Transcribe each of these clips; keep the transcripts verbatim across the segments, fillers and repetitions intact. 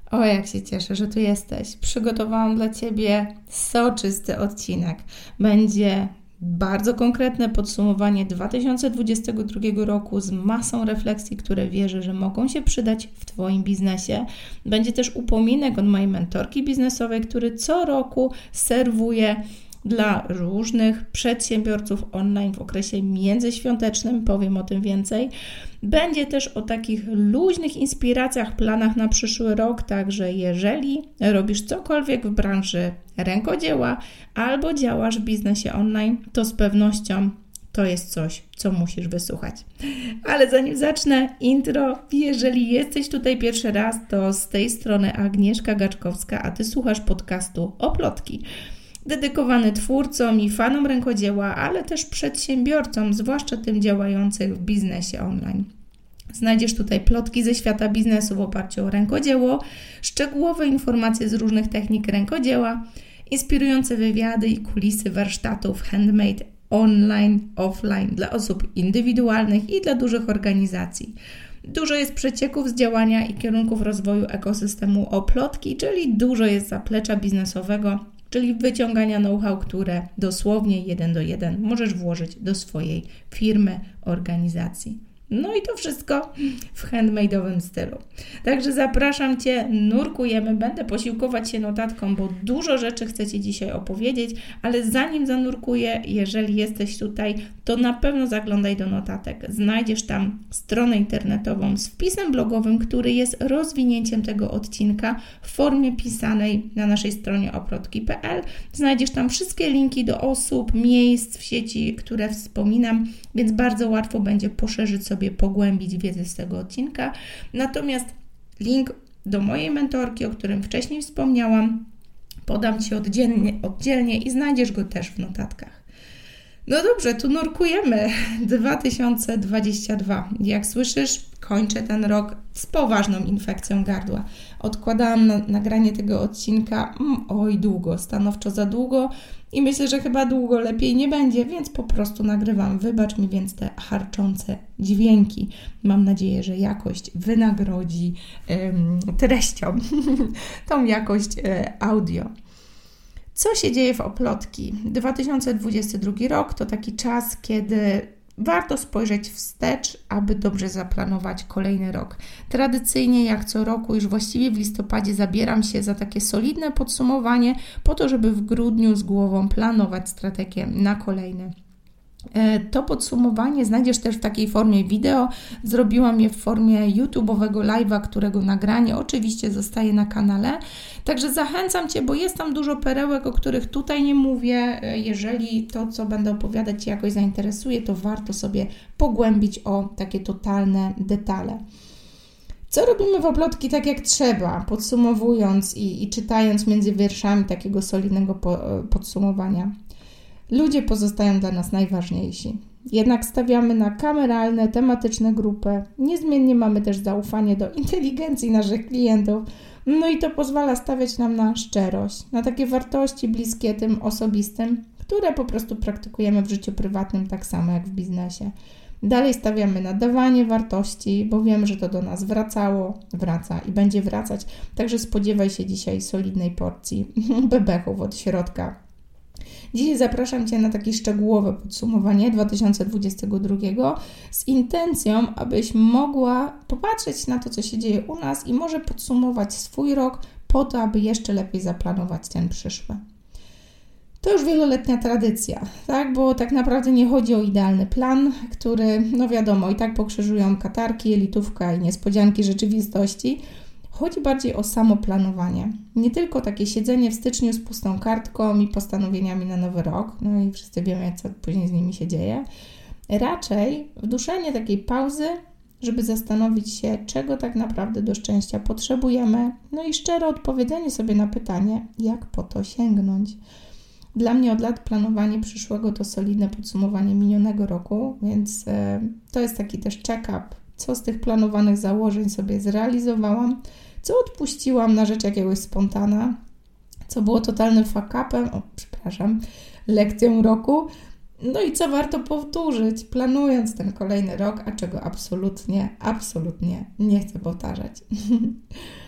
O, jak się cieszę, że tu jesteś. Przygotowałam dla Ciebie soczysty odcinek. Będzie bardzo konkretne podsumowanie dwa tysiące dwudziestego drugiego roku z masą refleksji, które wierzę, że mogą się przydać w Twoim biznesie. Będzie też upominek od mojej mentorki biznesowej, który co roku serwuje dla różnych przedsiębiorców online w okresie międzyświątecznym, powiem o tym więcej. Będzie też o takich luźnych inspiracjach, planach na przyszły rok, także jeżeli robisz cokolwiek w branży rękodzieła albo działasz w biznesie online, to z pewnością to jest coś, co musisz wysłuchać. Ale zanim zacznę intro, jeżeli jesteś tutaj pierwszy raz, to z tej strony Agnieszka Gaczkowska, a Ty słuchasz podcastu Oplotki. Dedykowany twórcom i fanom rękodzieła, ale też przedsiębiorcom, zwłaszcza tym działających w biznesie online. Znajdziesz tutaj plotki ze świata biznesu w oparciu o rękodzieło, szczegółowe informacje z różnych technik rękodzieła, inspirujące wywiady i kulisy warsztatów handmade online, offline dla osób indywidualnych i dla dużych organizacji. Dużo jest przecieków z działania i kierunków rozwoju ekosystemu Oplotki, czyli dużo jest zaplecza biznesowego, czyli wyciągania know-how, które dosłownie jeden do jeden możesz włożyć do swojej firmy, organizacji. No i to wszystko w handmade'owym stylu. Także zapraszam Cię, nurkujemy, będę posiłkować się notatką, bo dużo rzeczy chcę Ci dzisiaj opowiedzieć, ale zanim zanurkuję, jeżeli jesteś tutaj, to na pewno zaglądaj do notatek. Znajdziesz tam stronę internetową z wpisem blogowym, który jest rozwinięciem tego odcinka w formie pisanej na naszej stronie oplotki kropka p l. Znajdziesz tam wszystkie linki do osób, miejsc w sieci, które wspominam, więc bardzo łatwo będzie poszerzyć sobie pogłębić wiedzę z tego odcinka. Natomiast link do mojej mentorki, o którym wcześniej wspomniałam, podam Ci oddzielnie, oddzielnie i znajdziesz go też w notatkach. No dobrze, tu nurkujemy. dwa tysiące dwudziesty drugi. Jak słyszysz, kończę ten rok z poważną infekcją gardła. Odkładałam na, nagranie tego odcinka mm, oj długo, stanowczo za długo i myślę, że chyba długo lepiej nie będzie, więc po prostu nagrywam. Wybacz mi więc te harczące dźwięki. Mam nadzieję, że jakość wynagrodzi ym, treścią tą jakość y, audio. Co się dzieje w Oplotki? dwa tysiące dwudziesty drugi rok to taki czas, kiedy warto spojrzeć wstecz, aby dobrze zaplanować kolejny rok. Tradycyjnie, jak co roku, już właściwie w listopadzie zabieram się za takie solidne podsumowanie, po to, żeby w grudniu z głową planować strategię na kolejny. To podsumowanie znajdziesz też w takiej formie wideo. Zrobiłam je w formie YouTube'owego live'a, którego nagranie oczywiście zostaje na kanale. Także zachęcam Cię, bo jest tam dużo perełek, o których tutaj nie mówię. Jeżeli to, co będę opowiadać, Cię jakoś zainteresuje, to warto sobie pogłębić o takie totalne detale. Co robimy w Oplotki tak jak trzeba, podsumowując i, i czytając między wierszami takiego solidnego po, podsumowania? Ludzie pozostają dla nas najważniejsi. Jednak stawiamy na kameralne, tematyczne grupy. Niezmiennie mamy też zaufanie do inteligencji naszych klientów. No i to pozwala stawiać nam na szczerość, na takie wartości bliskie tym osobistym, które po prostu praktykujemy w życiu prywatnym tak samo jak w biznesie. Dalej stawiamy na dawanie wartości, bo wiemy, że to do nas wracało, wraca i będzie wracać. Także spodziewaj się dzisiaj solidnej porcji bebechów od środka. Dzisiaj zapraszam Cię na takie szczegółowe podsumowanie dwa tysiące dwudziestego drugiego z intencją, abyś mogła popatrzeć na to, co się dzieje u nas i może podsumować swój rok po to, aby jeszcze lepiej zaplanować ten przyszły. To już wieloletnia tradycja, tak? Bo tak naprawdę nie chodzi o idealny plan, który, no wiadomo, i tak pokrzyżują katarki, elitówka i niespodzianki rzeczywistości. Chodzi bardziej o samo planowanie. Nie tylko takie siedzenie w styczniu z pustą kartką i postanowieniami na nowy rok, no i wszyscy wiemy, co później z nimi się dzieje. Raczej wduszenie takiej pauzy, żeby zastanowić się, czego tak naprawdę do szczęścia potrzebujemy, no i szczere odpowiedzenie sobie na pytanie, jak po to sięgnąć. Dla mnie od lat planowanie przyszłego to solidne podsumowanie minionego roku, więc to jest taki też check-up, co z tych planowanych założeń sobie zrealizowałam, co odpuściłam na rzecz jakiegoś spontana, co było totalnym fuck-upem, o przepraszam, lekcją roku, no i co warto powtórzyć, planując ten kolejny rok, a czego absolutnie, absolutnie nie chcę powtarzać.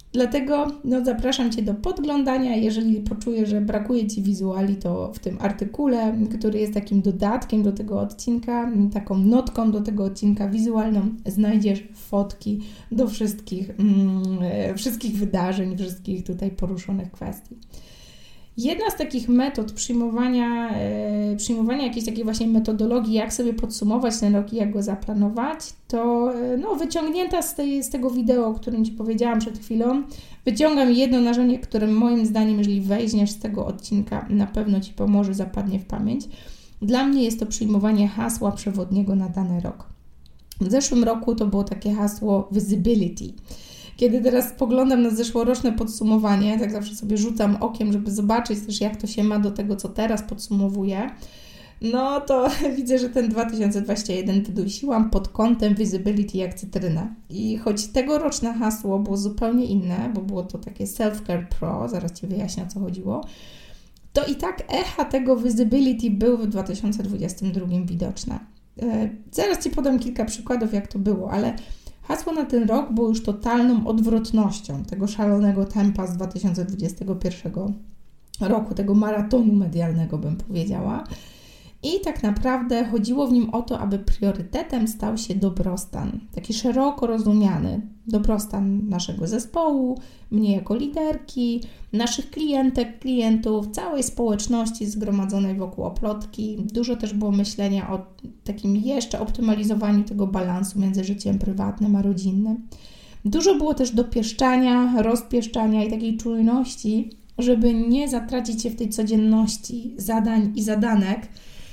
Dlatego no, zapraszam Cię do podglądania. Jeżeli poczujesz, że brakuje Ci wizuali, to w tym artykule, który jest takim dodatkiem do tego odcinka, taką notką do tego odcinka wizualną, znajdziesz fotki do wszystkich, mm, wszystkich wydarzeń, wszystkich tutaj poruszonych kwestii. Jedna z takich metod przyjmowania, e, przyjmowania jakiejś takiej właśnie metodologii, jak sobie podsumować ten rok i jak go zaplanować, to e, no, wyciągnięta z, tej, z tego wideo, o którym Ci powiedziałam przed chwilą, wyciągam jedno narzędzie, które moim zdaniem, jeżeli weźmiesz z tego odcinka, na pewno Ci pomoże, zapadnie w pamięć. Dla mnie jest to przyjmowanie hasła przewodniego na dany rok. W zeszłym roku to było takie hasło visibility. Kiedy teraz spoglądam na zeszłoroczne podsumowanie, tak zawsze sobie rzucam okiem, żeby zobaczyć też, jak to się ma do tego, co teraz podsumowuję, no to widzę, że ten dwa tysiące dwudziesty pierwszy wydusiłam pod kątem visibility jak cytrynę. I choć tegoroczne hasło było zupełnie inne, bo było to takie Self-Care Pro, zaraz Ci wyjaśnię, o co chodziło, to i tak echa tego visibility były w dwa tysiące dwudziestym drugim widoczne. Zaraz Ci podam kilka przykładów, jak to było, ale hasło na ten rok było już totalną odwrotnością tego szalonego tempa z dwa tysiące dwudziestego pierwszego roku, tego maratonu medialnego, bym powiedziała. I tak naprawdę chodziło w nim o to, aby priorytetem stał się dobrostan, taki szeroko rozumiany dobrostan naszego zespołu, mnie jako liderki, naszych klientek, klientów, całej społeczności zgromadzonej wokół Oplotki. Dużo też było myślenia o takim jeszcze optymalizowaniu tego balansu między życiem prywatnym a rodzinnym. Dużo było też dopieszczania, rozpieszczania i takiej czujności, żeby nie zatracić się w tej codzienności zadań i zadanek.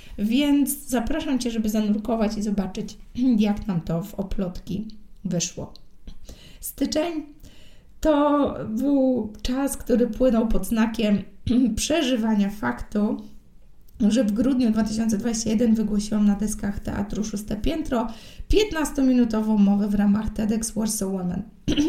Więc zapraszam Cię, żeby zanurkować i zobaczyć, jak nam to w Oplotki wyszło. Styczeń to był czas, który płynął pod znakiem przeżywania faktu, że w grudniu dwa tysiące dwudziestego pierwszego wygłosiłam na deskach Teatru Szóste Piętro piętnastominutową mowę w ramach TEDx Warsaw Women.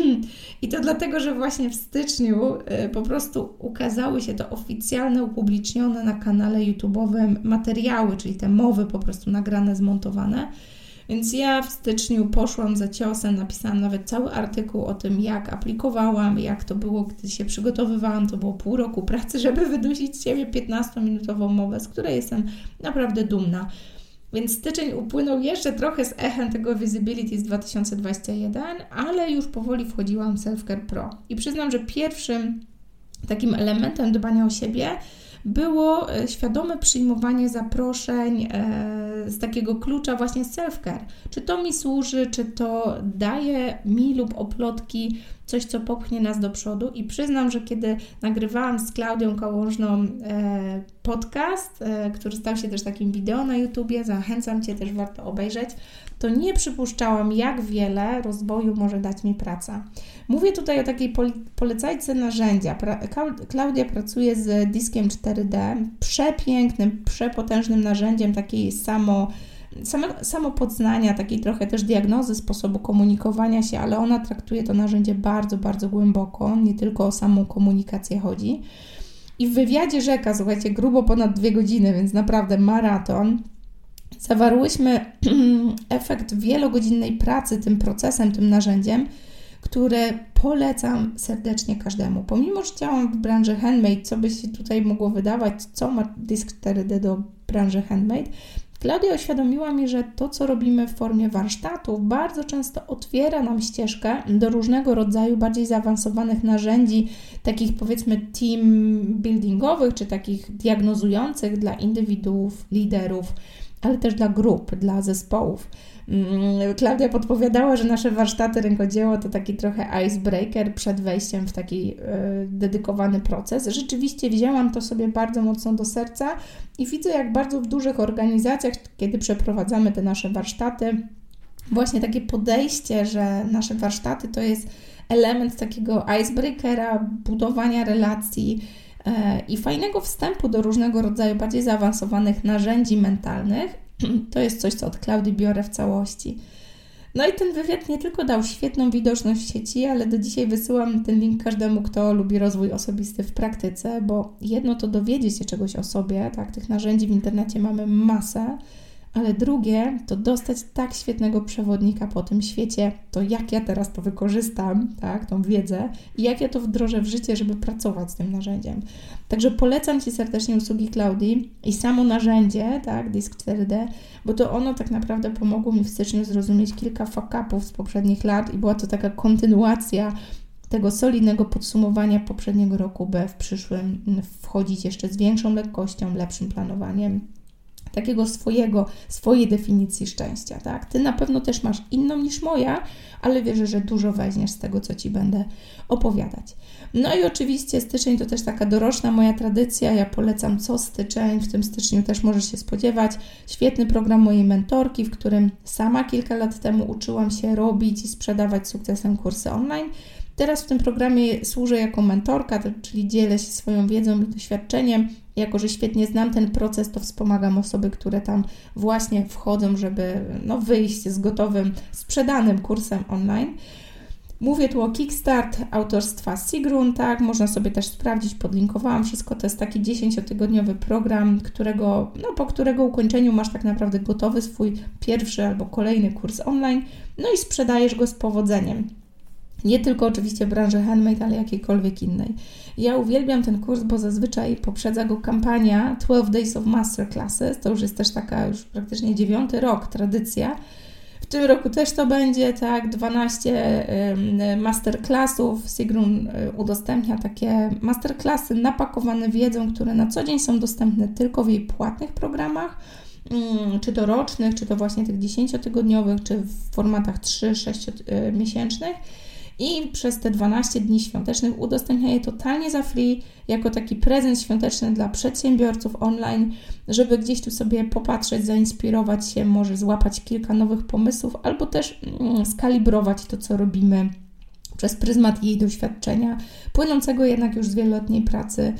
I to dlatego, że właśnie w styczniu y, po prostu ukazały się to oficjalne, upublicznione na kanale YouTube'owym materiały, czyli te mowy po prostu nagrane, zmontowane. Więc ja w styczniu poszłam za ciosem, napisałam nawet cały artykuł o tym, jak aplikowałam, jak to było, gdy się przygotowywałam. To było pół roku pracy, żeby wydusić z siebie piętnastominutową mowę, z której jestem naprawdę dumna. Więc styczeń upłynął jeszcze trochę z echem tego Visibility z dwa tysiące dwudziestego pierwszego, ale już powoli wchodziłam w Self-Care Pro. I przyznam, że pierwszym takim elementem dbania o siebie było świadome przyjmowanie zaproszeń z takiego klucza właśnie self-care. Czy to mi służy, czy to daje mi lub Oplotki coś, co popchnie nas do przodu. I przyznam, że kiedy nagrywałam z Klaudią Kałużną podcast, który stał się też takim wideo na YouTubie, zachęcam Cię, też warto obejrzeć, to nie przypuszczałam, jak wiele rozwoju może dać mi praca. Mówię tutaj o takiej polecajce narzędzia. Klaudia pracuje z Diskiem cztery D, przepięknym, przepotężnym narzędziem takiej samo, samo, samopoznania, takiej trochę też diagnozy sposobu komunikowania się, ale ona traktuje to narzędzie bardzo, bardzo głęboko, nie tylko o samą komunikację chodzi. I w wywiadzie rzeka, słuchajcie, grubo ponad dwie godziny, więc naprawdę maraton, zawarłyśmy efekt wielogodzinnej pracy tym procesem, tym narzędziem, które polecam serdecznie każdemu. Pomimo, że działam w branży handmade, co by się tutaj mogło wydawać, co ma Disk cztery D do branży handmade, Klaudia uświadomiła mi, że to, co robimy w formie warsztatów, bardzo często otwiera nam ścieżkę do różnego rodzaju bardziej zaawansowanych narzędzi, takich powiedzmy team buildingowych, czy takich diagnozujących dla indywiduów, liderów, ale też dla grup, dla zespołów. Klaudia podpowiadała, że nasze warsztaty rękodzieła to taki trochę icebreaker przed wejściem w taki y, dedykowany proces. Rzeczywiście wzięłam to sobie bardzo mocno do serca i widzę, jak bardzo w dużych organizacjach, kiedy przeprowadzamy te nasze warsztaty, właśnie takie podejście, że nasze warsztaty to jest element takiego icebreakera, budowania relacji y, i fajnego wstępu do różnego rodzaju bardziej zaawansowanych narzędzi mentalnych. To jest coś, co od Klaudii biorę w całości. No i ten wywiad nie tylko dał świetną widoczność w sieci, ale do dzisiaj wysyłam ten link każdemu, kto lubi rozwój osobisty w praktyce, bo jedno to dowiedzieć się czegoś o sobie, tak, tych narzędzi w internecie mamy masę, ale drugie to dostać tak świetnego przewodnika po tym świecie, to jak ja teraz to wykorzystam, tak, tą wiedzę i jak ja to wdrożę w życie, żeby pracować z tym narzędziem. Także polecam Ci serdecznie usługi Klaudii i samo narzędzie, tak, Disk cztery D, bo to ono tak naprawdę pomogło mi w styczniu zrozumieć kilka fuck-upów z poprzednich lat i była to taka kontynuacja tego solidnego podsumowania poprzedniego roku, by w przyszłym wchodzić jeszcze z większą lekkością, lepszym planowaniem, takiego swojego, swojej definicji szczęścia, tak? Ty na pewno też masz inną niż moja, ale wierzę, że dużo weźmiesz z tego, co Ci będę opowiadać. No i oczywiście styczeń to też taka doroczna moja tradycja, ja polecam co styczeń, w tym styczniu też możesz się spodziewać. Świetny program mojej mentorki, w którym sama kilka lat temu uczyłam się robić i sprzedawać z sukcesem kursy online. Teraz w tym programie służę jako mentorka, czyli dzielę się swoją wiedzą i doświadczeniem. Jako że świetnie znam ten proces, to wspomagam osoby, które tam właśnie wchodzą, żeby no, wyjść z gotowym, sprzedanym kursem online. Mówię tu o Kickstart autorstwa Sigrun, tak, można sobie też sprawdzić, podlinkowałam wszystko, to jest taki dziesięciotygodniowy program, którego, no, po którego ukończeniu masz tak naprawdę gotowy swój pierwszy albo kolejny kurs online, no i sprzedajesz go z powodzeniem. Nie tylko oczywiście w branży handmade, ale jakiejkolwiek innej. Ja uwielbiam ten kurs, bo zazwyczaj poprzedza go kampania twelve Days of Masterclasses. To już jest też taka już praktycznie dziewiąty rok tradycja. W tym roku też to będzie, tak, dwanaście masterclassów. Sigrun udostępnia takie masterclassy napakowane wiedzą, które na co dzień są dostępne tylko w jej płatnych programach, czy to rocznych, czy to właśnie tych dziesięciotygodniowych, czy w formatach trzy sześć miesięcznych. I przez te dwanaście dni świątecznych udostępnia je totalnie za free, jako taki prezent świąteczny dla przedsiębiorców online, żeby gdzieś tu sobie popatrzeć, zainspirować się, może złapać kilka nowych pomysłów, albo też mm, skalibrować to, co robimy przez pryzmat jej doświadczenia, płynącego jednak już z wieloletniej pracy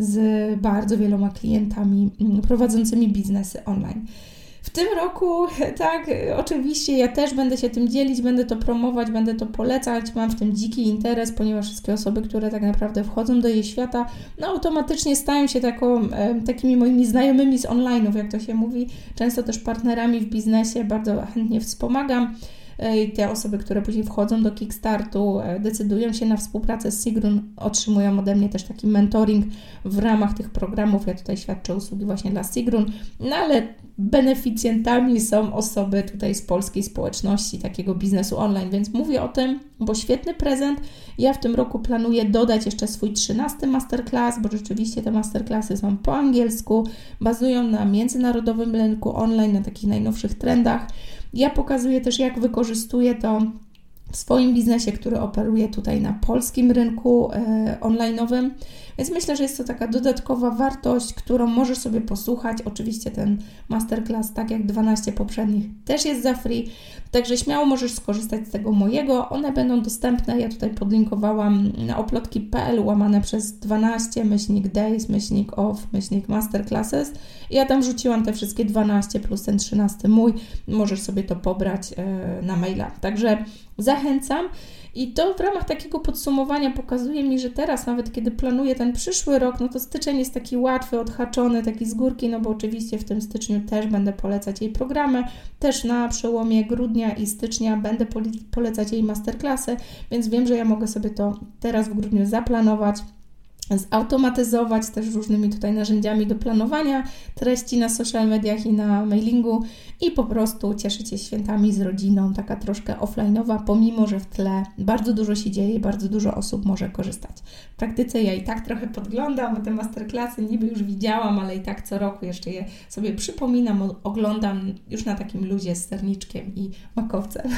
z bardzo wieloma klientami mm, prowadzącymi biznesy online. W tym roku, tak, oczywiście ja też będę się tym dzielić, będę to promować, będę to polecać, mam w tym dziki interes, ponieważ wszystkie osoby, które tak naprawdę wchodzą do jej świata, no automatycznie stają się taką, e, takimi moimi znajomymi z online'ów, jak to się mówi, często też partnerami w biznesie, bardzo chętnie wspomagam. I te osoby, które później wchodzą do Kickstartu, decydują się na współpracę z Sigrun, otrzymują ode mnie też taki mentoring w ramach tych programów. Ja tutaj świadczę usługi właśnie dla Sigrun, no ale beneficjentami są osoby tutaj z polskiej społeczności, takiego biznesu online, więc mówię o tym, bo świetny prezent. Ja w tym roku planuję dodać jeszcze swój trzynasty masterclass, bo rzeczywiście te masterclassy są po angielsku, bazują na międzynarodowym rynku online, na takich najnowszych trendach. Ja pokazuję też, jak wykorzystuję to w swoim biznesie, który operuje tutaj na polskim rynku e, online'owym. Więc myślę, że jest to taka dodatkowa wartość, którą możesz sobie posłuchać. Oczywiście ten masterclass, tak jak dwanaście poprzednich, też jest za free. Także śmiało możesz skorzystać z tego mojego. One będą dostępne, ja tutaj podlinkowałam na oplotki kropka p l łamane przez dwanaście, myślnik days, myślnik off, myślnik masterclasses. Ja tam wrzuciłam te wszystkie dwanaście plus ten trzynasty mój. Możesz sobie to pobrać e, na maila. Także zachęcam. I to w ramach takiego podsumowania pokazuje mi, że teraz nawet kiedy planuję ten przyszły rok, no to styczeń jest taki łatwy, odhaczony, taki z górki, no bo oczywiście w tym styczniu też będę polecać jej programy, też na przełomie grudnia i stycznia będę polecać jej masterclassy, więc wiem, że ja mogę sobie to teraz w grudniu zaplanować, zautomatyzować też różnymi tutaj narzędziami do planowania treści na social mediach i na mailingu i po prostu cieszyć się świętami z rodziną, taka troszkę offline'owa, pomimo że w tle bardzo dużo się dzieje, bardzo dużo osób może korzystać. W praktyce ja i tak trochę podglądam, bo te masterclassy niby już widziałam, ale i tak co roku jeszcze je sobie przypominam, oglądam już na takim luzie z serniczkiem i makowcem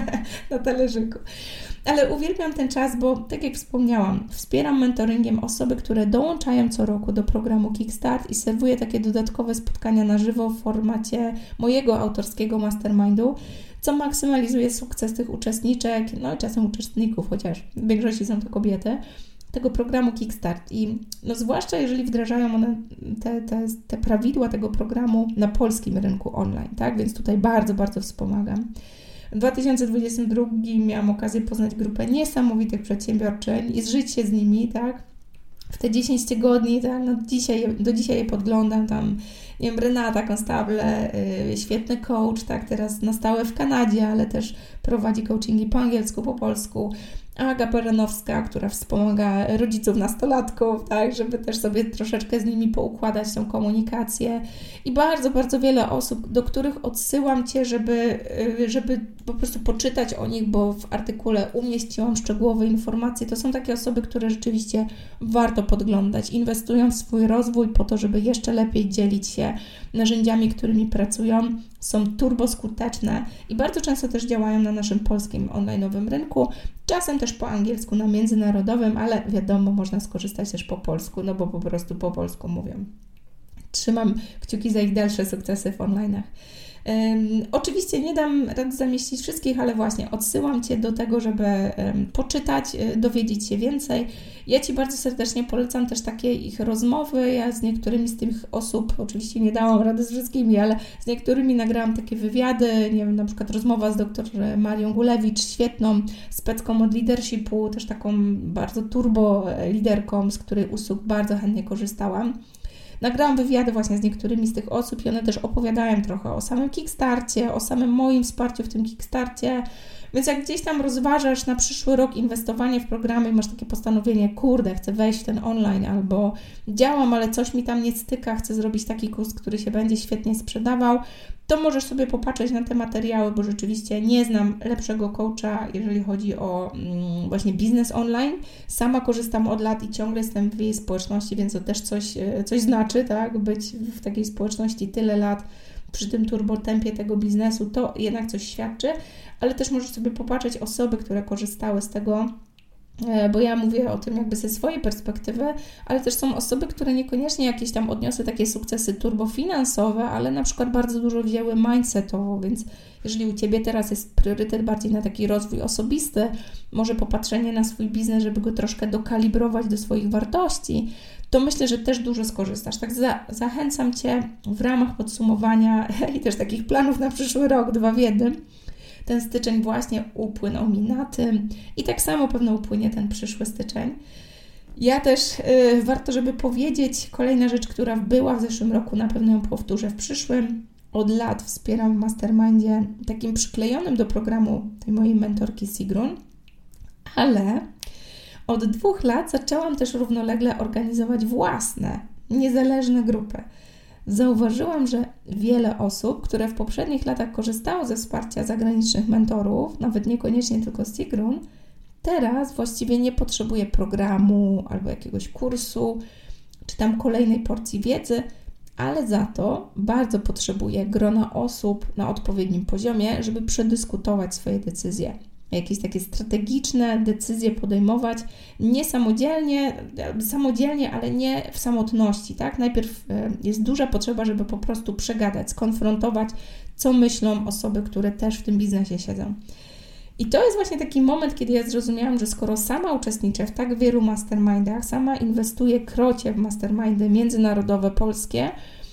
na talerzyku. Ale uwielbiam ten czas, bo tak jak wspomniałam, wspieram mentoringiem osoby, które dołączają co roku do programu Kickstart i serwuję takie dodatkowe spotkania na żywo w formacie mojego autorskiego mastermindu, co maksymalizuje sukces tych uczestniczek, no i czasem uczestników, chociaż w większości są to kobiety, tego programu Kickstart. I no zwłaszcza jeżeli wdrażają one te, te, te prawidła tego programu na polskim rynku online, tak? Więc tutaj bardzo, bardzo wspomagam. W dwa tysiące dwudziestym drugim miałam okazję poznać grupę niesamowitych przedsiębiorczyń i zżyć się z nimi, tak? w te dziesięć tygodni, tak, no dzisiaj, do dzisiaj je podglądam, tam, nie wiem, Renata Constable, yy, świetny coach, tak, teraz na stałe w Kanadzie, ale też prowadzi coachingi po angielsku, po polsku. Aga Baranowska, która wspomaga rodziców nastolatków, tak, żeby też sobie troszeczkę z nimi poukładać tą komunikację. I bardzo, bardzo wiele osób, do których odsyłam Cię, żeby, żeby po prostu poczytać o nich, bo w artykule umieściłam szczegółowe informacje. To są takie osoby, które rzeczywiście warto podglądać. Inwestują w swój rozwój po to, żeby jeszcze lepiej dzielić się narzędziami, którymi pracują. Są turboskuteczne i bardzo często też działają na naszym polskim online'owym rynku, czasem też po angielsku na międzynarodowym, ale wiadomo, można skorzystać też po polsku, no bo po prostu po polsku mówią. Trzymam kciuki za ich dalsze sukcesy w online'ach. Um, oczywiście nie dam rady zamieścić wszystkich, ale właśnie odsyłam Cię do tego, żeby um, poczytać, dowiedzieć się więcej. Ja Ci bardzo serdecznie polecam też takie ich rozmowy. Ja z niektórymi z tych osób, oczywiście nie dałam rady z wszystkimi, ale z niektórymi nagrałam takie wywiady, nie wiem, na przykład rozmowa z dr Marią Gulewicz, świetną specką od leadershipu, też taką bardzo turbo liderką, z której usług bardzo chętnie korzystałam. Nagrałam wywiady właśnie z niektórymi z tych osób i one też opowiadają trochę o samym Kickstarcie, o samym moim wsparciu w tym Kickstarcie. Więc jak gdzieś tam rozważasz na przyszły rok inwestowanie w programy i masz takie postanowienie, kurde, chcę wejść w ten online albo działam, ale coś mi tam nie styka, chcę zrobić taki kurs, który się będzie świetnie sprzedawał, to możesz sobie popatrzeć na te materiały, bo rzeczywiście nie znam lepszego coacha, jeżeli chodzi o mm, właśnie biznes online. Sama korzystam od lat i ciągle jestem w jej społeczności, więc to też coś, coś znaczy, tak? Być w takiej społeczności tyle lat przy tym turbotempie tego biznesu, to jednak coś świadczy, ale też możesz sobie popatrzeć osoby, które korzystały z tego, bo ja mówię o tym jakby ze swojej perspektywy, ale też są osoby, które niekoniecznie jakieś tam odniosły takie sukcesy turbofinansowe, ale na przykład bardzo dużo wzięły mindsetowo, więc jeżeli u Ciebie teraz jest priorytet bardziej na taki rozwój osobisty, może popatrzenie na swój biznes, żeby go troszkę dokalibrować do swoich wartości, to myślę, że też dużo skorzystasz. Tak za, zachęcam Cię w ramach podsumowania i też takich planów na przyszły rok, dwa w jednym. Ten styczeń właśnie upłynął mi na tym i tak samo pewno upłynie ten przyszły styczeń. Ja też yy, warto, żeby powiedzieć, kolejna rzecz, która była w zeszłym roku, na pewno ją powtórzę w przyszłym. Od lat wspieram w Mastermindzie takim przyklejonym do programu tej mojej mentorki Sigrun, ale od dwóch lat zaczęłam też równolegle organizować własne, niezależne grupy. Zauważyłam, że wiele osób, które w poprzednich latach korzystało ze wsparcia zagranicznych mentorów, nawet niekoniecznie tylko z Sigrun, teraz właściwie nie potrzebuje programu albo jakiegoś kursu, czy tam kolejnej porcji wiedzy, ale za to bardzo potrzebuje grona osób na odpowiednim poziomie, żeby przedyskutować swoje decyzje. Jakieś takie strategiczne decyzje podejmować nie samodzielnie, samodzielnie, ale nie w samotności, tak? Najpierw jest duża potrzeba, żeby po prostu przegadać, skonfrontować, co myślą osoby, które też w tym biznesie siedzą. I to jest właśnie taki moment, kiedy ja zrozumiałam, że skoro sama uczestniczę w tak wielu mastermindach, sama inwestuję krocie w mastermindy międzynarodowe, polskie,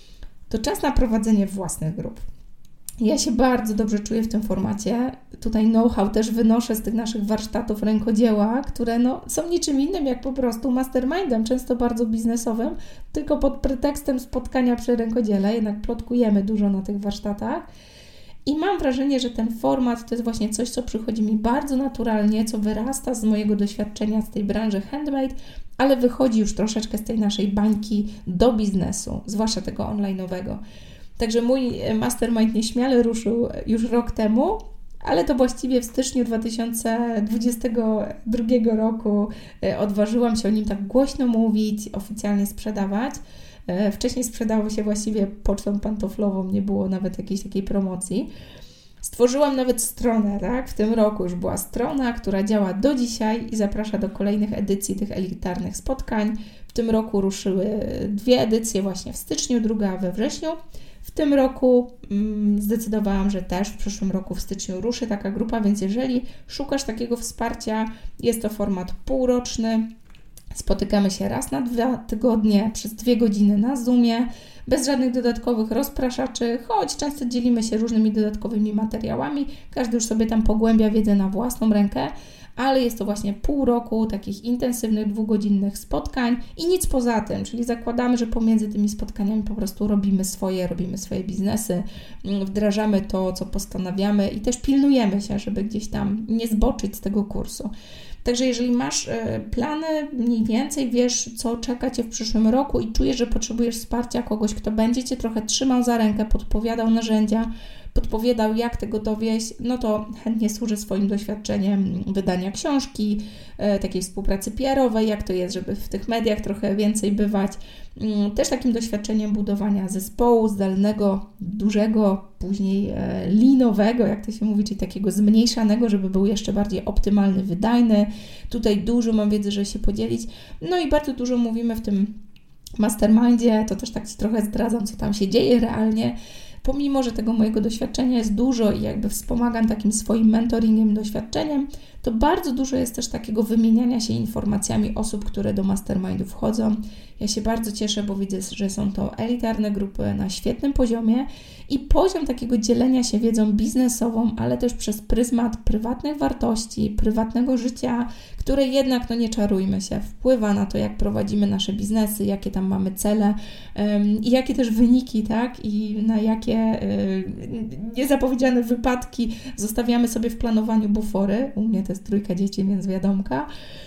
to czas na prowadzenie własnych grup. Ja się bardzo dobrze czuję w tym formacie. Tutaj know-how też wynoszę z tych naszych warsztatów rękodzieła, które no, są niczym innym jak po prostu mastermindem, często bardzo biznesowym, tylko pod pretekstem spotkania przy rękodziele, jednak plotkujemy dużo na tych warsztatach. I mam wrażenie, że ten format to jest właśnie coś, co przychodzi mi bardzo naturalnie, co wyrasta z mojego doświadczenia z tej branży handmade, ale wychodzi już troszeczkę z tej naszej bańki do biznesu, zwłaszcza tego online'owego. Także mój mastermind nieśmiale ruszył już rok temu, ale to właściwie w styczniu dwa tysiące dwudziestego drugiego roku odważyłam się o nim tak głośno mówić, oficjalnie sprzedawać. Wcześniej sprzedało się właściwie pocztą pantoflową, nie było nawet jakiejś takiej promocji. Stworzyłam nawet stronę, tak? W tym roku już była strona, która działa do dzisiaj i zaprasza do kolejnych edycji tych elitarnych spotkań. W tym roku ruszyły dwie edycje właśnie w styczniu, druga we wrześniu. W tym roku mm, zdecydowałam, że też w przyszłym roku w styczniu ruszy taka grupa, więc jeżeli szukasz takiego wsparcia, jest to format półroczny. Spotykamy się raz na dwa tygodnie przez dwie godziny na Zoomie, bez żadnych dodatkowych rozpraszaczy, choć często dzielimy się różnymi dodatkowymi materiałami. Każdy już sobie tam pogłębia wiedzę na własną rękę, ale jest to właśnie pół roku takich intensywnych, dwugodzinnych spotkań i nic poza tym, czyli zakładamy, że pomiędzy tymi spotkaniami po prostu robimy swoje, robimy swoje biznesy, wdrażamy to, co postanawiamy i też pilnujemy się, żeby gdzieś tam nie zboczyć z tego kursu. Także jeżeli masz plany, mniej więcej wiesz, co czeka Cię w przyszłym roku i czujesz, że potrzebujesz wsparcia kogoś, kto będzie Cię trochę trzymał za rękę, podpowiadał narzędzia, podpowiadał, jak tego dowieść, no to chętnie służę swoim doświadczeniem wydania książki, takiej współpracy P R-owej, jak to jest, żeby w tych mediach trochę więcej bywać. Też takim doświadczeniem budowania zespołu zdalnego, dużego, później linowego, jak to się mówi, czyli takiego zmniejszanego, żeby był jeszcze bardziej optymalny, wydajny. Tutaj dużo mam wiedzy, żeby się podzielić. No i bardzo dużo mówimy w tym mastermindzie, to też tak Ci trochę zdradzam, co tam się dzieje realnie. Pomimo, że tego mojego doświadczenia jest dużo i jakby wspomagam takim swoim mentoringiem, doświadczeniem, to bardzo dużo jest też takiego wymieniania się informacjami osób, które do mastermindu wchodzą. Ja się bardzo cieszę, bo widzę, że są to elitarne grupy na świetnym poziomie i poziom takiego dzielenia się wiedzą biznesową, ale też przez pryzmat prywatnych wartości, prywatnego życia, które jednak, no nie czarujmy się, wpływa na to, jak prowadzimy nasze biznesy, jakie tam mamy cele ym, i jakie też wyniki, tak? I na jakie yy, niezapowiedziane wypadki zostawiamy sobie w planowaniu bufory. U mnie to jest trójka dzieci, więc wiadomka.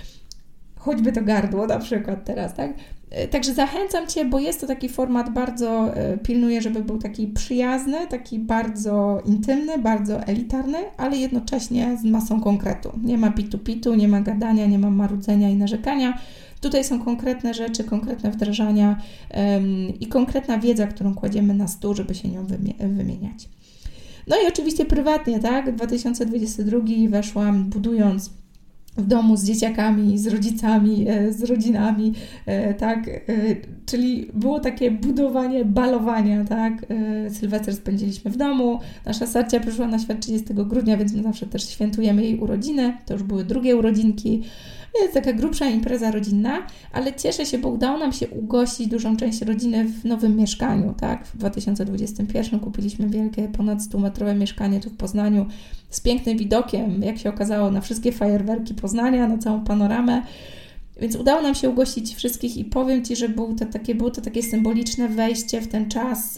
Choćby to gardło na przykład teraz, tak? Także zachęcam Cię, bo jest to taki format bardzo, pilnuję, żeby był taki przyjazny, taki bardzo intymny, bardzo elitarny, ale jednocześnie z masą konkretu. Nie ma pitu-pitu, nie ma gadania, nie ma marudzenia i narzekania. Tutaj są konkretne rzeczy, konkretne wdrażania ym, i konkretna wiedza, którą kładziemy na stół, żeby się nią wymieniać. No i oczywiście prywatnie, tak? dwa tysiące dwudziesty drugi weszłam budując w domu z dzieciakami, z rodzicami, z rodzinami, tak, czyli było takie budowanie balowania, tak, Sylwester spędziliśmy w domu, nasza Sarcia przyszła na świat trzydziestego grudnia, więc my zawsze też świętujemy jej urodziny, to już były drugie urodzinki, jest taka grubsza impreza rodzinna, ale cieszę się, bo udało nam się ugościć dużą część rodziny w nowym mieszkaniu, tak? W dwa tysiące dwudziestym pierwszym kupiliśmy wielkie, ponad stumetrowe mieszkanie tu w Poznaniu z pięknym widokiem, jak się okazało, na wszystkie fajerwerki Poznania, na całą panoramę. Więc udało nam się ugościć wszystkich i powiem Ci, że było to takie, było to takie symboliczne wejście w ten czas,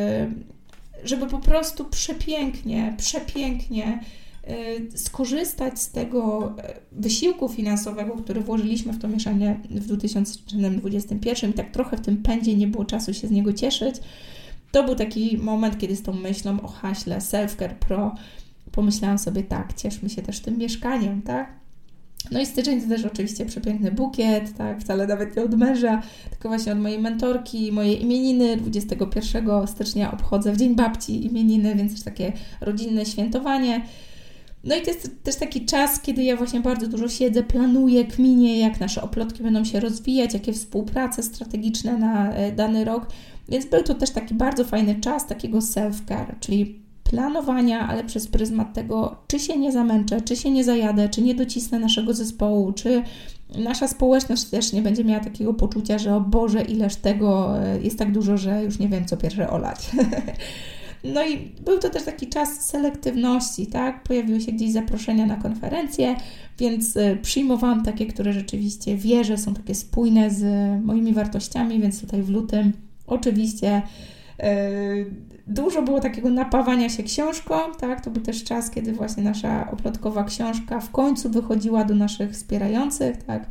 żeby po prostu przepięknie, przepięknie skorzystać z tego wysiłku finansowego, który włożyliśmy w to mieszanie w dwa tysiące dwudziestym pierwszym i tak trochę w tym pędzie nie było czasu się z niego cieszyć. To był taki moment, kiedy z tą myślą o haśle Self-Care Pro pomyślałam sobie, tak, cieszmy się też tym mieszkaniem, tak? No i styczeń to też oczywiście przepiękny bukiet, tak, wcale nawet nie od męża, tylko właśnie od mojej mentorki, moje imieniny. dwudziestego pierwszego stycznia obchodzę w Dzień Babci imieniny, więc też takie rodzinne świętowanie. No i to jest też taki czas, kiedy ja właśnie bardzo dużo siedzę, planuję, kminię, jak nasze oplotki będą się rozwijać, jakie współprace strategiczne na dany rok, więc był to też taki bardzo fajny czas takiego self-care, czyli planowania, ale przez pryzmat tego, czy się nie zamęczę, czy się nie zajadę, czy nie docisnę naszego zespołu, czy nasza społeczność też nie będzie miała takiego poczucia, że o Boże, ileż tego jest tak dużo, że już nie wiem, co pierwsze olać. No i był to też taki czas selektywności, tak? Pojawiły się gdzieś zaproszenia na konferencje, więc przyjmowałam takie, które rzeczywiście wierzę, są takie spójne z moimi wartościami, więc tutaj w lutym oczywiście yy, dużo było takiego napawania się książką, tak? To był też czas, kiedy właśnie nasza oplotkowa książka w końcu wychodziła do naszych wspierających, tak?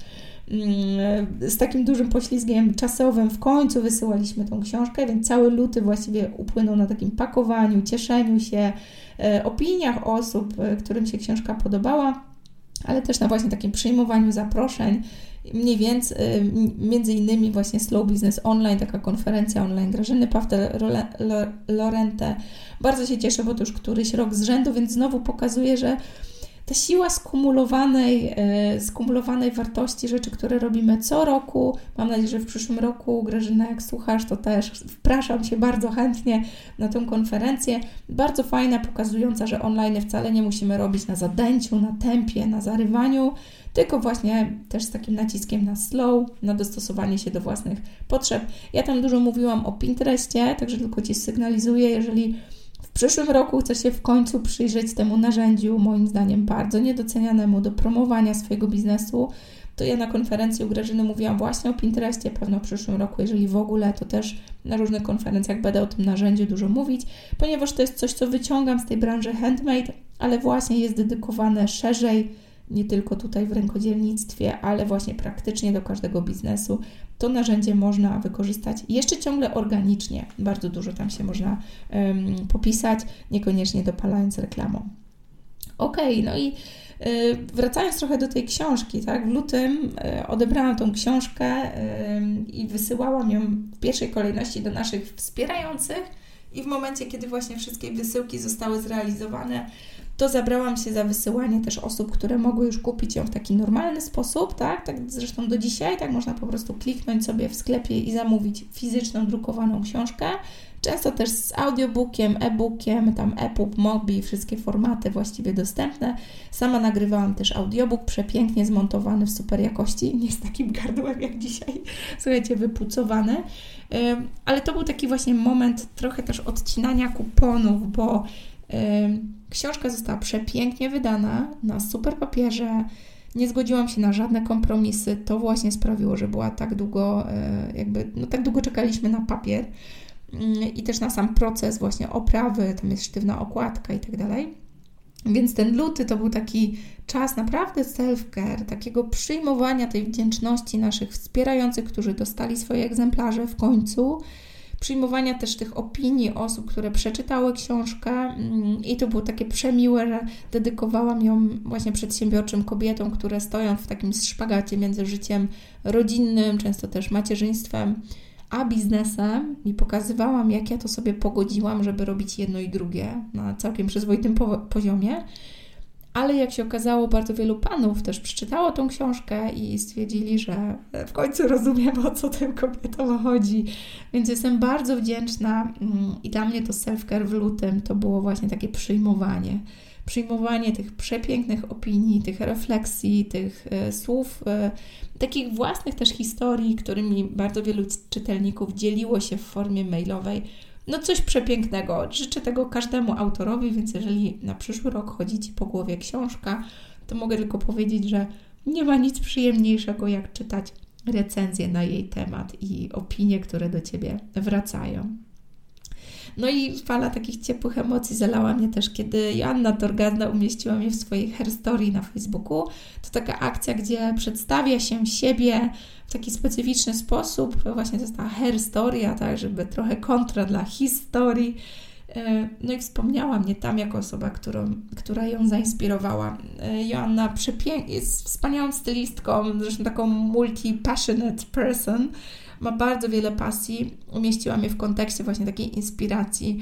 Z takim dużym poślizgiem czasowym w końcu wysyłaliśmy tą książkę, więc cały luty właściwie upłynął na takim pakowaniu, cieszeniu się, opiniach osób, którym się książka podobała, ale też na właśnie takim przyjmowaniu zaproszeń. Mniej więcej, między innymi właśnie Slow Business Online, taka konferencja online Grażyny Pawtel-Lorente. Bardzo się cieszę, bo to już któryś rok z rzędu, więc znowu pokazuje, że ta siła skumulowanej, skumulowanej wartości rzeczy, które robimy co roku, mam nadzieję, że w przyszłym roku, Grażyna, jak słuchasz, to też wpraszam się bardzo chętnie na tę konferencję. Bardzo fajna, pokazująca, że online wcale nie musimy robić na zadęciu, na tempie, na zarywaniu, tylko właśnie też z takim naciskiem na slow, na dostosowanie się do własnych potrzeb. Ja tam dużo mówiłam o Pinterestie, także tylko Ci sygnalizuję, jeżeli w przyszłym roku chcę się w końcu przyjrzeć temu narzędziu, moim zdaniem bardzo niedocenianemu do promowania swojego biznesu. To ja na konferencji u Grażyny mówiłam właśnie o Pinterestie, pewno w przyszłym roku, jeżeli w ogóle, to też na różnych konferencjach będę o tym narzędziu dużo mówić, ponieważ to jest coś, co wyciągam z tej branży handmade, ale właśnie jest dedykowane szerzej, nie tylko tutaj w rękodzielnictwie, ale właśnie praktycznie do każdego biznesu. To narzędzie można wykorzystać jeszcze ciągle organicznie. Bardzo dużo tam się można um, popisać, niekoniecznie dopalając reklamą. Okej, okay, no i y, wracając trochę do tej książki, tak? W lutym y, odebrałam tą książkę y, i wysyłałam ją w pierwszej kolejności do naszych wspierających i w momencie, kiedy właśnie wszystkie wysyłki zostały zrealizowane, to zabrałam się za wysyłanie też osób, które mogły już kupić ją w taki normalny sposób, tak? Tak zresztą do dzisiaj, tak można po prostu kliknąć sobie w sklepie i zamówić fizyczną, drukowaną książkę. Często też z audiobookiem, e-bookiem, tam EPUB, Mobi, wszystkie formaty właściwie dostępne. Sama nagrywałam też audiobook, przepięknie zmontowany w super jakości, nie z takim gardłem jak dzisiaj, słuchajcie, wypucowany. Ale to był taki właśnie moment trochę też odcinania kuponów, bo książka została przepięknie wydana na super papierze, nie zgodziłam się na żadne kompromisy. To właśnie sprawiło, że była tak długo, jakby, no tak długo czekaliśmy na papier i też na sam proces właśnie oprawy, tam jest sztywna okładka i tak dalej. Więc ten luty to był taki czas naprawdę self-care, takiego przyjmowania tej wdzięczności naszych wspierających, którzy dostali swoje egzemplarze w końcu, przyjmowania też tych opinii osób, które przeczytały książkę i to było takie przemiłe, że dedykowałam ją właśnie przedsiębiorczym kobietom, które stoją w takim szpagacie między życiem rodzinnym, często też macierzyństwem, a biznesem i pokazywałam, jak ja to sobie pogodziłam, żeby robić jedno i drugie na całkiem przyzwoitym po- poziomie. Ale jak się okazało, bardzo wielu panów też przeczytało tą książkę i stwierdzili, że w końcu rozumiem, o co tym kobietom chodzi. Więc jestem bardzo wdzięczna i dla mnie to self-care w lutym to było właśnie takie przyjmowanie. Przyjmowanie tych przepięknych opinii, tych refleksji, tych y, słów, y, takich własnych też historii, którymi bardzo wielu czytelników dzieliło się w formie mailowej. No coś przepięknego. Życzę tego każdemu autorowi, więc jeżeli na przyszły rok chodzi Ci po głowie książka, to mogę tylko powiedzieć, że nie ma nic przyjemniejszego, jak czytać recenzje na jej temat i opinie, które do Ciebie wracają. No i fala takich ciepłych emocji zalała mnie też, kiedy Joanna Torgazna umieściła mnie w swojej Her Story na Facebooku. To taka akcja, gdzie przedstawia się siebie w taki specyficzny sposób. Właśnie to jest ta Her Story, a tak, żeby trochę kontra dla historii. No i wspomniała mnie tam jako osoba, którą, która ją zainspirowała. Joanna przepięk- jest wspaniałą stylistką, zresztą taką multi-passionate person. Ma bardzo wiele pasji. Umieściła mnie w kontekście właśnie takiej inspiracji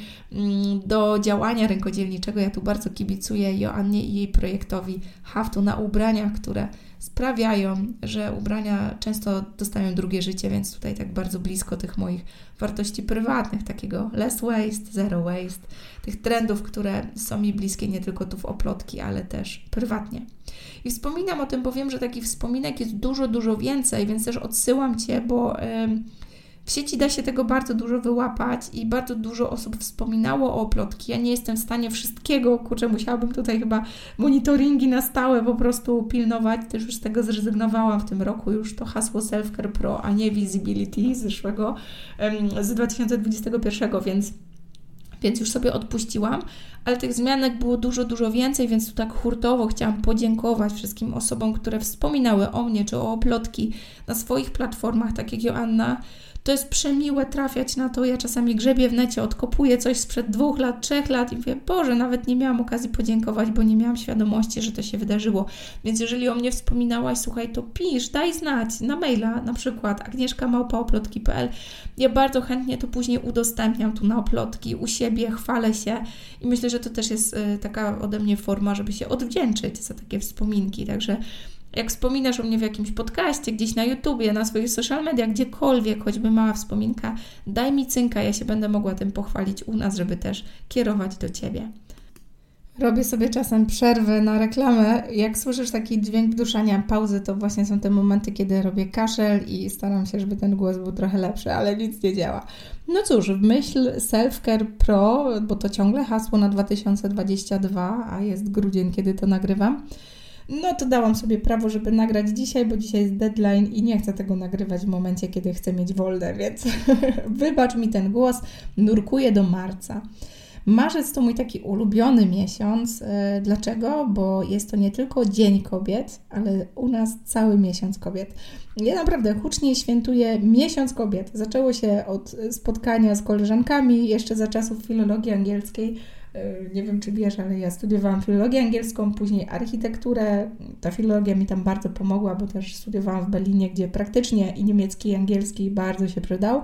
do działania rękodzielniczego. Ja tu bardzo kibicuję Joannie i jej projektowi haftu na ubraniach, które sprawiają, że ubrania często dostają drugie życie, więc tutaj tak bardzo blisko tych moich wartości prywatnych, takiego less waste, zero waste, tych trendów, które są mi bliskie nie tylko tu w Oplotki, ale też prywatnie. I wspominam o tym, bo wiem, że takich wspominek jest dużo, dużo więcej, więc też odsyłam Cię, bo ym, w sieci da się tego bardzo dużo wyłapać i bardzo dużo osób wspominało o Oplotki. Ja nie jestem w stanie wszystkiego, kurczę, musiałabym tutaj chyba monitoringi na stałe po prostu pilnować. Też już z tego zrezygnowałam w tym roku, już to hasło Self-Care Pro, a nie Visibility z zeszłego, ym, z dwa tysiące dwudziestego pierwszego, więc więc już sobie odpuściłam, ale tych zmianek było dużo, dużo więcej, więc tu tak hurtowo chciałam podziękować wszystkim osobom, które wspominały o mnie czy o Oplotki na swoich platformach, tak jak Joanna. To jest przemiłe trafiać na to. Ja czasami grzebię w necie, odkopuję coś sprzed dwóch lat, trzech lat i mówię, Boże, nawet nie miałam okazji podziękować, bo nie miałam świadomości, że to się wydarzyło. Więc jeżeli o mnie wspominałaś, słuchaj, to pisz, daj znać na maila, na przykład agnieszka małpa oplotki kropka p l. Ja bardzo chętnie to później udostępniam tu na Oplotki, u siebie, chwalę się i myślę, że to też jest y, taka ode mnie forma, żeby się odwdzięczyć za takie wspominki. Także jak wspominasz o mnie w jakimś podcaście, gdzieś na YouTubie, na swoich social mediach, gdziekolwiek, choćby mała wspominka, daj mi cynka, ja się będę mogła tym pochwalić u nas, żeby też kierować do Ciebie. Robię sobie czasem przerwy na reklamę. Jak słyszysz taki dźwięk wduszania pauzy, to właśnie są te momenty, kiedy robię kaszel i staram się, żeby ten głos był trochę lepszy, ale nic nie działa. No cóż, w myśl Self-Care Pro, bo to ciągle hasło na dwa tysiące dwudziesty drugi, a jest grudzień, kiedy to nagrywam, no to dałam sobie prawo, żeby nagrać dzisiaj, bo dzisiaj jest deadline i nie chcę tego nagrywać w momencie, kiedy chcę mieć wolne, więc wybacz mi ten głos, nurkuję do marca. Marzec to mój taki ulubiony miesiąc. Dlaczego? Bo jest to nie tylko Dzień Kobiet, ale u nas cały miesiąc kobiet. Ja naprawdę hucznie świętuję miesiąc kobiet. Zaczęło się od spotkania z koleżankami jeszcze za czasów filologii angielskiej. Nie wiem, czy wiesz, ale ja studiowałam filologię angielską, później architekturę. Ta filologia mi tam bardzo pomogła, bo też studiowałam w Berlinie, gdzie praktycznie i niemiecki, i angielski bardzo się przydał.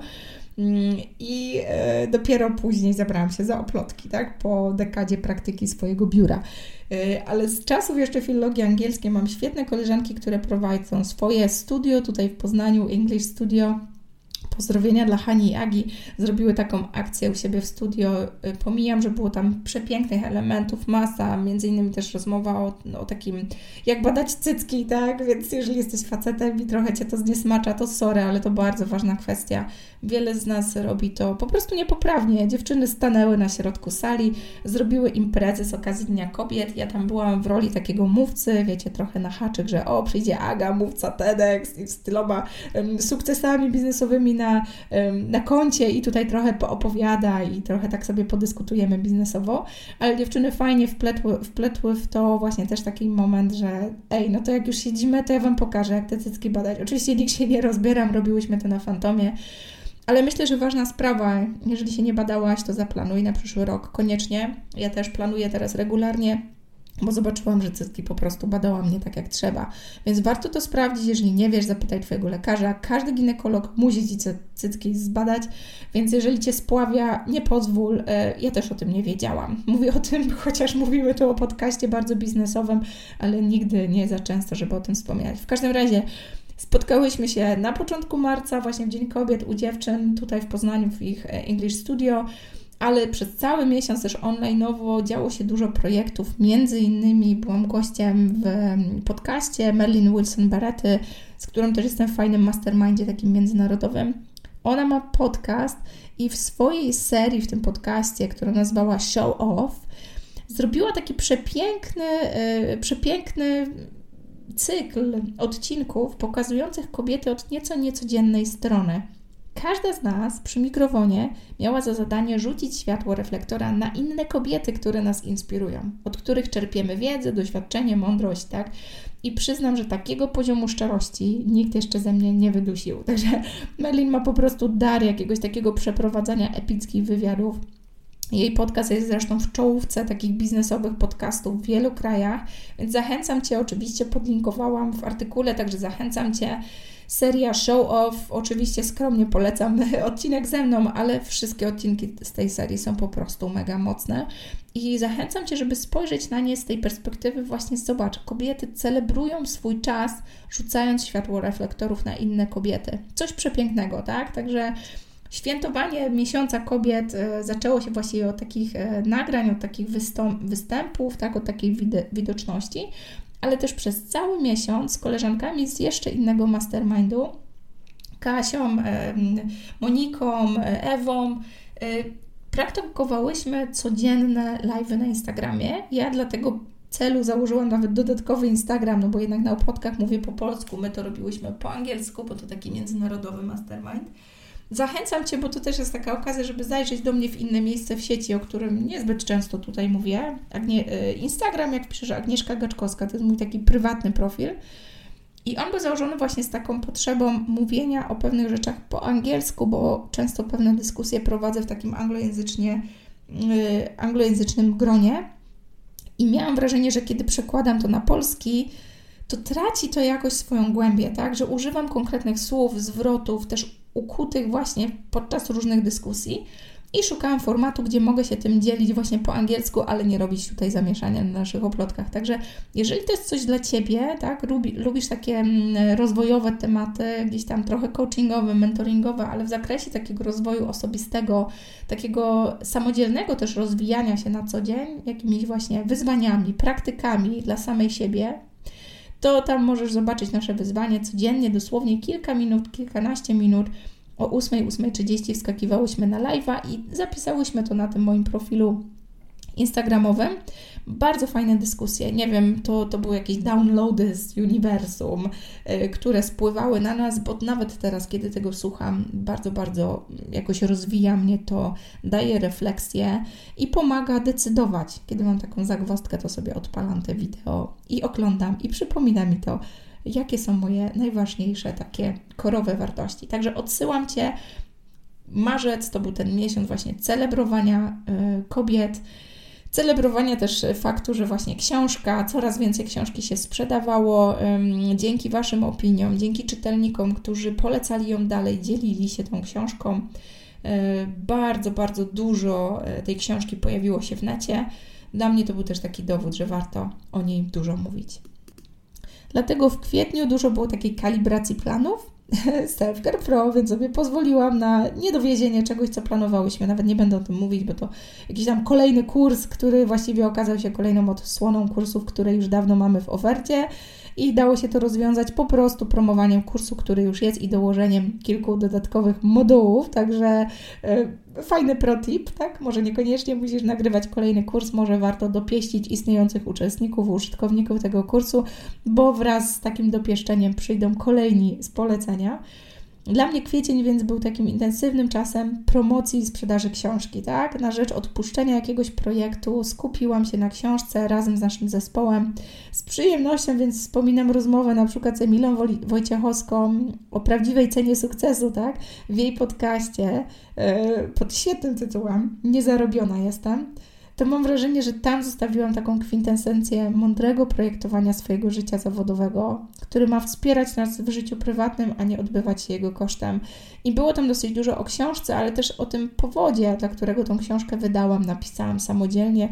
I e, dopiero później zabrałam się za oplotki, tak? Po dekadzie praktyki swojego biura. E, ale z czasów jeszcze filologii angielskiej mam świetne koleżanki, które prowadzą swoje studio tutaj w Poznaniu, English Studio. Pozdrowienia dla Hani i Agi. Zrobiły taką akcję u siebie w studio. Pomijam, że było tam przepięknych elementów, masa, między innymi też rozmowa o, o takim, jak badać cycki, tak? Więc jeżeli jesteś facetem i trochę Cię to zniesmacza, to sorry, ale to bardzo ważna kwestia. Wiele z nas robi to po prostu niepoprawnie. Dziewczyny stanęły na środku sali, zrobiły imprezę z okazji Dnia Kobiet. Ja tam byłam w roli takiego mówcy, wiecie, trochę na haczyk, że o, przyjdzie Aga, mówca TEDx i z tyloma um, sukcesami biznesowymi na Na, na koncie i tutaj trochę poopowiada i trochę tak sobie podyskutujemy biznesowo, ale dziewczyny fajnie wpletły, wpletły w to właśnie też taki moment, że ej, no to jak już siedzimy, to ja Wam pokażę, jak te cycki badać. Oczywiście nikt się nie rozbieram, robiłyśmy to na Fantomie, ale myślę, że ważna sprawa, jeżeli się nie badałaś, to zaplanuj na przyszły rok koniecznie. Ja też planuję teraz regularnie, bo zobaczyłam, że cycki po prostu badała mnie tak jak trzeba. Więc warto to sprawdzić, jeżeli nie wiesz, zapytaj Twojego lekarza. Każdy ginekolog musi Ci cycki zbadać, więc jeżeli Cię spławia, nie pozwól. Ja też o tym nie wiedziałam. Mówię o tym, chociaż mówimy tu o podcaście bardzo biznesowym, ale nigdy nie za często, żeby o tym wspominać. W każdym razie spotkałyśmy się na początku marca, właśnie w Dzień Kobiet u dziewczyn tutaj w Poznaniu w ich English Studio, ale przez cały miesiąc też online'owo działo się dużo projektów. Między innymi byłam gościem w podcaście Merlin Wilson-Barretty, z którą też jestem w fajnym mastermindzie takim międzynarodowym. Ona ma podcast i w swojej serii, w tym podcaście, która nazwała Show Off, zrobiła taki przepiękny, yy, przepiękny cykl odcinków pokazujących kobiety od nieco niecodziennej strony. Każda z nas przy mikrofonie miała za zadanie rzucić światło reflektora na inne kobiety, które nas inspirują, od których czerpiemy wiedzę, doświadczenie, mądrość, tak? I przyznam, że takiego poziomu szczerości nikt jeszcze ze mnie nie wydusił. Także Merlin ma po prostu dar jakiegoś takiego przeprowadzania epickich wywiadów. Jej podcast jest zresztą w czołówce takich biznesowych podcastów w wielu krajach, więc zachęcam Cię, oczywiście podlinkowałam w artykule, także zachęcam Cię. Seria Show Off, oczywiście skromnie polecam odcinek ze mną, ale wszystkie odcinki z tej serii są po prostu mega mocne i zachęcam Cię, żeby spojrzeć na nie z tej perspektywy właśnie, zobacz, kobiety celebrują swój czas, rzucając światło reflektorów na inne kobiety. Coś przepięknego, tak? Także świętowanie Miesiąca Kobiet e, zaczęło się właściwie od takich e, nagrań, od takich wystąp, występów, tak, od takiej wid- widoczności, ale też przez cały miesiąc z koleżankami z jeszcze innego mastermindu, Kasią, e, Moniką, e, Ewą, e, praktykowałyśmy codzienne live'y na Instagramie. Ja dla tego celu założyłam nawet dodatkowy Instagram, no bo jednak na opłotkach mówię po polsku, my to robiłyśmy po angielsku, bo to taki międzynarodowy mastermind. Zachęcam Cię, bo to też jest taka okazja, żeby zajrzeć do mnie w inne miejsce w sieci, o którym niezbyt często tutaj mówię. Agnie- Instagram, jak piszesz, Agnieszka Gaczkowska, to jest mój taki prywatny profil. I on był założony właśnie z taką potrzebą mówienia o pewnych rzeczach po angielsku, bo często pewne dyskusje prowadzę w takim anglojęzycznie, yy, anglojęzycznym gronie. I miałam wrażenie, że kiedy przekładam to na polski, to traci to jakoś swoją głębię, tak? Że używam konkretnych słów, zwrotów, też ukutych właśnie podczas różnych dyskusji. i szukałam formatu, gdzie mogę się tym dzielić właśnie po angielsku, ale nie robić tutaj zamieszania na naszych oplotkach. Także jeżeli to jest coś dla Ciebie, tak, lubi, lubisz takie rozwojowe tematy, gdzieś tam trochę coachingowe, mentoringowe, ale w zakresie takiego rozwoju osobistego, takiego samodzielnego też rozwijania się na co dzień, jakimiś właśnie wyzwaniami, praktykami dla samej siebie, to tam możesz zobaczyć nasze wyzwanie codziennie, dosłownie kilka minut, kilkanaście minut. O ósmej, ósmej trzydzieści wskakiwałyśmy na live'a i zapisałyśmy to na tym moim profilu instagramowym. Bardzo fajne dyskusje. Nie wiem, to, to były jakieś downloady z uniwersum, yy, które spływały na nas, bo nawet teraz, kiedy tego słucham, bardzo, bardzo jakoś rozwija mnie to, daje refleksję i pomaga decydować. Kiedy mam taką zagwozdkę, to sobie odpalam te wideo i oglądam i przypomina mi to, jakie są moje najważniejsze takie korowe wartości. Także odsyłam Cię. Marzec to był ten miesiąc właśnie celebrowania y, kobiet, celebrowania też faktu, że właśnie książka, coraz więcej książki się sprzedawało y, dzięki Waszym opiniom, dzięki czytelnikom, którzy polecali ją dalej, dzielili się tą książką. Y, bardzo, bardzo dużo tej książki pojawiło się w necie. Dla mnie to był też taki dowód, że warto o niej dużo mówić. Dlatego w kwietniu dużo było takiej kalibracji planów Self-Care Pro, więc sobie pozwoliłam na niedowiezienie czegoś, co planowałyśmy. Nawet nie będę o tym mówić, bo to jakiś tam kolejny kurs, który właściwie okazał się kolejną odsłoną kursów, które już dawno mamy w ofercie i dało się to rozwiązać po prostu promowaniem kursu, który już jest i dołożeniem kilku dodatkowych modułów, także yy, fajny pro-tip, tak? Może niekoniecznie musisz nagrywać kolejny kurs, może warto dopieścić istniejących uczestników, użytkowników tego kursu, bo wraz z takim dopieszczeniem przyjdą kolejni z polecenia. Dla mnie kwiecień więc był takim intensywnym czasem promocji i sprzedaży książki, tak? Na rzecz odpuszczenia jakiegoś projektu skupiłam się na książce razem z naszym zespołem. Z przyjemnością więc wspominam rozmowę na przykład z Emilą Wojciechowską o prawdziwej cenie sukcesu, tak? W jej podcaście yy, pod świetnym tytułem Niezarobiona jestem. To mam wrażenie, że tam zostawiłam taką kwintesencję mądrego projektowania swojego życia zawodowego, który ma wspierać nas w życiu prywatnym, a nie odbywać się jego kosztem. I było tam dosyć dużo o książce, ale też o tym powodzie, dla którego tą książkę wydałam, napisałam samodzielnie.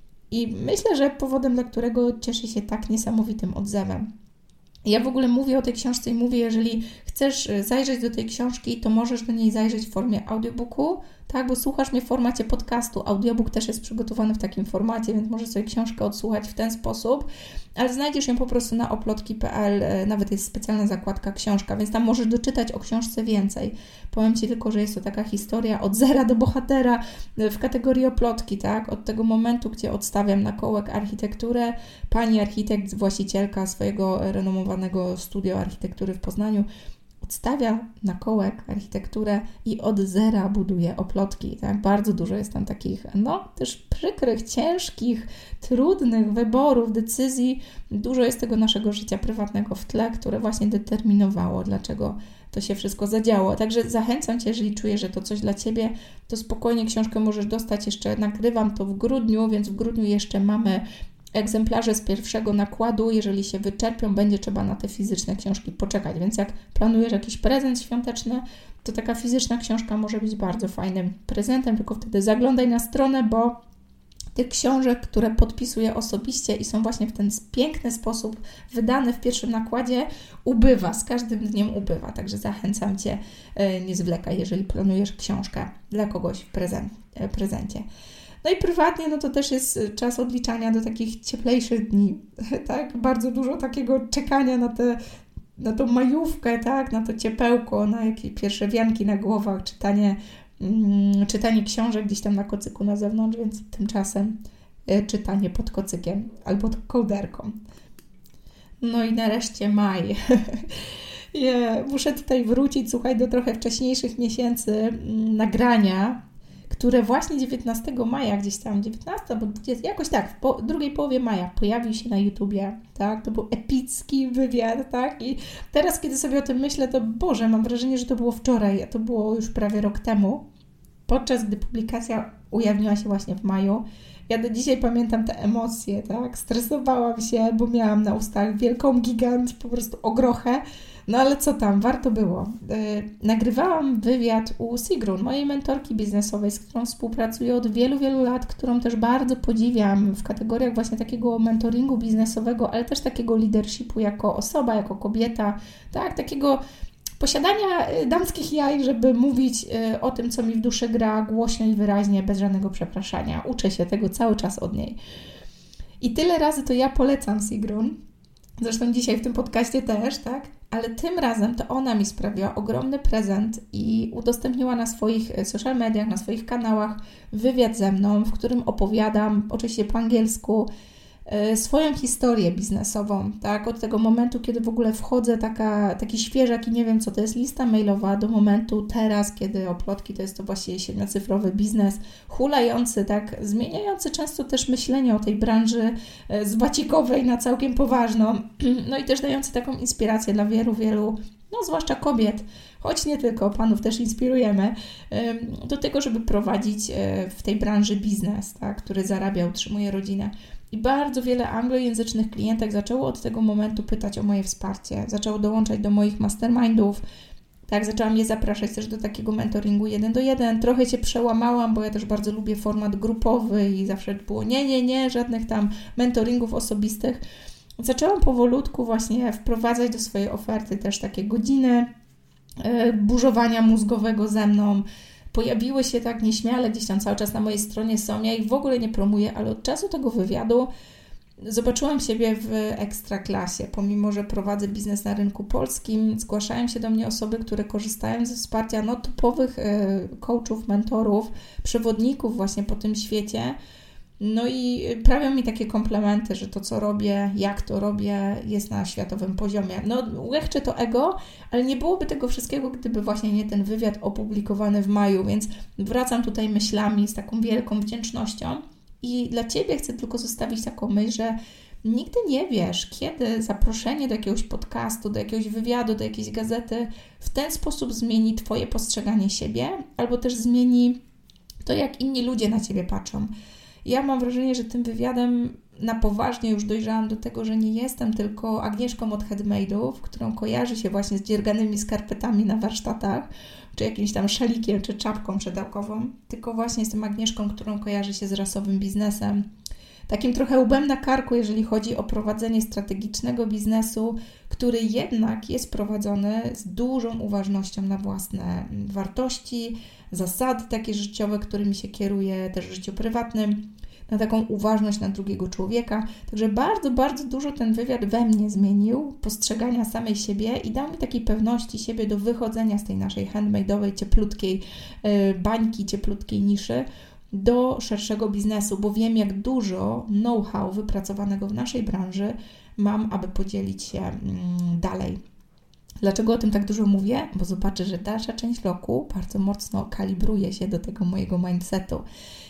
I myślę, że powodem, dla którego cieszy się tak niesamowitym odzewem. Ja w ogóle mówię o tej książce i mówię, jeżeli chcesz zajrzeć do tej książki, to możesz do niej zajrzeć w formie audiobooku, tak, bo słuchasz mnie w formacie podcastu. Audiobook też jest przygotowany w takim formacie, więc możesz sobie książkę odsłuchać w ten sposób, ale znajdziesz ją po prostu na oplotki kropka p l, nawet jest specjalna zakładka książka, więc tam możesz doczytać o książce więcej. Powiem Ci tylko, że jest to taka historia od zera do bohatera w kategorii oplotki, tak, od tego momentu, gdzie odstawiam na kołek architekturę, pani architekt, właścicielka swojego renomowanego studio architektury w Poznaniu, odstawia na kołek architekturę i od zera buduje oplotki, tak? Bardzo dużo jest tam takich, no, też przykrych, ciężkich, trudnych wyborów, decyzji. Dużo jest tego naszego życia prywatnego w tle, które właśnie determinowało, dlaczego to się wszystko zadziało. Także zachęcam Cię, jeżeli czujesz, że to coś dla Ciebie, to spokojnie książkę możesz dostać. Jeszcze nagrywam to w grudniu, więc w grudniu jeszcze mamy egzemplarze z pierwszego nakładu. Jeżeli się wyczerpią, będzie trzeba na te fizyczne książki poczekać, więc jak planujesz jakiś prezent świąteczny, to taka fizyczna książka może być bardzo fajnym prezentem, tylko wtedy zaglądaj na stronę, bo tych książek, które podpisuję osobiście i są właśnie w ten piękny sposób wydane w pierwszym nakładzie, ubywa, z każdym dniem ubywa, także zachęcam Cię, nie zwlekaj, jeżeli planujesz książkę dla kogoś w prezent, prezencie. No i prywatnie, no to też jest czas odliczania do takich cieplejszych dni, tak? Bardzo dużo takiego czekania na, te, na tą majówkę, tak? Na to ciepełko, na jakieś pierwsze wianki na głowach, czytanie, mm, czytanie książek gdzieś tam na kocyku na zewnątrz, więc tymczasem y, czytanie pod kocykiem albo pod kołderką. No i nareszcie maj. yeah, muszę tutaj wrócić, słuchaj, do trochę wcześniejszych miesięcy mm, nagrania, które właśnie dziewiętnastego maja, gdzieś tam dziewiętnastego albo dwudziestego, jakoś tak, w po, drugiej połowie maja pojawił się na YouTubie, tak, to był epicki wywiad, tak, i teraz, kiedy sobie o tym myślę, to Boże, mam wrażenie, że to było wczoraj, a to było już prawie rok temu, podczas gdy publikacja ujawniła się właśnie w maju. Ja do dzisiaj pamiętam te emocje, tak, stresowałam się, bo miałam na ustach wielką gigant, po prostu ogrochę, No ale co tam, warto było. Yy, nagrywałam wywiad u Sigrun, mojej mentorki biznesowej, z którą współpracuję od wielu, wielu lat, którą też bardzo podziwiam w kategoriach właśnie takiego mentoringu biznesowego, ale też takiego leadershipu jako osoba, jako kobieta, tak, takiego posiadania damskich jaj, żeby mówić o tym, co mi w duszy gra, głośno i wyraźnie, bez żadnego przepraszania. Uczę się tego cały czas od niej. I tyle razy to ja polecam Sigrun, zresztą dzisiaj w tym podcaście też, tak? Ale tym razem to ona mi sprawiła ogromny prezent i udostępniła na swoich social mediach, na swoich kanałach wywiad ze mną, w którym opowiadam, oczywiście po angielsku, swoją historię biznesową, tak? Od tego momentu, kiedy w ogóle wchodzę taka, taki świeżak i nie wiem, co to jest lista mailowa, do momentu teraz, kiedy Oplotki to jest to właściwie siedmiocyfrowy biznes, hulający, tak? Zmieniający często też myślenie o tej branży z wacikowej na całkiem poważną, no i też dający taką inspirację dla wielu, wielu, no zwłaszcza kobiet, choć nie tylko, panów też inspirujemy, do tego, żeby prowadzić w tej branży biznes, tak? Który zarabia, utrzymuje rodzinę. I bardzo wiele anglojęzycznych klientek zaczęło od tego momentu pytać o moje wsparcie. Zaczęło dołączać do moich mastermindów. Tak, zaczęłam je zapraszać też do takiego mentoringu jeden do jeden. Trochę się przełamałam, bo ja też bardzo lubię format grupowy i zawsze było nie, nie, nie, żadnych tam mentoringów osobistych. Zaczęłam powolutku właśnie wprowadzać do swojej oferty też takie godziny yy, burzowania mózgowego ze mną. Pojawiły się tak nieśmiale, gdzieś tam cały czas na mojej stronie są, ja ich w ogóle nie promuję, ale od czasu tego wywiadu zobaczyłam siebie w ekstraklasie. Pomimo że prowadzę biznes na rynku polskim, zgłaszają się do mnie osoby, które korzystają ze wsparcia no, topowych coachów, mentorów, przewodników właśnie po tym świecie. No i prawią mi takie komplementy, że to, co robię, jak to robię, jest na światowym poziomie. No, łechczę to ego, ale nie byłoby tego wszystkiego, gdyby właśnie nie ten wywiad opublikowany w maju, więc wracam tutaj myślami z taką wielką wdzięcznością i dla Ciebie chcę tylko zostawić taką myśl, że nigdy nie wiesz, kiedy zaproszenie do jakiegoś podcastu, do jakiegoś wywiadu, do jakiejś gazety w ten sposób zmieni Twoje postrzeganie siebie, albo też zmieni to, jak inni ludzie na Ciebie patrzą. Ja mam wrażenie, że tym wywiadem na poważnie już dojrzałam do tego, że nie jestem tylko Agnieszką od Handmade'ów, którą kojarzy się właśnie z dzierganymi skarpetami na warsztatach, czy jakimś tam szalikiem, czy czapką przedałkową, tylko właśnie jestem Agnieszką, którą kojarzy się z rasowym biznesem. Takim trochę łbem na karku, jeżeli chodzi o prowadzenie strategicznego biznesu, który jednak jest prowadzony z dużą uważnością na własne wartości, zasady takie życiowe, którymi się kieruje też w życiu prywatnym, na taką uważność na drugiego człowieka. Także bardzo, bardzo dużo ten wywiad we mnie zmienił, postrzegania samej siebie i dał mi takiej pewności siebie do wychodzenia z tej naszej handmade'owej, cieplutkiej yy, bańki, cieplutkiej niszy do szerszego biznesu, bo wiem, jak dużo know-how wypracowanego w naszej branży mam, aby podzielić się mm, dalej. Dlaczego o tym tak dużo mówię? Bo zobaczę, że dalsza część roku bardzo mocno kalibruje się do tego mojego mindsetu.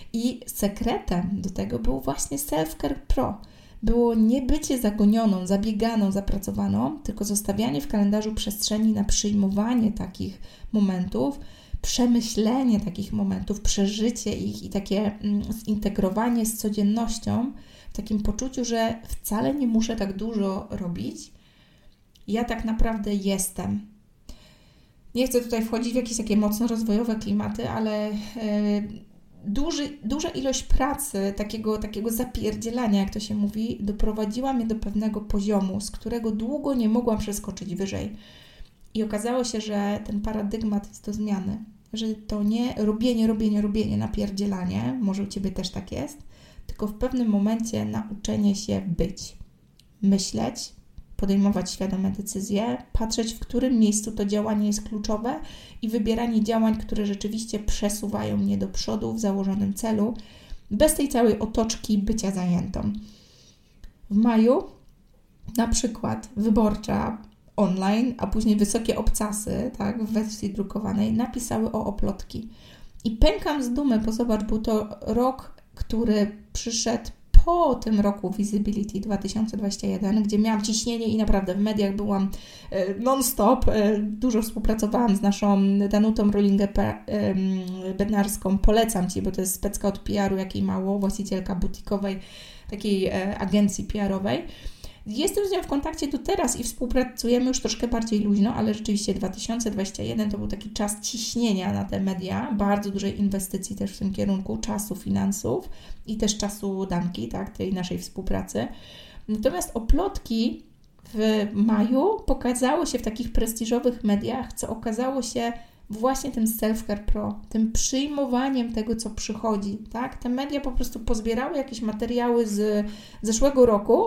I sekretem do tego był właśnie Self-Care Pro. Było nie bycie zagonioną, zabieganą, zapracowaną, tylko zostawianie w kalendarzu przestrzeni na przyjmowanie takich momentów, przemyślenie takich momentów, przeżycie ich i takie mm, zintegrowanie z codziennością w takim poczuciu, że wcale nie muszę tak dużo robić. Ja tak naprawdę jestem. Nie chcę tutaj wchodzić w jakieś takie mocno rozwojowe klimaty, ale yy, duży, duża ilość pracy, takiego, takiego zapierdzielania, jak to się mówi, doprowadziła mnie do pewnego poziomu, z którego długo nie mogłam przeskoczyć wyżej. I okazało się, że ten paradygmat jest do zmiany. Że to nie robienie, robienie, robienie, napierdzielanie, może u Ciebie też tak jest, tylko w pewnym momencie nauczenie się być. Myśleć, podejmować świadome decyzje, patrzeć, w którym miejscu to działanie jest kluczowe i wybieranie działań, które rzeczywiście przesuwają mnie do przodu w założonym celu, bez tej całej otoczki bycia zajętą. W maju na przykład wyborcza online, a później wysokie obcasy, tak, w wersji drukowanej, napisały o Oplotki. I pękam z dumy, bo zobacz, był to rok, który przyszedł po tym roku Visibility dwa tysiące dwudziesty pierwszy, gdzie miałam ciśnienie i naprawdę w mediach byłam non-stop. Dużo współpracowałam z naszą Danutą Rolingę-Bednarską. Polecam Ci, bo to jest specka od P R u, jakiej mało, właścicielka butikowej takiej agencji P R owej. Jestem z nią w kontakcie do teraz i współpracujemy już troszkę bardziej luźno, ale rzeczywiście dwa tysiące dwudziesty pierwszy to był taki czas ciśnienia na te media, bardzo dużej inwestycji też w tym kierunku, czasu, finansów i też czasu Danki, tak, tej naszej współpracy. Natomiast oplotki w maju pokazało się w takich prestiżowych mediach, co okazało się właśnie tym Self-Care Pro, tym przyjmowaniem tego, co przychodzi, tak? Te media po prostu pozbierały jakieś materiały z zeszłego roku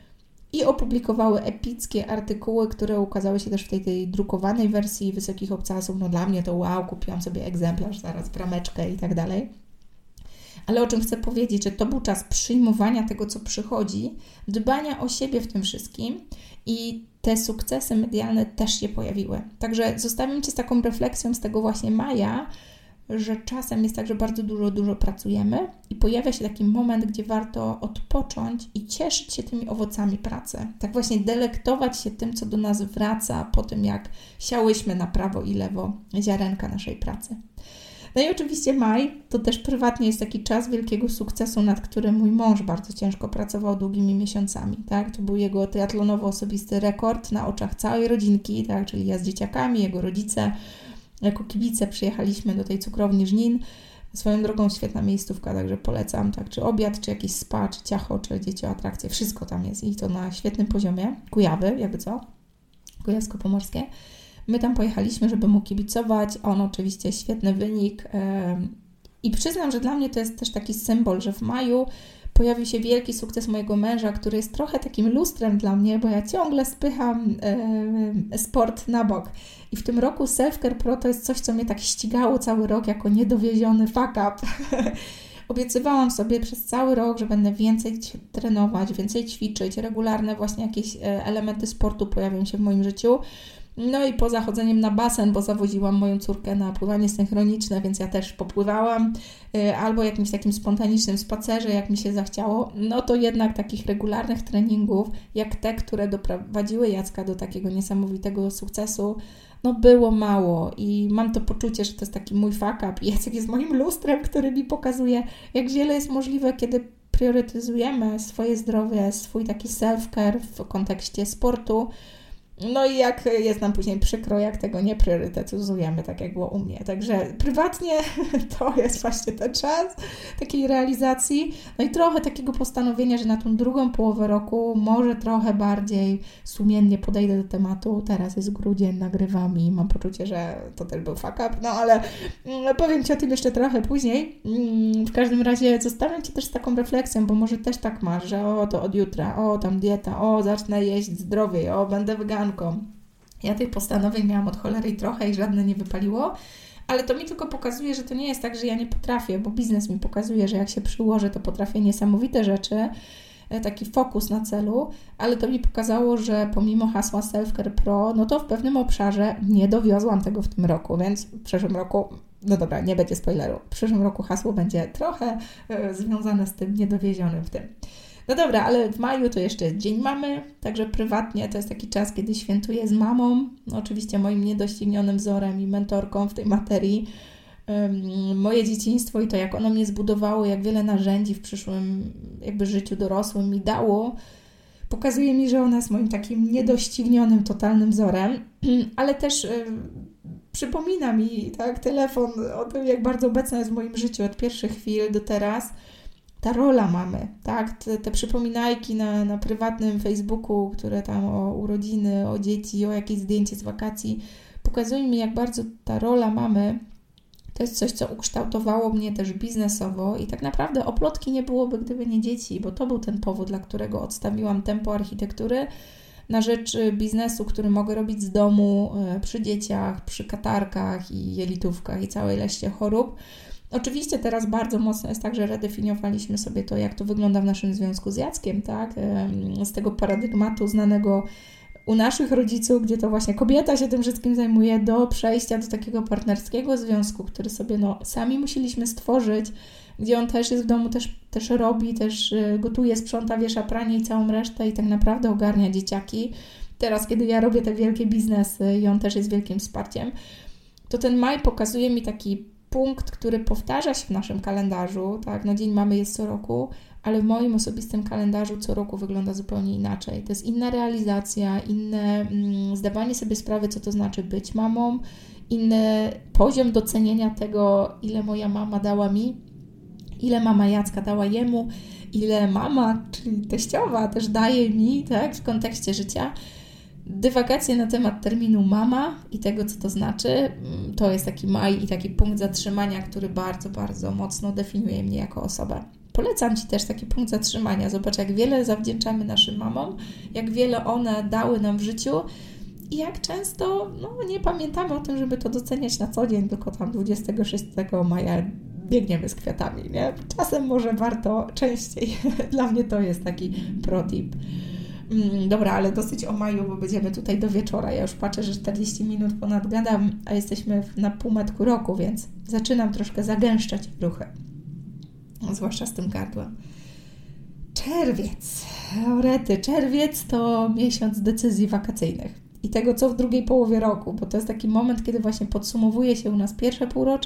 i opublikowały epickie artykuły, które ukazały się też w tej, tej drukowanej wersji wysokich obcasów. No dla mnie to wow, kupiłam sobie egzemplarz, zaraz w rameczkę i tak dalej. Ale o czym chcę powiedzieć, że to był czas przyjmowania tego, co przychodzi, dbania o siebie w tym wszystkim i te sukcesy medialne też się pojawiły. Także zostawiam Cię z taką refleksją z tego właśnie maja, że czasem jest tak, że bardzo dużo, dużo pracujemy i pojawia się taki moment, gdzie warto odpocząć i cieszyć się tymi owocami pracy. Tak właśnie delektować się tym, co do nas wraca po tym, jak siałyśmy na prawo i lewo ziarenka naszej pracy. No i oczywiście maj to też prywatnie jest taki czas wielkiego sukcesu, nad którym mój mąż bardzo ciężko pracował długimi miesiącami, tak? To był jego triatlonowo-osobisty rekord na oczach całej rodzinki, tak? Czyli ja z dzieciakami, jego rodzice. Jako kibice przyjechaliśmy do tej cukrowni Żnin. Swoją drogą świetna miejscówka, także polecam, tak? Czy obiad, czy jakieś spa, czy ciacho, czy dziecioatrakcje, wszystko tam jest i to na świetnym poziomie. Kujawy, jakby co? Kujawsko-Pomorskie. My tam pojechaliśmy, żeby mu kibicować, on oczywiście świetny wynik i przyznam, że dla mnie to jest też taki symbol, że w maju pojawił się wielki sukces mojego męża, który jest trochę takim lustrem dla mnie, bo ja ciągle spycham sport na bok i w tym roku Self-Care Pro to jest coś, co mnie tak ścigało cały rok jako niedowieziony fuck up. Obiecywałam sobie przez cały rok, że będę więcej trenować, więcej ćwiczyć, regularne właśnie jakieś elementy sportu pojawią się w moim życiu. No i poza chodzeniem na basen, bo zawoziłam moją córkę na pływanie synchroniczne, więc ja też popływałam, albo jakimś takim spontanicznym spacerze, jak mi się zachciało, no to jednak takich regularnych treningów, jak te, które doprowadziły Jacka do takiego niesamowitego sukcesu, no było mało i mam to poczucie, że to jest taki mój fuck up i Jacek jest moim lustrem, który mi pokazuje, jak wiele jest możliwe, kiedy priorytetyzujemy swoje zdrowie, swój taki self-care w kontekście sportu. No i jak jest nam później przykro, jak tego nie priorytetyzujemy, tak jak było u mnie. Także prywatnie to jest właśnie ten czas takiej realizacji. No i trochę takiego postanowienia, że na tą drugą połowę roku może trochę bardziej sumiennie podejdę do tematu. Teraz jest grudzień, nagrywam i mam poczucie, że to też był fuck up, no ale powiem Ci o tym jeszcze trochę później. W każdym razie zostawiam Cię też z taką refleksją, bo może też tak masz, że o, to od jutra, o, tam dieta, o, zacznę jeść zdrowiej, o, będę wegan. Ja tych postanowień miałam od cholery i trochę i żadne nie wypaliło, ale to mi tylko pokazuje, że to nie jest tak, że ja nie potrafię, bo biznes mi pokazuje, że jak się przyłożę, to potrafię niesamowite rzeczy, taki fokus na celu, ale to mi pokazało, że pomimo hasła Self-Care Pro, no to w pewnym obszarze nie dowiozłam tego w tym roku, więc w przyszłym roku, no dobra, nie będzie spoileru, w przyszłym roku hasło będzie trochę y, związane z tym niedowiezionym w tym. No dobra, ale w maju to jeszcze Dzień Mamy, także prywatnie to jest taki czas, kiedy świętuję z mamą, no oczywiście moim niedoścignionym wzorem i mentorką w tej materii. Um, moje dzieciństwo i to, jak ono mnie zbudowało, jak wiele narzędzi w przyszłym jakby życiu dorosłym mi dało, pokazuje mi, że ona jest moim takim niedoścignionym, totalnym wzorem, ale też y, przypomina mi, tak, telefon o tym, jak bardzo obecna jest w moim życiu od pierwszych chwil do teraz. Ta rola mamy, tak, te, te przypominajki na, na prywatnym Facebooku, które tam o urodziny, o dzieci, o jakieś zdjęcie z wakacji, pokazują mi, jak bardzo ta rola mamy to jest coś, co ukształtowało mnie też biznesowo i tak naprawdę oplotki nie byłoby, gdyby nie dzieci, bo to był ten powód, dla którego odstawiłam tempo architektury na rzecz biznesu, który mogę robić z domu, przy dzieciach, przy katarkach i jelitówkach i całej leście chorób. Oczywiście teraz bardzo mocno jest tak, że redefiniowaliśmy sobie to, jak to wygląda w naszym związku z Jackiem, tak? Z tego paradygmatu znanego u naszych rodziców, gdzie to właśnie kobieta się tym wszystkim zajmuje, do przejścia do takiego partnerskiego związku, który sobie no, sami musieliśmy stworzyć, gdzie on też jest w domu, też, też robi, też gotuje, sprząta, wiesza pranie i całą resztę i tak naprawdę ogarnia dzieciaki. Teraz, kiedy ja robię te wielkie biznesy i on też jest wielkim wsparciem, to ten maj pokazuje mi taki punkt, który powtarza się w naszym kalendarzu, tak, no Dzień Mamy jest co roku, ale w moim osobistym kalendarzu co roku wygląda zupełnie inaczej. To jest inna realizacja, inne mm, zdawanie sobie sprawy, co to znaczy być mamą, inny poziom docenienia tego, ile moja mama dała mi, ile mama Jacka dała jemu, ile mama, czyli teściowa, też daje mi, tak, w kontekście życia. Dywagacje na temat terminu mama i tego, co to znaczy, to jest taki maj i taki punkt zatrzymania, który bardzo, bardzo mocno definiuje mnie jako osobę. Polecam Ci też taki punkt zatrzymania. Zobacz, jak wiele zawdzięczamy naszym mamom, jak wiele one dały nam w życiu i jak często no, nie pamiętamy o tym, żeby to doceniać na co dzień, tylko tam dwudziestego szóstego maja biegniemy z kwiatami, nie? Czasem może warto częściej. Dla mnie to jest taki pro tip. Dobra, ale dosyć o maju, bo będziemy tutaj do wieczora. Ja już patrzę, że czterdzieści minut ponad gadam, a jesteśmy na półmetku roku, więc zaczynam troszkę zagęszczać ruchy. Zwłaszcza z tym gardłem. Czerwiec. Orety. Czerwiec to miesiąc decyzji wakacyjnych i tego, co w drugiej połowie roku, bo to jest taki moment, kiedy właśnie podsumowuje się u nas pierwsze półrocze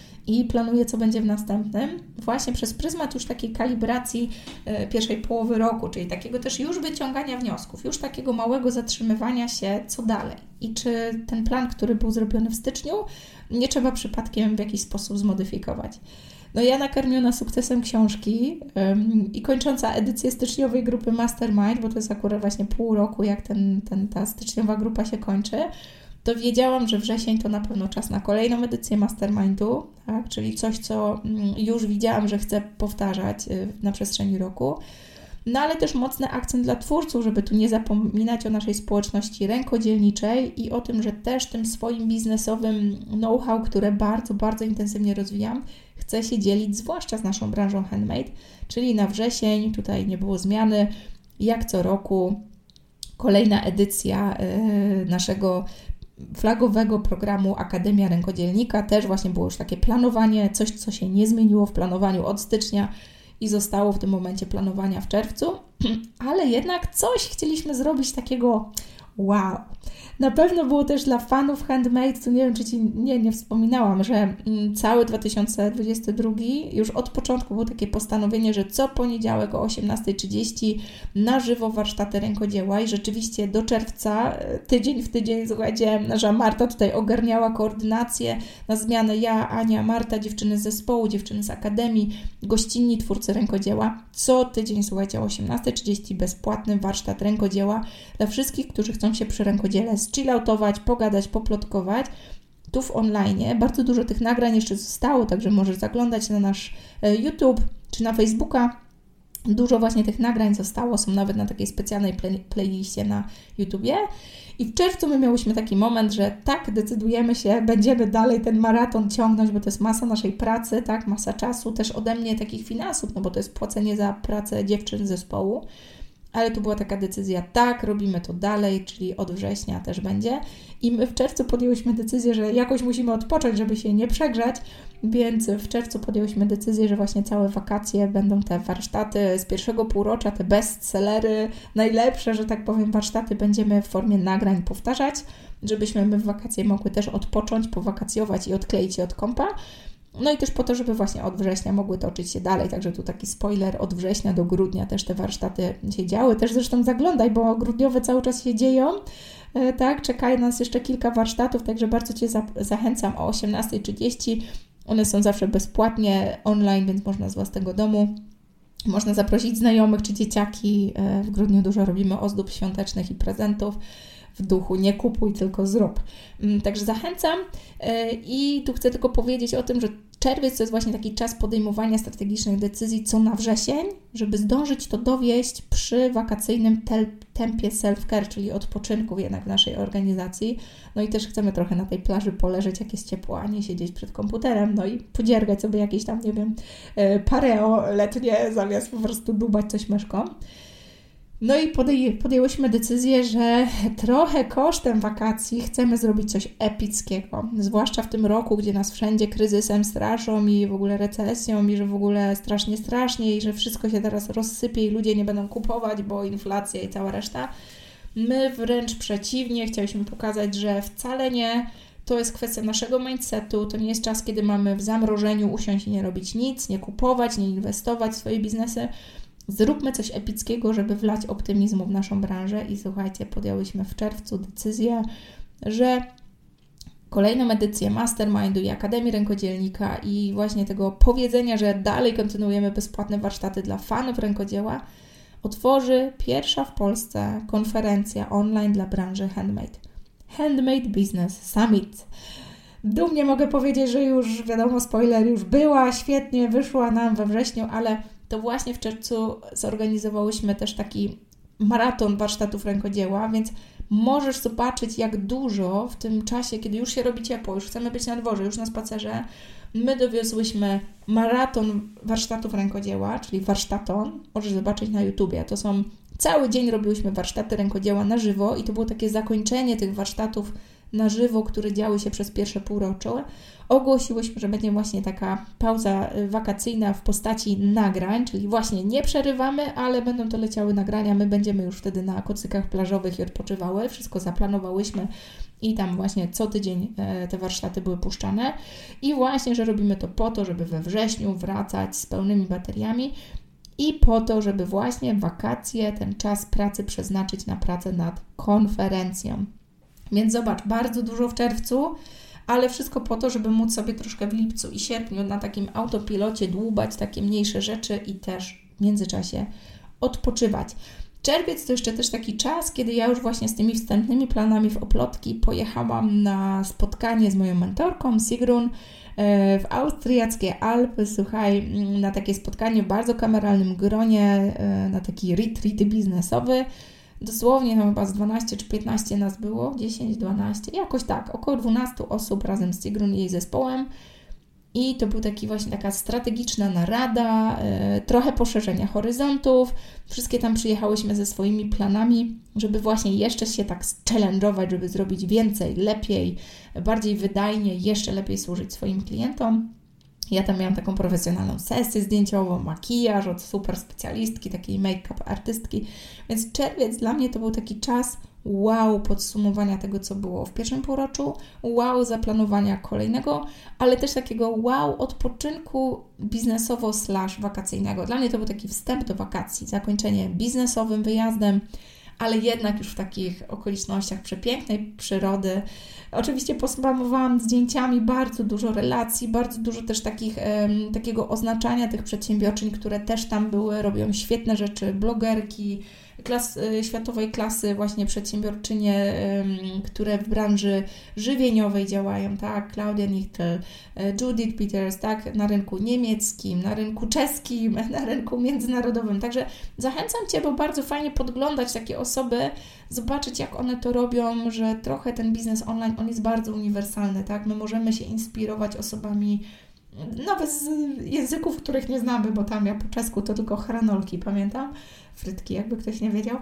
i planuję, co będzie w następnym, właśnie przez pryzmat już takiej kalibracji y, pierwszej połowy roku, czyli takiego też już wyciągania wniosków, już takiego małego zatrzymywania się, co dalej i czy ten plan, który był zrobiony w styczniu, nie trzeba przypadkiem w jakiś sposób zmodyfikować. No ja nakarmiona sukcesem książki ym, i kończąca edycję styczniowej grupy Mastermind, bo to jest akurat właśnie pół roku, jak ten, ten, ta styczniowa grupa się kończy, to wiedziałam, że wrzesień to na pewno czas na kolejną edycję Mastermindu, tak? Czyli coś, co już widziałam, że chcę powtarzać na przestrzeni roku. No ale też mocny akcent dla twórców, żeby tu nie zapominać o naszej społeczności rękodzielniczej i o tym, że też tym swoim biznesowym know-how, które bardzo, bardzo intensywnie rozwijam, chcę się dzielić, zwłaszcza z naszą branżą handmade, czyli na wrzesień, tutaj nie było zmiany, jak co roku kolejna edycja yy, naszego flagowego programu Akademia Rękodzielnika. Też właśnie było już takie planowanie, coś, co się nie zmieniło w planowaniu od stycznia i zostało w tym momencie planowania w czerwcu, ale jednak coś chcieliśmy zrobić takiego wow. Na pewno było też dla fanów handmade, to nie wiem, czy Ci nie, nie wspominałam, że cały dwa tysiące dwudziesty drugi już od początku było takie postanowienie, że co poniedziałek o osiemnasta trzydzieści na żywo warsztaty rękodzieła i rzeczywiście do czerwca, tydzień w tydzień, słuchajcie, nasza Marta tutaj ogarniała koordynację na zmianę. Ja, Ania, Marta, dziewczyny z zespołu, dziewczyny z Akademii, gościnni twórcy rękodzieła. Co tydzień, słuchajcie, o osiemnasta trzydzieści bezpłatny warsztat rękodzieła dla wszystkich, którzy chcą się przy rękodziele chilloutować, pogadać, poplotkować. Tu w online bardzo dużo tych nagrań jeszcze zostało, także możesz zaglądać na nasz YouTube czy na Facebooka. Dużo właśnie tych nagrań zostało, są nawet na takiej specjalnej play- playliście na YouTubie. I w czerwcu my miałyśmy taki moment, że tak, decydujemy się, będziemy dalej ten maraton ciągnąć, bo to jest masa naszej pracy, tak, masa czasu, też ode mnie takich finansów, no bo to jest płacenie za pracę dziewczyn z zespołu. Ale tu była taka decyzja, tak, robimy to dalej, czyli od września też będzie. I my w czerwcu podjęłyśmy decyzję, że jakoś musimy odpocząć, żeby się nie przegrzać, więc w czerwcu podjęłyśmy decyzję, że właśnie całe wakacje będą te warsztaty z pierwszego półrocza, te bestsellery, najlepsze, że tak powiem, warsztaty będziemy w formie nagrań powtarzać, żebyśmy my w wakacje mogły też odpocząć, powakacjować i odkleić się od kompa. No i też po to, żeby właśnie od września mogły toczyć się dalej, także tu taki spoiler, od września do grudnia też te warsztaty się działy. Też zresztą zaglądaj, bo grudniowe cały czas się dzieją, tak, czeka nas jeszcze kilka warsztatów, także bardzo Cię za- zachęcam o osiemnasta trzydzieści. One są zawsze bezpłatnie online, więc można z własnego domu. Można zaprosić znajomych czy dzieciaki. W grudniu dużo robimy ozdób świątecznych i prezentów. W duchu nie kupuj, tylko zrób. Także zachęcam i tu chcę tylko powiedzieć o tym, że czerwiec to jest właśnie taki czas podejmowania strategicznych decyzji co na wrzesień, żeby zdążyć to dowieść przy wakacyjnym tel- tempie self-care, czyli odpoczynku jednak w naszej organizacji. No i też chcemy trochę na tej plaży poleżeć, jak jest ciepło, a nie siedzieć przed komputerem, no i podziergać sobie jakieś tam, nie wiem, pareo letnie, zamiast po prostu dubać coś myszką. No i podej- podjęłyśmy decyzję, że trochę kosztem wakacji chcemy zrobić coś epickiego. Zwłaszcza w tym roku, gdzie nas wszędzie kryzysem straszą i w ogóle recesją i że w ogóle strasznie, strasznie i że wszystko się teraz rozsypie i ludzie nie będą kupować, bo inflacja i cała reszta. My wręcz przeciwnie, chcieliśmy pokazać, że wcale nie. to jest kwestia naszego mindsetu, to nie jest czas, kiedy mamy w zamrożeniu usiąść i nie robić nic, nie kupować, nie inwestować w swoje biznesy. Zróbmy coś epickiego, żeby wlać optymizmu w naszą branżę i słuchajcie, podjęłyśmy w czerwcu decyzję, że kolejną edycję Mastermindu i Akademii Rękodzielnika i właśnie tego powiedzenia, że dalej kontynuujemy bezpłatne warsztaty dla fanów rękodzieła, otworzy pierwsza w Polsce konferencja online dla branży handmade. Handmade Business Summit. Dumnie mogę powiedzieć, że już, wiadomo, spoiler, już była, świetnie, wyszła nam we wrześniu, ale to właśnie w czerwcu zorganizowałyśmy też taki maraton warsztatów rękodzieła, więc możesz zobaczyć, jak dużo w tym czasie, kiedy już się robi ciepło, już chcemy być na dworze, już na spacerze, my dowiozłyśmy maraton warsztatów rękodzieła, czyli warsztaton, możesz zobaczyć na YouTubie. To są, cały dzień robiłyśmy warsztaty rękodzieła na żywo i to było takie zakończenie tych warsztatów na żywo, które działy się przez pierwsze półrocze. Ogłosiłyśmy, że będzie właśnie taka pauza wakacyjna w postaci nagrań, czyli właśnie nie przerywamy, ale będą to leciały nagrania, my będziemy już wtedy na kocykach plażowych i odpoczywały, wszystko zaplanowałyśmy i tam właśnie co tydzień te warsztaty były puszczane i właśnie, że robimy to po to, żeby we wrześniu wracać z pełnymi bateriami i po to, żeby właśnie wakacje, ten czas pracy przeznaczyć na pracę nad konferencją. Więc zobacz, bardzo dużo w czerwcu, ale wszystko po to, żeby móc sobie troszkę w lipcu i sierpniu na takim autopilocie dłubać takie mniejsze rzeczy i też w międzyczasie odpoczywać. Czerwiec to jeszcze też taki czas, kiedy ja już właśnie z tymi wstępnymi planami w oplotki pojechałam na spotkanie z moją mentorką Sigrun w austriackie Alpy, słuchaj, na takie spotkanie w bardzo kameralnym gronie, na taki retreat biznesowy. Dosłownie no chyba z dwanaście czy piętnaście nas było, dziesięć, dwanaście, jakoś tak, około dwanaście osób razem z Sigrun i jej zespołem. I to był taki właśnie taka strategiczna narada, yy, trochę poszerzenia horyzontów. Wszystkie tam przyjechałyśmy ze swoimi planami, żeby właśnie jeszcze się tak challenge'ować, żeby zrobić więcej, lepiej, bardziej wydajnie, jeszcze lepiej służyć swoim klientom. Ja tam miałam taką profesjonalną sesję zdjęciową, makijaż od super specjalistki, takiej make-up artystki. Więc czerwiec dla mnie to był taki czas wow podsumowania tego, co było w pierwszym półroczu, wow zaplanowania kolejnego, ale też takiego wow odpoczynku biznesowo slash wakacyjnego. Dla mnie to był taki wstęp do wakacji, zakończenie biznesowym wyjazdem, ale jednak już w takich okolicznościach przepięknej przyrody. Oczywiście pospamowałam zdjęciami bardzo dużo relacji, bardzo dużo też takich, um, takiego oznaczania tych przedsiębiorczyń, które też tam były, robią świetne rzeczy, blogerki, klas, światowej klasy właśnie przedsiębiorczynie, um, które w branży żywieniowej działają, tak, Claudia Nichtel, Judith Peters, tak, na rynku niemieckim, na rynku czeskim, na rynku międzynarodowym. Także zachęcam Cię, bo bardzo fajnie podglądać takie osoby, zobaczyć, jak one to robią, że trochę ten biznes online, on jest bardzo uniwersalny, tak, my możemy się inspirować osobami nawet z języków, których nie znamy, bo tam ja po czesku to tylko hranolki, pamiętam, frytki, jakby ktoś nie wiedział,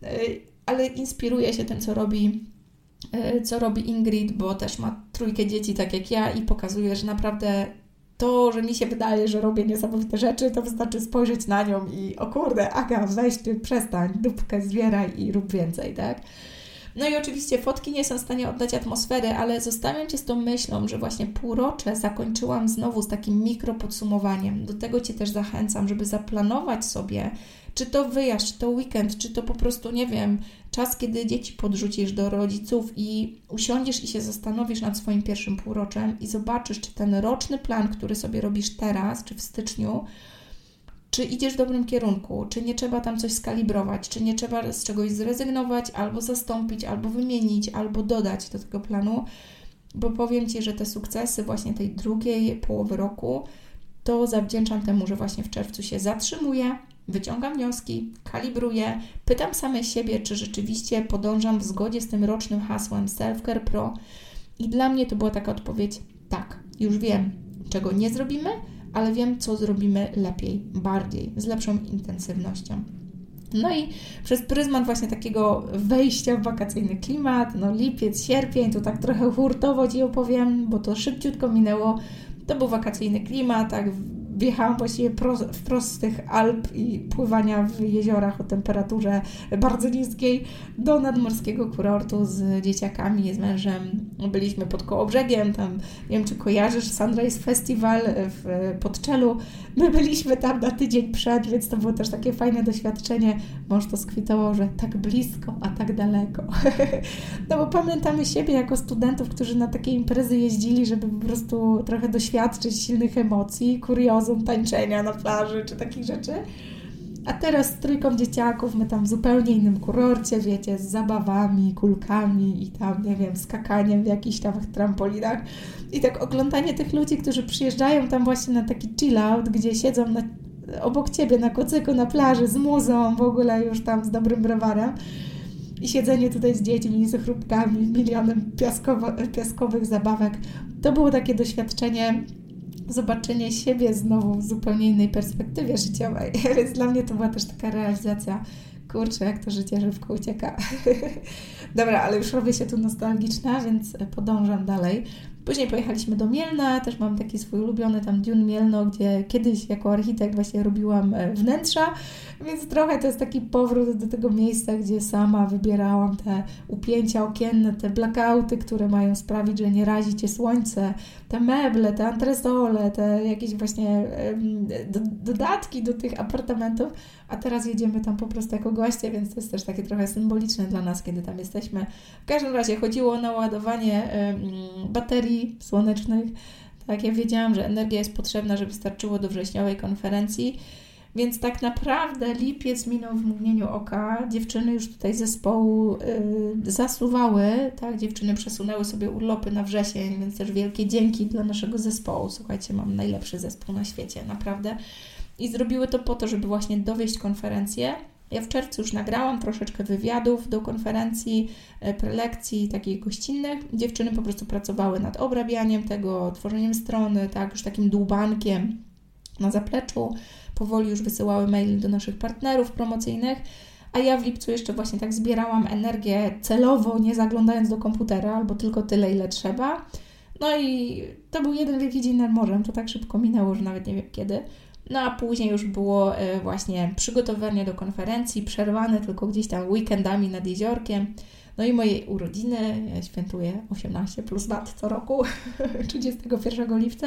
ale inspiruję się tym, co robi, co robi Ingrid, bo też ma trójkę dzieci, tak jak ja i pokazuje, że naprawdę to, że mi się wydaje, że robię niesamowite rzeczy, to wystarczy spojrzeć na nią i o kurde, Aga, weź ty, przestań, dupkę zwieraj i rób więcej, tak? No i oczywiście fotki nie są w stanie oddać atmosfery, ale zostawiam Cię z tą myślą, że właśnie półrocze zakończyłam znowu z takim mikropodsumowaniem. Do tego Cię też zachęcam, żeby zaplanować sobie, czy to wyjazd, czy to weekend, czy to po prostu, nie wiem, czas, kiedy dzieci podrzucisz do rodziców i usiądziesz i się zastanowisz nad swoim pierwszym półroczem i zobaczysz, czy ten roczny plan, który sobie robisz teraz, czy w styczniu, czy idziesz w dobrym kierunku, czy nie trzeba tam coś skalibrować, czy nie trzeba z czegoś zrezygnować, albo zastąpić, albo wymienić, albo dodać do tego planu, bo powiem Ci, że te sukcesy właśnie tej drugiej połowy roku, to zawdzięczam temu, że właśnie w czerwcu się zatrzymuję, wyciągam wnioski, kalibruję, pytam samej siebie, czy rzeczywiście podążam w zgodzie z tym rocznym hasłem Self-Care Pro i dla mnie to była taka odpowiedź, tak, już wiem, czego nie zrobimy, ale wiem, co zrobimy lepiej, bardziej, z lepszą intensywnością. No i przez pryzmat właśnie takiego wejścia w wakacyjny klimat, no lipiec, sierpień, to tak trochę hurtowo Ci opowiem, bo to szybciutko minęło. To był wakacyjny klimat, tak wjechałam właściwie wprost z tych Alp i pływania w jeziorach o temperaturze bardzo niskiej do nadmorskiego kurortu z dzieciakami, z mężem byliśmy pod Kołobrzegiem, tam nie wiem, czy kojarzysz Sunrise Festival w Podczelu. My byliśmy tam na tydzień przed, więc to było też takie fajne doświadczenie. Mąż to skwitował, że tak blisko, a tak daleko. No bo pamiętamy siebie jako studentów, którzy na takie imprezy jeździli, żeby po prostu trochę doświadczyć silnych emocji, kuriozum, tańczenia na plaży, czy takich rzeczy. A teraz z trójką dzieciaków, my tam w zupełnie innym kurorcie, wiecie, z zabawami, kulkami i tam, nie wiem, skakaniem w jakichś tam trampolinach. I tak oglądanie tych ludzi, którzy przyjeżdżają tam właśnie na taki chill out, gdzie siedzą na, obok Ciebie na kocyku, na plaży, z muzą, w ogóle już tam z dobrym browarem. I siedzenie tutaj z dziećmi, z chrupkami, milionem piaskowo- piaskowych zabawek. To było takie doświadczenie, zobaczenie siebie znowu w zupełnie innej perspektywie życiowej. Więc dla mnie to była też taka realizacja, kurczę, jak to życie szybko ucieka. Dobra, ale już robię się tu nostalgiczna, więc podążam dalej. Później pojechaliśmy do Mielna, też mam taki swój ulubiony tam Dune Mielno, gdzie kiedyś jako architekt właśnie robiłam wnętrza, więc trochę to jest taki powrót do tego miejsca, gdzie sama wybierałam te upięcia okienne, te blackouty, które mają sprawić, że nie razi Cię słońce, te meble, te antresole, te jakieś właśnie do, dodatki do tych apartamentów, a teraz jedziemy tam po prostu jako goście, więc to jest też takie trochę symboliczne dla nas, kiedy tam jesteśmy. W każdym razie chodziło o naładowanie baterii słonecznych. Tak, ja wiedziałam, że energia jest potrzebna, żeby starczyło do wrześniowej konferencji, więc tak naprawdę lipiec minął w mgnieniu oka. Dziewczyny już tutaj z zespołu y, zasuwały, tak, dziewczyny przesunęły sobie urlopy na wrzesień, więc też wielkie dzięki dla naszego zespołu. Słuchajcie, mam najlepszy zespół na świecie, naprawdę. I zrobiły to po to, żeby właśnie dowieść konferencję. Ja w czerwcu już nagrałam troszeczkę wywiadów do konferencji, prelekcji takich gościnnych. Dziewczyny po prostu pracowały nad obrabianiem tego, tworzeniem strony, tak, już takim dłubankiem na zapleczu. Powoli już wysyłały maile do naszych partnerów promocyjnych, a ja w lipcu jeszcze właśnie tak zbierałam energię celowo, nie zaglądając do komputera, albo tylko tyle, ile trzeba. No i to był jeden wielki dzień nad morzem, to tak szybko minęło, że nawet nie wiem kiedy. No a później już było właśnie przygotowanie do konferencji, przerwane tylko gdzieś tam weekendami nad jeziorkiem. No i moje urodziny, ja świętuję osiemnaście plus lat co roku, trzydziestego pierwszego lipca.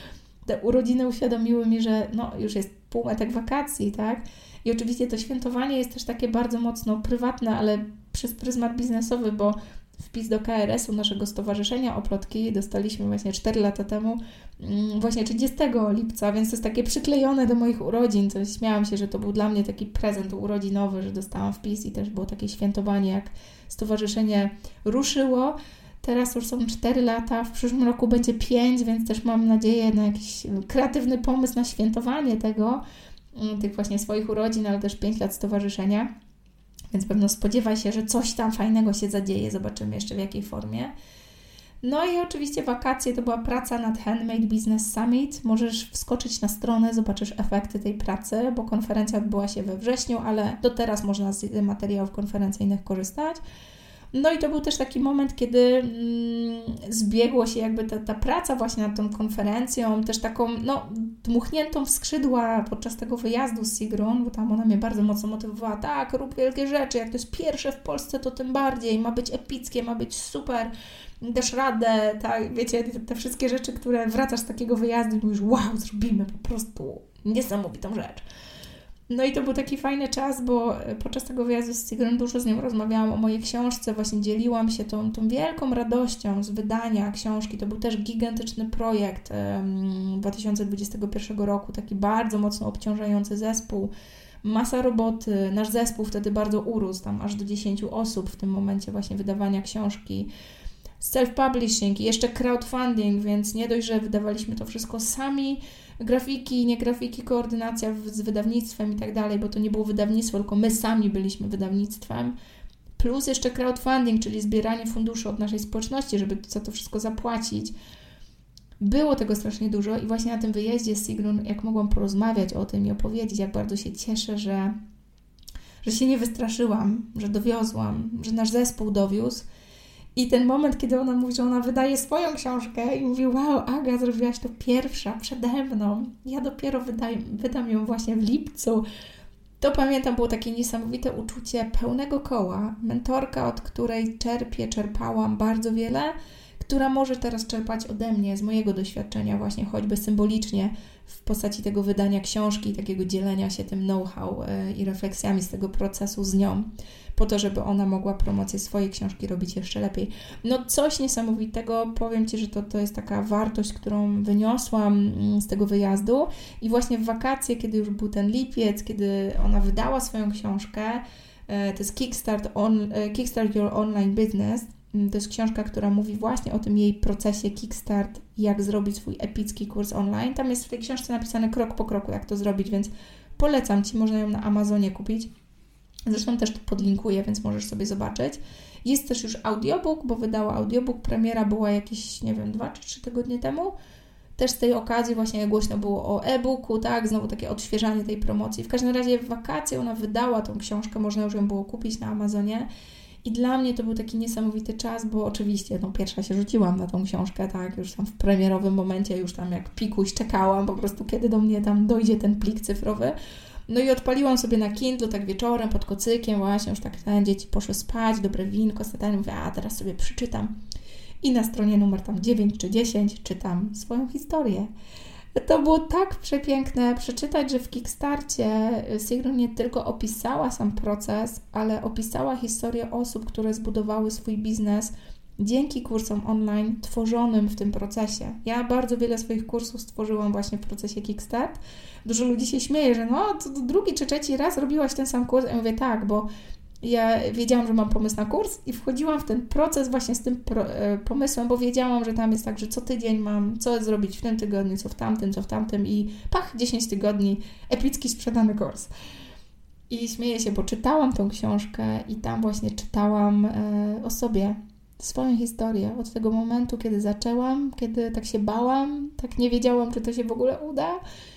Te urodziny uświadomiły mi, że no już jest półmetek wakacji, tak? I oczywiście to świętowanie jest też takie bardzo mocno prywatne, ale przez pryzmat biznesowy, bo wpis do K R S u naszego stowarzyszenia Oplotki dostaliśmy właśnie cztery lata temu, właśnie trzydziestego lipca, więc to jest takie przyklejone do moich urodzin, to śmiałam się, że to był dla mnie taki prezent urodzinowy, że dostałam wpis i też było takie świętowanie, jak stowarzyszenie ruszyło. Teraz już są cztery lata, w przyszłym roku będzie pięć, więc też mam nadzieję na jakiś kreatywny pomysł na świętowanie tego, tych właśnie swoich urodzin, ale też pięć lat stowarzyszenia. Więc pewno spodziewaj się, że coś tam fajnego się zadzieje. Zobaczymy jeszcze w jakiej formie. No i oczywiście wakacje to była praca nad Handmade Business Summit. Możesz wskoczyć na stronę, zobaczysz efekty tej pracy, bo konferencja odbyła się we wrześniu, ale do teraz można z materiałów konferencyjnych korzystać. No i to był też taki moment, kiedy mm, zbiegło się jakby ta, ta praca właśnie nad tą konferencją, też taką no, dmuchniętą w skrzydła podczas tego wyjazdu z Sigrun, bo tam ona mnie bardzo mocno motywowała, tak, rób wielkie rzeczy, jak to jest pierwsze w Polsce, to tym bardziej, ma być epickie, ma być super, dasz radę, tak, wiecie, te, te wszystkie rzeczy, które wracasz z takiego wyjazdu i mówisz, wow, zrobimy po prostu niesamowitą rzecz. No i to był taki fajny czas, bo podczas tego wyjazdu z Sigrun dużo z nią rozmawiałam o mojej książce, właśnie dzieliłam się tą, tą wielką radością z wydania książki. To był też gigantyczny projekt um, dwa tysiące dwudziestego pierwszego roku, taki bardzo mocno obciążający zespół, masa roboty. Nasz zespół wtedy bardzo urósł, tam aż do dziesięciu osób w tym momencie właśnie wydawania książki. Self-publishing i jeszcze crowdfunding, więc nie dość, że wydawaliśmy to wszystko sami, grafiki, nie grafiki, koordynacja z wydawnictwem i tak dalej, bo to nie było wydawnictwo, tylko my sami byliśmy wydawnictwem, plus jeszcze crowdfunding, czyli zbieranie funduszy od naszej społeczności, żeby za to wszystko zapłacić. Było tego strasznie dużo i właśnie na tym wyjeździe z Sigrun, jak mogłam porozmawiać o tym i opowiedzieć, jak bardzo się cieszę, że, że się nie wystraszyłam, że dowiozłam, że nasz zespół dowiózł. I ten moment, kiedy ona mówi, że ona wydaje swoją książkę i mówi, wow, Aga, zrobiłaś to pierwsza, przede mną. Ja dopiero wydaj, wydam ją właśnie w lipcu. To pamiętam, było takie niesamowite uczucie pełnego koła. Mentorka, od której czerpię, czerpałam bardzo wiele, która może teraz czerpać ode mnie, z mojego doświadczenia właśnie choćby symbolicznie w postaci tego wydania książki, takiego dzielenia się tym know-how i refleksjami z tego procesu z nią, po to, żeby ona mogła promocję swojej książki robić jeszcze lepiej. No coś niesamowitego, powiem Ci, że to, to jest taka wartość, którą wyniosłam z tego wyjazdu i właśnie w wakacje, kiedy już był ten lipiec, kiedy ona wydała swoją książkę, to jest Kickstart, on, Kickstart Your Online Business. To jest książka, która mówi właśnie o tym jej procesie Kickstart, jak zrobić swój epicki kurs online. Tam jest w tej książce napisane krok po kroku, jak to zrobić, więc polecam Ci, można ją na Amazonie kupić. Zresztą też to podlinkuję, więc możesz sobie zobaczyć. Jest też już audiobook, bo wydała audiobook. Premiera była jakieś, nie wiem, dwa czy trzy tygodnie temu. Też z tej okazji właśnie głośno było o e-booku, tak, znowu takie odświeżanie tej promocji. W każdym razie w wakacje ona wydała tą książkę, można już ją było kupić na Amazonie. I dla mnie to był taki niesamowity czas, bo oczywiście, no pierwsza się rzuciłam na tą książkę, tak, już tam w premierowym momencie, już tam jak pikuś czekałam po prostu, kiedy do mnie tam dojdzie ten plik cyfrowy. No i odpaliłam sobie na Kindle tak wieczorem, pod kocykiem właśnie, już tak ten, dzieci poszły spać, dobre winko, satanie, mówię, a teraz sobie przeczytam. I na stronie numer tam dziewięć czy dziesięć czytam swoją historię. To było tak przepiękne przeczytać, że w Kickstarcie Sigrun nie tylko opisała sam proces, ale opisała historię osób, które zbudowały swój biznes dzięki kursom online tworzonym w tym procesie. Ja bardzo wiele swoich kursów stworzyłam właśnie w procesie Kickstart. Dużo ludzi się śmieje, że no to drugi czy trzeci raz robiłaś ten sam kurs. Ja mówię tak, bo ja wiedziałam, że mam pomysł na kurs i wchodziłam w ten proces właśnie z tym pro, pomysłem, bo wiedziałam, że tam jest tak, że co tydzień mam co zrobić w tym tygodniu, co w tamtym, co w tamtym i pach, dziesięć tygodni, epicki sprzedany kurs. I śmieję się, bo czytałam tą książkę i tam właśnie czytałam e, o sobie, swoją historię. Od tego momentu, kiedy zaczęłam, kiedy tak się bałam, tak nie wiedziałam, czy to się w ogóle uda,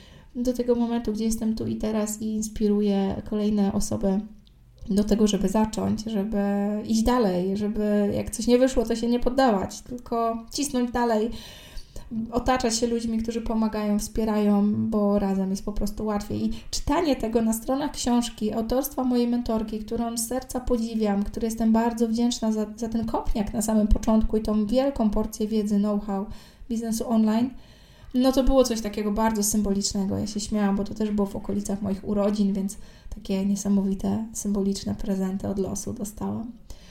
do tego momentu, gdzie jestem tu i teraz i inspiruję kolejne osoby do tego, żeby zacząć, żeby iść dalej, żeby jak coś nie wyszło, to się nie poddawać, tylko cisnąć dalej, otaczać się ludźmi, którzy pomagają, wspierają, bo razem jest po prostu łatwiej. I czytanie tego na stronach książki, autorstwa mojej mentorki, którą z serca podziwiam, której jestem bardzo wdzięczna za, za ten kopniak na samym początku i tą wielką porcję wiedzy, know-how biznesu online, no to było coś takiego bardzo symbolicznego. Ja się śmiałam, bo to też było w okolicach moich urodzin, więc takie niesamowite, symboliczne prezenty od losu dostałam.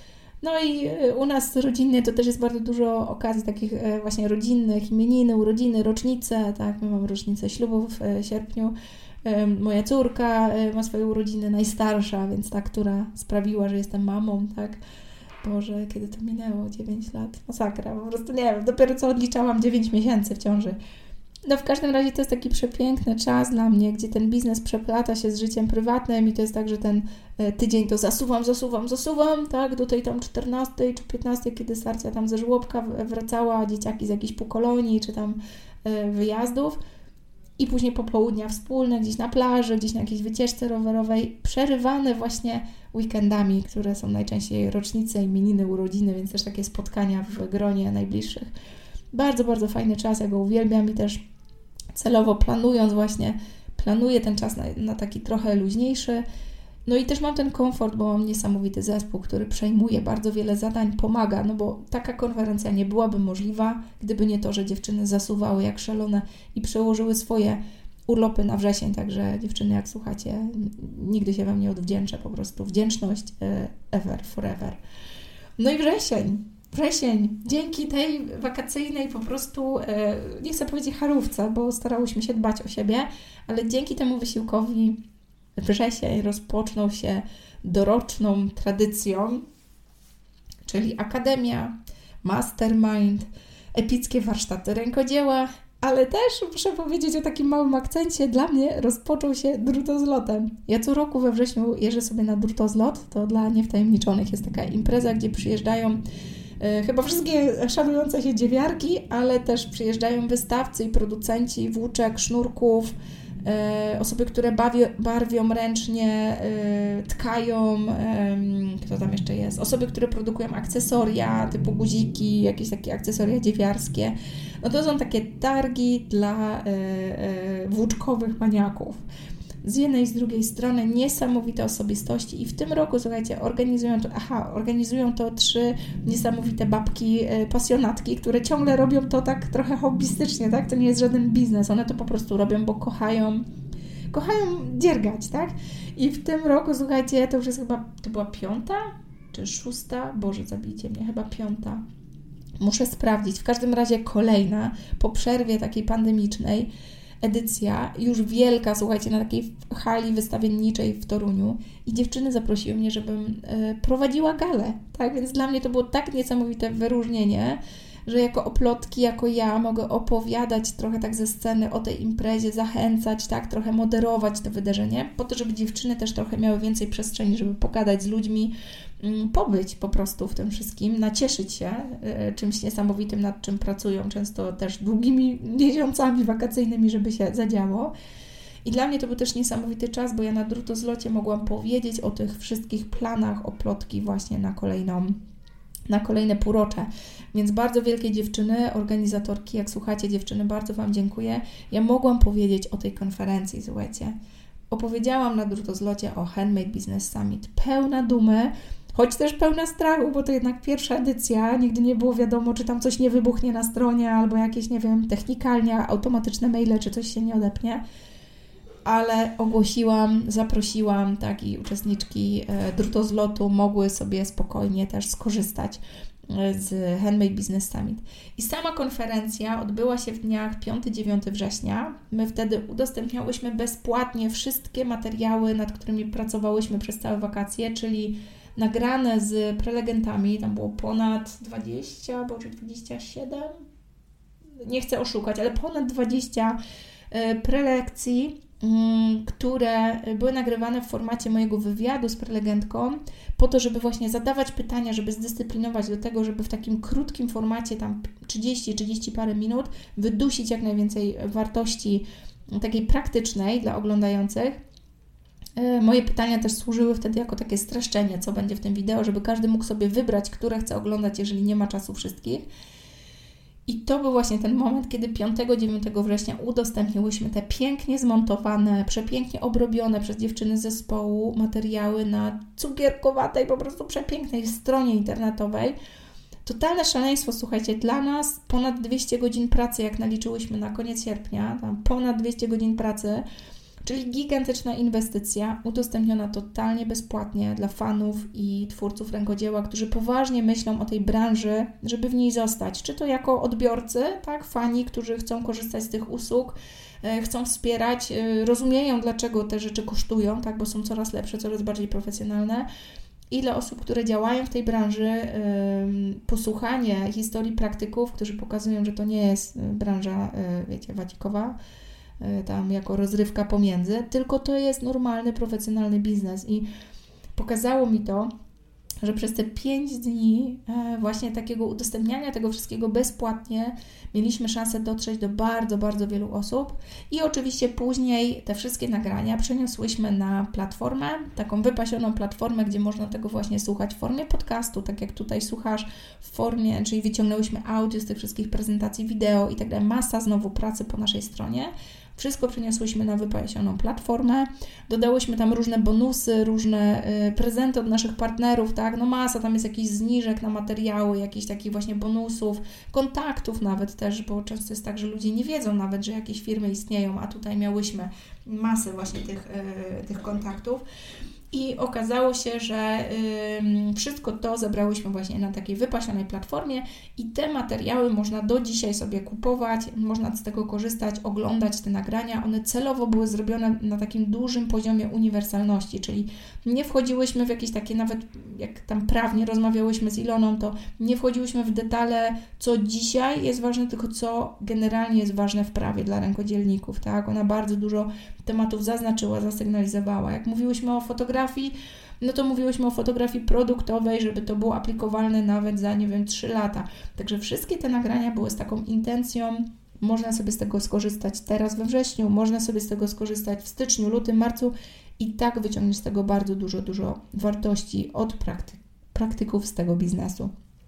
No i u nas rodzinnie to też jest bardzo dużo okazji takich właśnie rodzinnych, imieniny, urodziny, rocznice, tak, my mamy rocznicę ślubu w sierpniu. Moja córka ma swoje urodziny, najstarsza, więc ta, która sprawiła, że jestem mamą, tak. Boże, kiedy to minęło? dziewięć lat. Masakra, po prostu nie wiem, dopiero co odliczałam dziewięć miesięcy w ciąży. No w każdym razie to jest taki przepiękny czas dla mnie, gdzie ten biznes przeplata się z życiem prywatnym i to jest tak, że ten tydzień to zasuwam, zasuwam, zasuwam, tak, do tej tam czternastej czy piętnastej, kiedy Sarcia tam ze żłobka wracała, dzieciaki z jakichś półkolonii czy tam wyjazdów i później popołudnia wspólne gdzieś na plaży, gdzieś na jakiejś wycieczce rowerowej, przerywane właśnie weekendami, które są najczęściej rocznice, imieniny, urodziny, więc też takie spotkania w gronie najbliższych. Bardzo, bardzo fajny czas, ja go uwielbiam i też celowo planując właśnie, planuję ten czas na, na taki trochę luźniejszy. No i też mam ten komfort, bo mam niesamowity zespół, który przejmuje bardzo wiele zadań, pomaga, no bo taka konferencja nie byłaby możliwa, gdyby nie to, że dziewczyny zasuwały jak szalone i przełożyły swoje urlopy na wrzesień, także dziewczyny, jak słuchacie, nigdy się Wam nie odwdzięczę, po prostu wdzięczność ever, forever. No i wrzesień. Wrzesień, dzięki tej wakacyjnej po prostu, nie chcę powiedzieć charówce, bo starałyśmy się dbać o siebie, ale dzięki temu wysiłkowi wrzesień rozpoczął się doroczną tradycją, czyli akademia, mastermind, epickie warsztaty rękodzieła, ale też muszę powiedzieć o takim małym akcencie, dla mnie rozpoczął się drutozlotem. Ja co roku we wrześniu jeżdżę sobie na drutozlot, to dla niewtajemniczonych jest taka impreza, gdzie przyjeżdżają chyba wszystkie szanujące się dziewiarki, ale też przyjeżdżają wystawcy i producenci włóczek, sznurków, e, osoby, które bawią, barwią ręcznie, e, tkają, e, kto tam jeszcze jest, osoby, które produkują akcesoria typu guziki, jakieś takie akcesoria dziewiarskie. No to są takie targi dla e, e, włóczkowych maniaków. z jednej i z drugiej strony niesamowite osobistości i w tym roku, słuchajcie, organizują to, aha, organizują to trzy niesamowite babki, e, pasjonatki, które ciągle robią to tak trochę hobbystycznie, tak? To nie jest żaden biznes, one to po prostu robią, bo kochają kochają dziergać, tak? I w tym roku, słuchajcie, to już jest chyba, to była piąta czy szósta? Boże, zabijcie mnie, chyba piąta. Muszę sprawdzić. W każdym razie kolejna, po przerwie takiej pandemicznej, edycja, już wielka, słuchajcie, na takiej hali wystawienniczej w Toruniu i dziewczyny zaprosiły mnie, żebym y, prowadziła galę, tak? Więc dla mnie to było tak niesamowite wyróżnienie, że jako oplotki, jako ja mogę opowiadać trochę tak ze sceny o tej imprezie, zachęcać, tak, trochę moderować to wydarzenie, po to, żeby dziewczyny też trochę miały więcej przestrzeni, żeby pogadać z ludźmi, pobyć po prostu w tym wszystkim, nacieszyć się czymś niesamowitym, nad czym pracują, często też długimi miesiącami wakacyjnymi, żeby się zadziało. I dla mnie to był też niesamowity czas, bo ja na drutozlocie mogłam powiedzieć o tych wszystkich planach, o plotki właśnie na kolejną na kolejne półrocze. Więc bardzo wielkie dziewczyny, organizatorki, jak słuchacie dziewczyny, bardzo Wam dziękuję. Ja mogłam powiedzieć o tej konferencji, słuchajcie. Opowiedziałam na drutozlocie o Handmade Business Summit. Pełna dumy, choć też pełna strachu, bo to jednak pierwsza edycja. Nigdy nie było wiadomo, czy tam coś nie wybuchnie na stronie, albo jakieś, nie wiem, technikalnie, automatyczne maile, czy coś się nie odepnie. Ale ogłosiłam, zaprosiłam, tak, i uczestniczki e, drutozlotu mogły sobie spokojnie też skorzystać e, z Handmade Business Summit. I sama konferencja odbyła się w dniach piątego do dziewiątego września. My wtedy udostępniałyśmy bezpłatnie wszystkie materiały, nad którymi pracowałyśmy przez całe wakacje, czyli nagrane z prelegentami, tam było ponad dwadzieścia, bo czy dwadzieścia siedem? Nie chcę oszukać, ale ponad dwadzieścia e, prelekcji, które były nagrywane w formacie mojego wywiadu z prelegentką, po to, żeby właśnie zadawać pytania, żeby zdyscyplinować do tego, żeby w takim krótkim formacie, tam trzydzieści, trzydzieści parę minut, wydusić jak najwięcej wartości takiej praktycznej dla oglądających. Moje pytania też służyły wtedy jako takie streszczenie, co będzie w tym wideo, żeby każdy mógł sobie wybrać, które chce oglądać, jeżeli nie ma czasu wszystkich. I to był właśnie ten moment, kiedy piątego do dziewiątego września udostępniłyśmy te pięknie zmontowane, przepięknie obrobione przez dziewczyny z zespołu materiały na cukierkowatej, po prostu przepięknej stronie internetowej. Totalne szaleństwo, słuchajcie, dla nas ponad dwieście godzin pracy, jak naliczyłyśmy na koniec sierpnia, tam ponad dwieście godzin pracy, czyli gigantyczna inwestycja, udostępniona totalnie bezpłatnie dla fanów i twórców rękodzieła, którzy poważnie myślą o tej branży, żeby w niej zostać. Czy to jako odbiorcy, tak, fani, którzy chcą korzystać z tych usług, e, chcą wspierać, e, rozumieją, dlaczego te rzeczy kosztują, tak, bo są coraz lepsze, coraz bardziej profesjonalne. I dla osób, które działają w tej branży, e, posłuchanie historii praktyków, którzy pokazują, że to nie jest branża, e, wiecie, wacikowa, tam jako rozrywka pomiędzy, tylko to jest normalny, profesjonalny biznes i pokazało mi to, że przez te pięć dni właśnie takiego udostępniania tego wszystkiego bezpłatnie mieliśmy szansę dotrzeć do bardzo, bardzo wielu osób i oczywiście później te wszystkie nagrania przeniosłyśmy na platformę, taką wypasioną platformę, gdzie można tego właśnie słuchać w formie podcastu, tak jak tutaj słuchasz, w formie, czyli wyciągnęłyśmy audio z tych wszystkich prezentacji wideo i tak dalej, masa znowu pracy po naszej stronie. Wszystko przeniosłyśmy na wypasioną platformę, dodałyśmy tam różne bonusy, różne y, prezenty od naszych partnerów, tak, no masa, tam jest jakiś zniżek na materiały, jakichś takich właśnie bonusów, kontaktów nawet też, bo często jest tak, że ludzie nie wiedzą nawet, że jakieś firmy istnieją, a tutaj miałyśmy masę właśnie tych, y, tych kontaktów. I okazało się, że y, wszystko to zebrałyśmy właśnie na takiej wypasionej platformie i te materiały można do dzisiaj sobie kupować, można z tego korzystać, oglądać te nagrania. One celowo były zrobione na takim dużym poziomie uniwersalności, czyli nie wchodziłyśmy w jakieś takie, nawet jak tam prawnie rozmawiałyśmy z Iloną, to nie wchodziłyśmy w detale, co dzisiaj jest ważne, tylko co generalnie jest ważne w prawie dla rękodzielników, tak? Ona bardzo dużo tematów zaznaczyła, zasygnalizowała. Jak mówiłyśmy o fotografii, no to mówiłyśmy o fotografii produktowej, żeby to było aplikowalne nawet za, nie wiem, trzy lata. Także wszystkie te nagrania były z taką intencją, można sobie z tego skorzystać teraz we wrześniu, można sobie z tego skorzystać w styczniu, lutym, marcu i tak wyciągniesz z tego bardzo dużo, dużo wartości od prakty- praktyków z tego biznesu.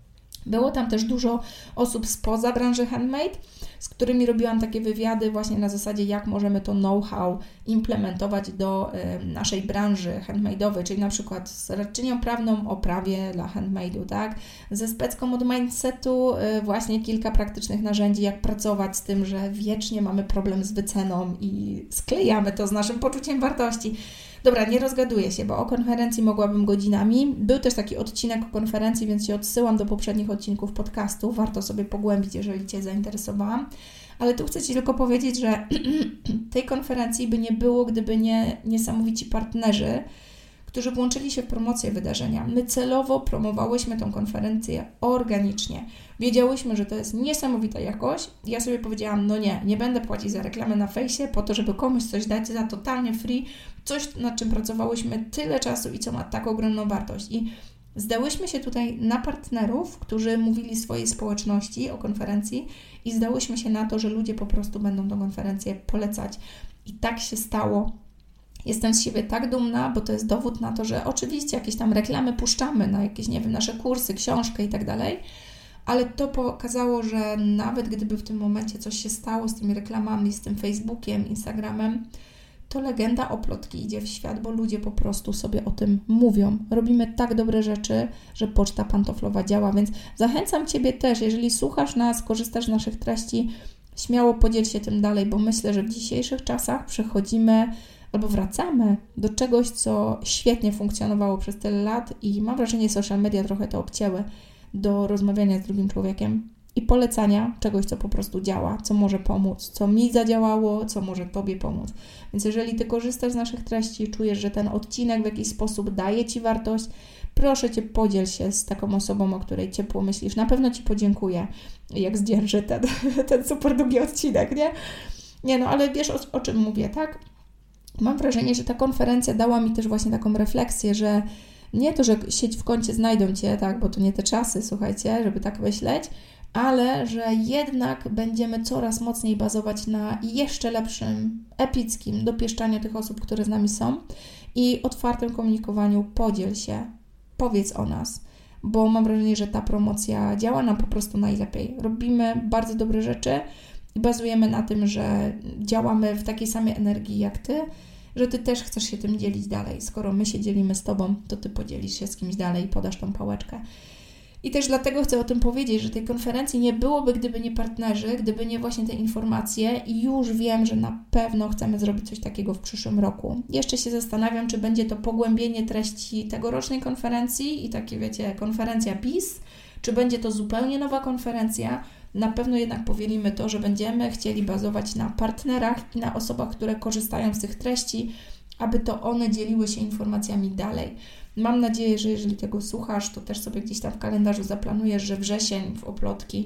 Było tam też dużo osób spoza branży handmade, z którymi robiłam takie wywiady właśnie na zasadzie, jak możemy to know-how implementować do y, naszej branży handmade'owej, czyli na przykład z radczynią prawną o prawie dla handmade'u, tak? Ze specką od mindsetu y, właśnie kilka praktycznych narzędzi, jak pracować z tym, że wiecznie mamy problem z wyceną i sklejamy to z naszym poczuciem wartości. Dobra, nie rozgaduję się, bo o konferencji mogłabym godzinami. Był też taki odcinek o konferencji, więc się odsyłam do poprzednich odcinków podcastu. Warto sobie pogłębić, jeżeli Cię zainteresowałam. Ale tu chcę Ci tylko powiedzieć, że tej konferencji by nie było, gdyby nie niesamowici partnerzy, którzy włączyli się w promocję wydarzenia. My celowo promowałyśmy tą konferencję organicznie. Wiedziałyśmy, że to jest niesamowita jakość. Ja sobie powiedziałam, no nie, nie będę płacić za reklamę na fejsie po to, żeby komuś coś dać za totalnie free. Coś, nad czym pracowałyśmy tyle czasu i co ma tak ogromną wartość. I zdałyśmy się tutaj na partnerów, którzy mówili swojej społeczności o konferencji i zdałyśmy się na to, że ludzie po prostu będą tę konferencję polecać. I tak się stało. Jestem z siebie tak dumna, bo to jest dowód na to, że oczywiście jakieś tam reklamy puszczamy na jakieś, nie wiem, nasze kursy, książkę i tak dalej, ale to pokazało, że nawet gdyby w tym momencie coś się stało z tymi reklamami, z tym Facebookiem, Instagramem, to legenda o plotki idzie w świat, bo ludzie po prostu sobie o tym mówią. Robimy tak dobre rzeczy, że poczta pantoflowa działa, więc zachęcam Ciebie też, jeżeli słuchasz nas, korzystasz z naszych treści, śmiało podziel się tym dalej, bo myślę, że w dzisiejszych czasach przechodzimy albo wracamy do czegoś, co świetnie funkcjonowało przez tyle lat i mam wrażenie, że social media trochę to obcięły, do rozmawiania z drugim człowiekiem i polecania czegoś, co po prostu działa, co może pomóc, co mi zadziałało, co może Tobie pomóc. Więc jeżeli Ty korzystasz z naszych treści i czujesz, że ten odcinek w jakiś sposób daje Ci wartość, proszę Cię, podziel się z taką osobą, o której ciepło myślisz. Na pewno Ci podziękuję, jak zdzierży ten, ten super długi odcinek, nie? Nie no, ale wiesz, o, o czym mówię, tak? Mam wrażenie, że ta konferencja dała mi też właśnie taką refleksję, że nie to, że siedź w kącie znajdą Cię, tak, bo to nie te czasy, słuchajcie, żeby tak myśleć, ale że jednak będziemy coraz mocniej bazować na jeszcze lepszym, epickim dopieszczaniu tych osób, które z nami są i otwartym komunikowaniu. Podziel się, powiedz o nas, bo mam wrażenie, że ta promocja działa nam po prostu najlepiej. Robimy bardzo dobre rzeczy i bazujemy na tym, że działamy w takiej samej energii jak Ty, że Ty też chcesz się tym dzielić dalej. Skoro my się dzielimy z Tobą, to Ty podzielisz się z kimś dalej i podasz tą pałeczkę. I też dlatego chcę o tym powiedzieć, że tej konferencji nie byłoby, gdyby nie partnerzy, gdyby nie właśnie te informacje i już wiem, że na pewno chcemy zrobić coś takiego w przyszłym roku. Jeszcze się zastanawiam, czy będzie to pogłębienie treści tegorocznej konferencji i takie, wiecie, konferencja P I S, czy będzie to zupełnie nowa konferencja. Na pewno jednak powielimy to, że będziemy chcieli bazować na partnerach i na osobach, które korzystają z tych treści, aby to one dzieliły się informacjami dalej. Mam nadzieję, że jeżeli tego słuchasz, to też sobie gdzieś tam w kalendarzu zaplanujesz, że wrzesień w Oplotki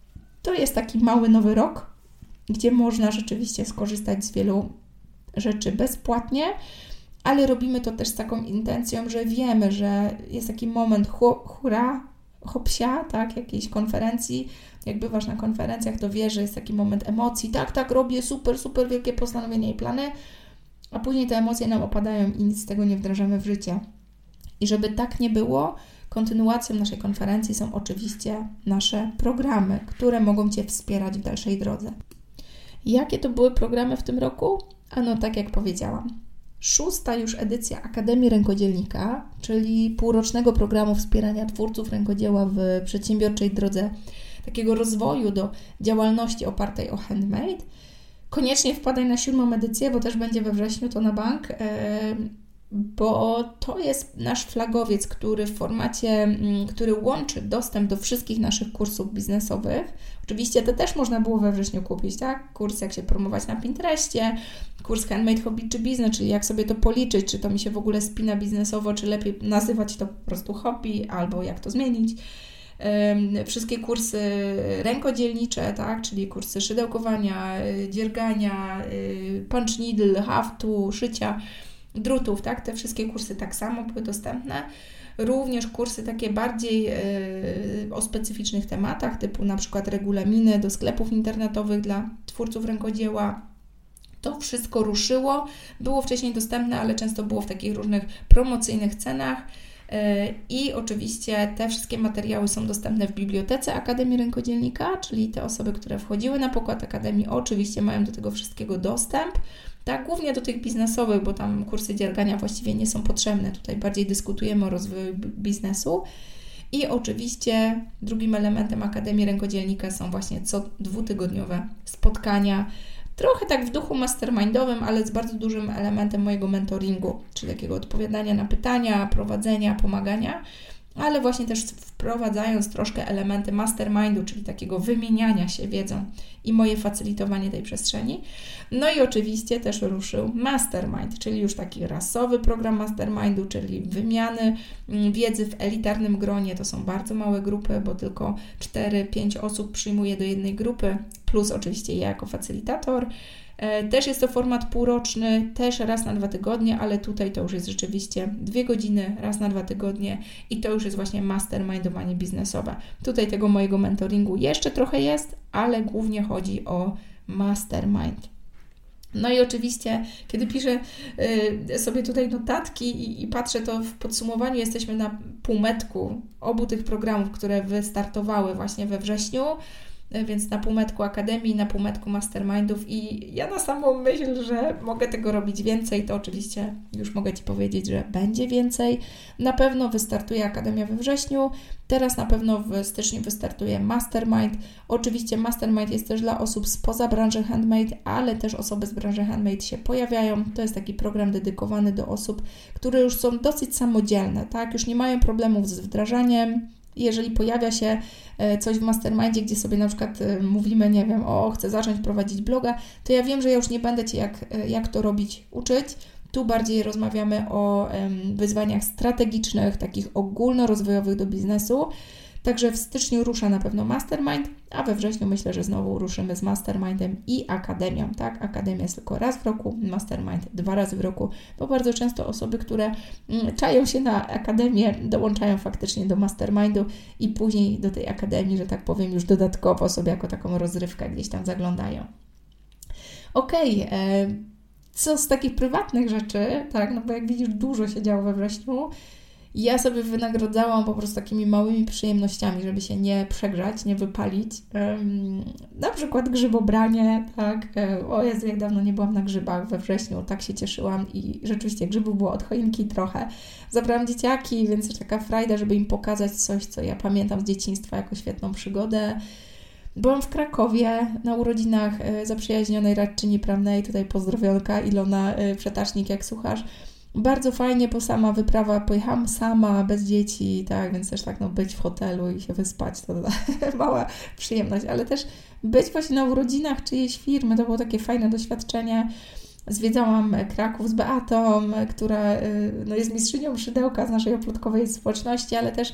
to jest taki mały nowy rok, gdzie można rzeczywiście skorzystać z wielu rzeczy bezpłatnie, ale robimy to też z taką intencją, że wiemy, że jest taki moment hu, hura, hopsia, tak, jakiejś konferencji. Jak bywasz na konferencjach, to wiesz, że jest taki moment emocji. Tak, tak, robię super, super wielkie postanowienia i plany, a później te emocje nam opadają i nic z tego nie wdrażamy w życie. I żeby tak nie było, kontynuacją naszej konferencji są oczywiście nasze programy, które mogą Cię wspierać w dalszej drodze. Jakie to były programy w tym roku? Ano, tak jak powiedziałam, szósta już edycja Akademii Rękodzielnika, czyli półrocznego programu wspierania twórców rękodzieła w przedsiębiorczej drodze takiego rozwoju do działalności opartej o handmade. Koniecznie wpadaj na siódmą edycję, bo też będzie we wrześniu, to na bank, bo to jest nasz flagowiec, który w formacie, który łączy dostęp do wszystkich naszych kursów biznesowych. Oczywiście to też można było we wrześniu kupić, tak? Kurs jak się promować na Pinterestie, kurs Handmade Hobby czy Biznes, czyli jak sobie to policzyć, czy to mi się w ogóle spina biznesowo, czy lepiej nazywać to po prostu hobby, albo jak to zmienić. Wszystkie kursy rękodzielnicze, tak, czyli kursy szydełkowania, dziergania, punch needle, haftu, szycia, drutów, tak, te wszystkie kursy tak samo były dostępne. Również kursy takie bardziej yy, o specyficznych tematach, typu na przykład regulaminy do sklepów internetowych dla twórców rękodzieła. To wszystko ruszyło, było wcześniej dostępne, ale często było w takich różnych promocyjnych cenach. I oczywiście te wszystkie materiały są dostępne w bibliotece Akademii Rękodzielnika, czyli te osoby, które wchodziły na pokład Akademii, oczywiście mają do tego wszystkiego dostęp. Tak, głównie do tych biznesowych, bo tam kursy dziergania właściwie nie są potrzebne. Tutaj bardziej dyskutujemy o rozwoju biznesu. I oczywiście drugim elementem Akademii Rękodzielnika są właśnie co dwutygodniowe spotkania, trochę tak w duchu mastermindowym, ale z bardzo dużym elementem mojego mentoringu, czyli takiego odpowiadania na pytania, prowadzenia, pomagania, ale właśnie też wprowadzając troszkę elementy mastermindu, czyli takiego wymieniania się wiedzą i moje facylitowanie tej przestrzeni. No i oczywiście też ruszył mastermind, czyli już taki rasowy program mastermindu, czyli wymiany wiedzy w elitarnym gronie. To są bardzo małe grupy, bo tylko cztery pięć osób przyjmuje do jednej grupy, plus oczywiście ja jako facylitator. Też jest to format półroczny, też raz na dwa tygodnie, ale tutaj to już jest rzeczywiście dwie godziny, raz na dwa tygodnie i to już jest właśnie mastermindowanie biznesowe. Tutaj tego mojego mentoringu jeszcze trochę jest, ale głównie chodzi o mastermind. No i oczywiście, kiedy piszę y, sobie tutaj notatki i, i patrzę, to w podsumowaniu jesteśmy na półmetku obu tych programów, które wystartowały właśnie we wrześniu, więc na półmetku Akademii, na półmetku Mastermindów i ja na samą myśl, że mogę tego robić więcej, to oczywiście już mogę Ci powiedzieć, że będzie więcej. Na pewno wystartuje Akademia we wrześniu, teraz na pewno w styczniu wystartuje Mastermind. Oczywiście Mastermind jest też dla osób spoza branży handmade, ale też osoby z branży handmade się pojawiają. To jest taki program dedykowany do osób, które już są dosyć samodzielne, tak? Już nie mają problemów z wdrażaniem. Jeżeli pojawia się coś w mastermindzie, gdzie sobie na przykład mówimy, nie wiem, o chcę zacząć prowadzić bloga, to ja wiem, że ja już nie będę Cię jak, jak to robić uczyć. Tu bardziej rozmawiamy o wyzwaniach strategicznych, takich ogólnorozwojowych do biznesu. Także w styczniu rusza na pewno Mastermind, a we wrześniu myślę, że znowu ruszymy z Mastermindem i Akademią, tak? Akademia jest tylko raz w roku, Mastermind dwa razy w roku, bo bardzo często osoby, które czają się na Akademię, dołączają faktycznie do Mastermindu i później do tej Akademii, że tak powiem, już dodatkowo sobie jako taką rozrywkę gdzieś tam zaglądają. Okej, okay, co z takich prywatnych rzeczy, tak? No bo jak widzisz, dużo się działo we wrześniu. Ja sobie wynagradzałam po prostu takimi małymi przyjemnościami, żeby się nie przegrzać, nie wypalić. Um, na przykład grzybobranie, tak. O Jezu, jak dawno nie byłam na grzybach we wrześniu, tak się cieszyłam i rzeczywiście grzybów było od choinki trochę. Zabrałam dzieciaki, więc też taka frajda, żeby im pokazać coś, co ja pamiętam z dzieciństwa jako świetną przygodę. Byłam w Krakowie na urodzinach zaprzyjaźnionej radczyni prawnej, tutaj pozdrowionka Ilona Przetacznik, jak słuchasz. Bardzo fajnie, bo sama wyprawa, pojechałam sama, bez dzieci, tak, więc też tak no być w hotelu i się wyspać, to mała przyjemność, ale też być właśnie na urodzinach czyjejś firmy, to było takie fajne doświadczenie. Zwiedzałam Kraków z Beatą, która no, jest mistrzynią szydełka z naszej oplotkowej społeczności, ale też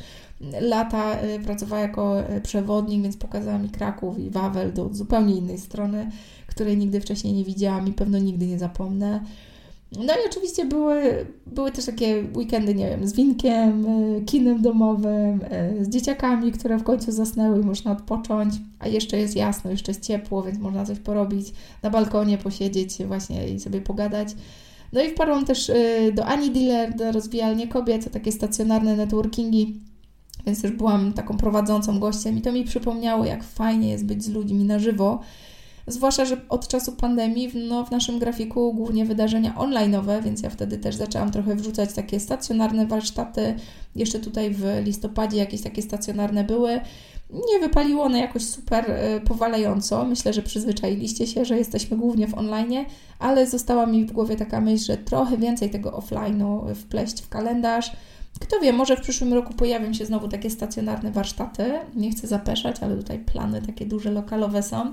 lata pracowała jako przewodnik, więc pokazała mi Kraków i Wawel do zupełnie innej strony, której nigdy wcześniej nie widziałam i pewno nigdy nie zapomnę. No i oczywiście były, były też takie weekendy, nie wiem, z winkiem, kinem domowym, z dzieciakami, które w końcu zasnęły i można odpocząć, a jeszcze jest jasno, jeszcze jest ciepło, więc można coś porobić, na balkonie posiedzieć właśnie i sobie pogadać. No i wpadłam też do Ani Dealer, do Rozwijalnie Kobiet, to takie stacjonarne networkingi, więc też byłam taką prowadzącą gościem i to mi przypomniało, jak fajnie jest być z ludźmi na żywo. Zwłaszcza, że od czasu pandemii no, w naszym grafiku głównie wydarzenia online'owe, więc ja wtedy też zaczęłam trochę wrzucać takie stacjonarne warsztaty. Jeszcze tutaj w listopadzie jakieś takie stacjonarne były. Nie wypaliło one jakoś super powalająco. Myślę, że przyzwyczailiście się, że jesteśmy głównie w online'ie, ale została mi w głowie taka myśl, że trochę więcej tego offline'u wpleść w kalendarz. Kto wie, może w przyszłym roku pojawią się znowu takie stacjonarne warsztaty. Nie chcę zapeszać, ale tutaj plany takie duże, lokalowe są.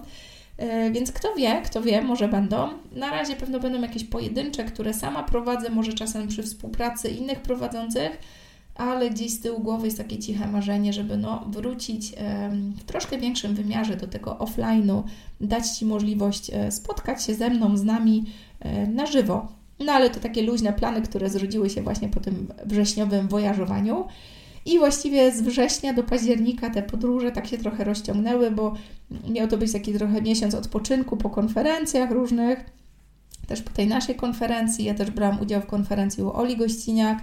Więc kto wie, kto wie, może będą. Na razie pewno będą jakieś pojedyncze, które sama prowadzę, może czasem przy współpracy innych prowadzących, ale gdzieś z tyłu głowy jest takie ciche marzenie, żeby no, wrócić w troszkę większym wymiarze do tego offline'u, dać Ci możliwość spotkać się ze mną, z nami na żywo. No ale to takie luźne plany, które zrodziły się właśnie po tym wrześniowym wojażowaniu. I właściwie z września do października te podróże tak się trochę rozciągnęły, bo miał to być taki trochę miesiąc odpoczynku po konferencjach różnych, też po tej naszej konferencji. Ja też brałam udział w konferencji u Oli Gościniak,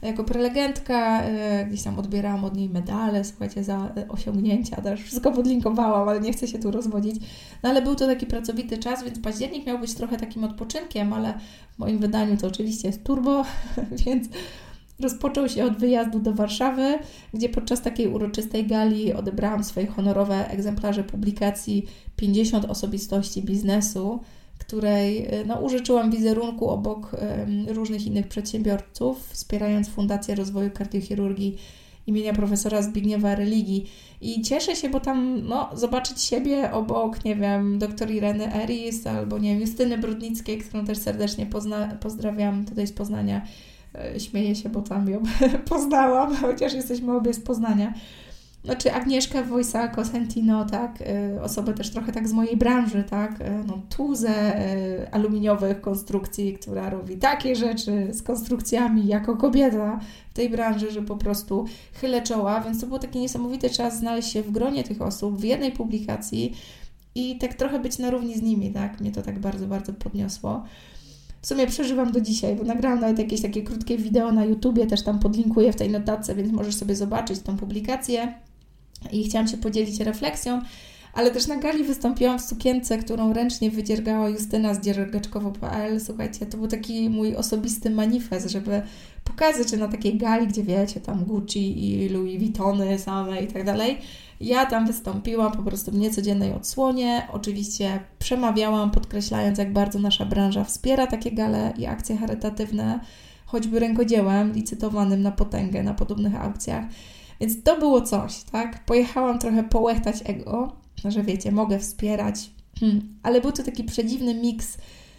jako prelegentka, gdzieś tam odbierałam od niej medale, słuchajcie, za osiągnięcia, też wszystko podlinkowałam, ale nie chcę się tu rozwodzić. No ale był to taki pracowity czas, więc październik miał być trochę takim odpoczynkiem, ale w moim wydaniu to oczywiście jest turbo, więc rozpoczął się od wyjazdu do Warszawy, gdzie podczas takiej uroczystej gali odebrałam swoje honorowe egzemplarze publikacji pięćdziesiąt osobistości biznesu, której no, użyczyłam wizerunku obok um, różnych innych przedsiębiorców, wspierając Fundację Rozwoju Kardiochirurgii imienia profesora Zbigniewa Religi. I cieszę się, bo tam no, zobaczyć siebie obok, nie wiem, doktor Ireny Eris albo, nie wiem, Justyny Brudnickiej, którą też serdecznie pozna- pozdrawiam tutaj z Poznania. Śmieję się, bo tam ją poznałam, chociaż jesteśmy obie z Poznania. Znaczy Agnieszkę Wojsa-Cosentino, tak, osobę też trochę tak z mojej branży, tak, no tuzę aluminiowych konstrukcji, która robi takie rzeczy z konstrukcjami jako kobieta w tej branży, że po prostu chylę czoła, więc to był taki niesamowity czas znaleźć się w gronie tych osób w jednej publikacji i tak trochę być na równi z nimi, tak, mnie to tak bardzo, bardzo podniosło. W sumie przeżywam do dzisiaj, bo nagrałam nawet jakieś takie krótkie wideo na YouTubie, też tam podlinkuję w tej notatce, więc możesz sobie zobaczyć tą publikację i chciałam się podzielić refleksją, ale też na gali wystąpiłam w sukience, którą ręcznie wydziergała Justyna z dziergeczkowo kropka p l. Słuchajcie, to był taki mój osobisty manifest, żeby pokazać, że na takiej gali, gdzie wiecie, tam Gucci i Louis Vuittony same i tak dalej, ja tam wystąpiłam po prostu w niecodziennej odsłonie. Oczywiście przemawiałam, podkreślając, jak bardzo nasza branża wspiera takie gale i akcje charytatywne, choćby rękodziełem licytowanym na potęgę na podobnych aukcjach. Więc to było coś, tak? Pojechałam trochę połechtać ego, że wiecie, mogę wspierać, hmm. ale był to taki przedziwny miks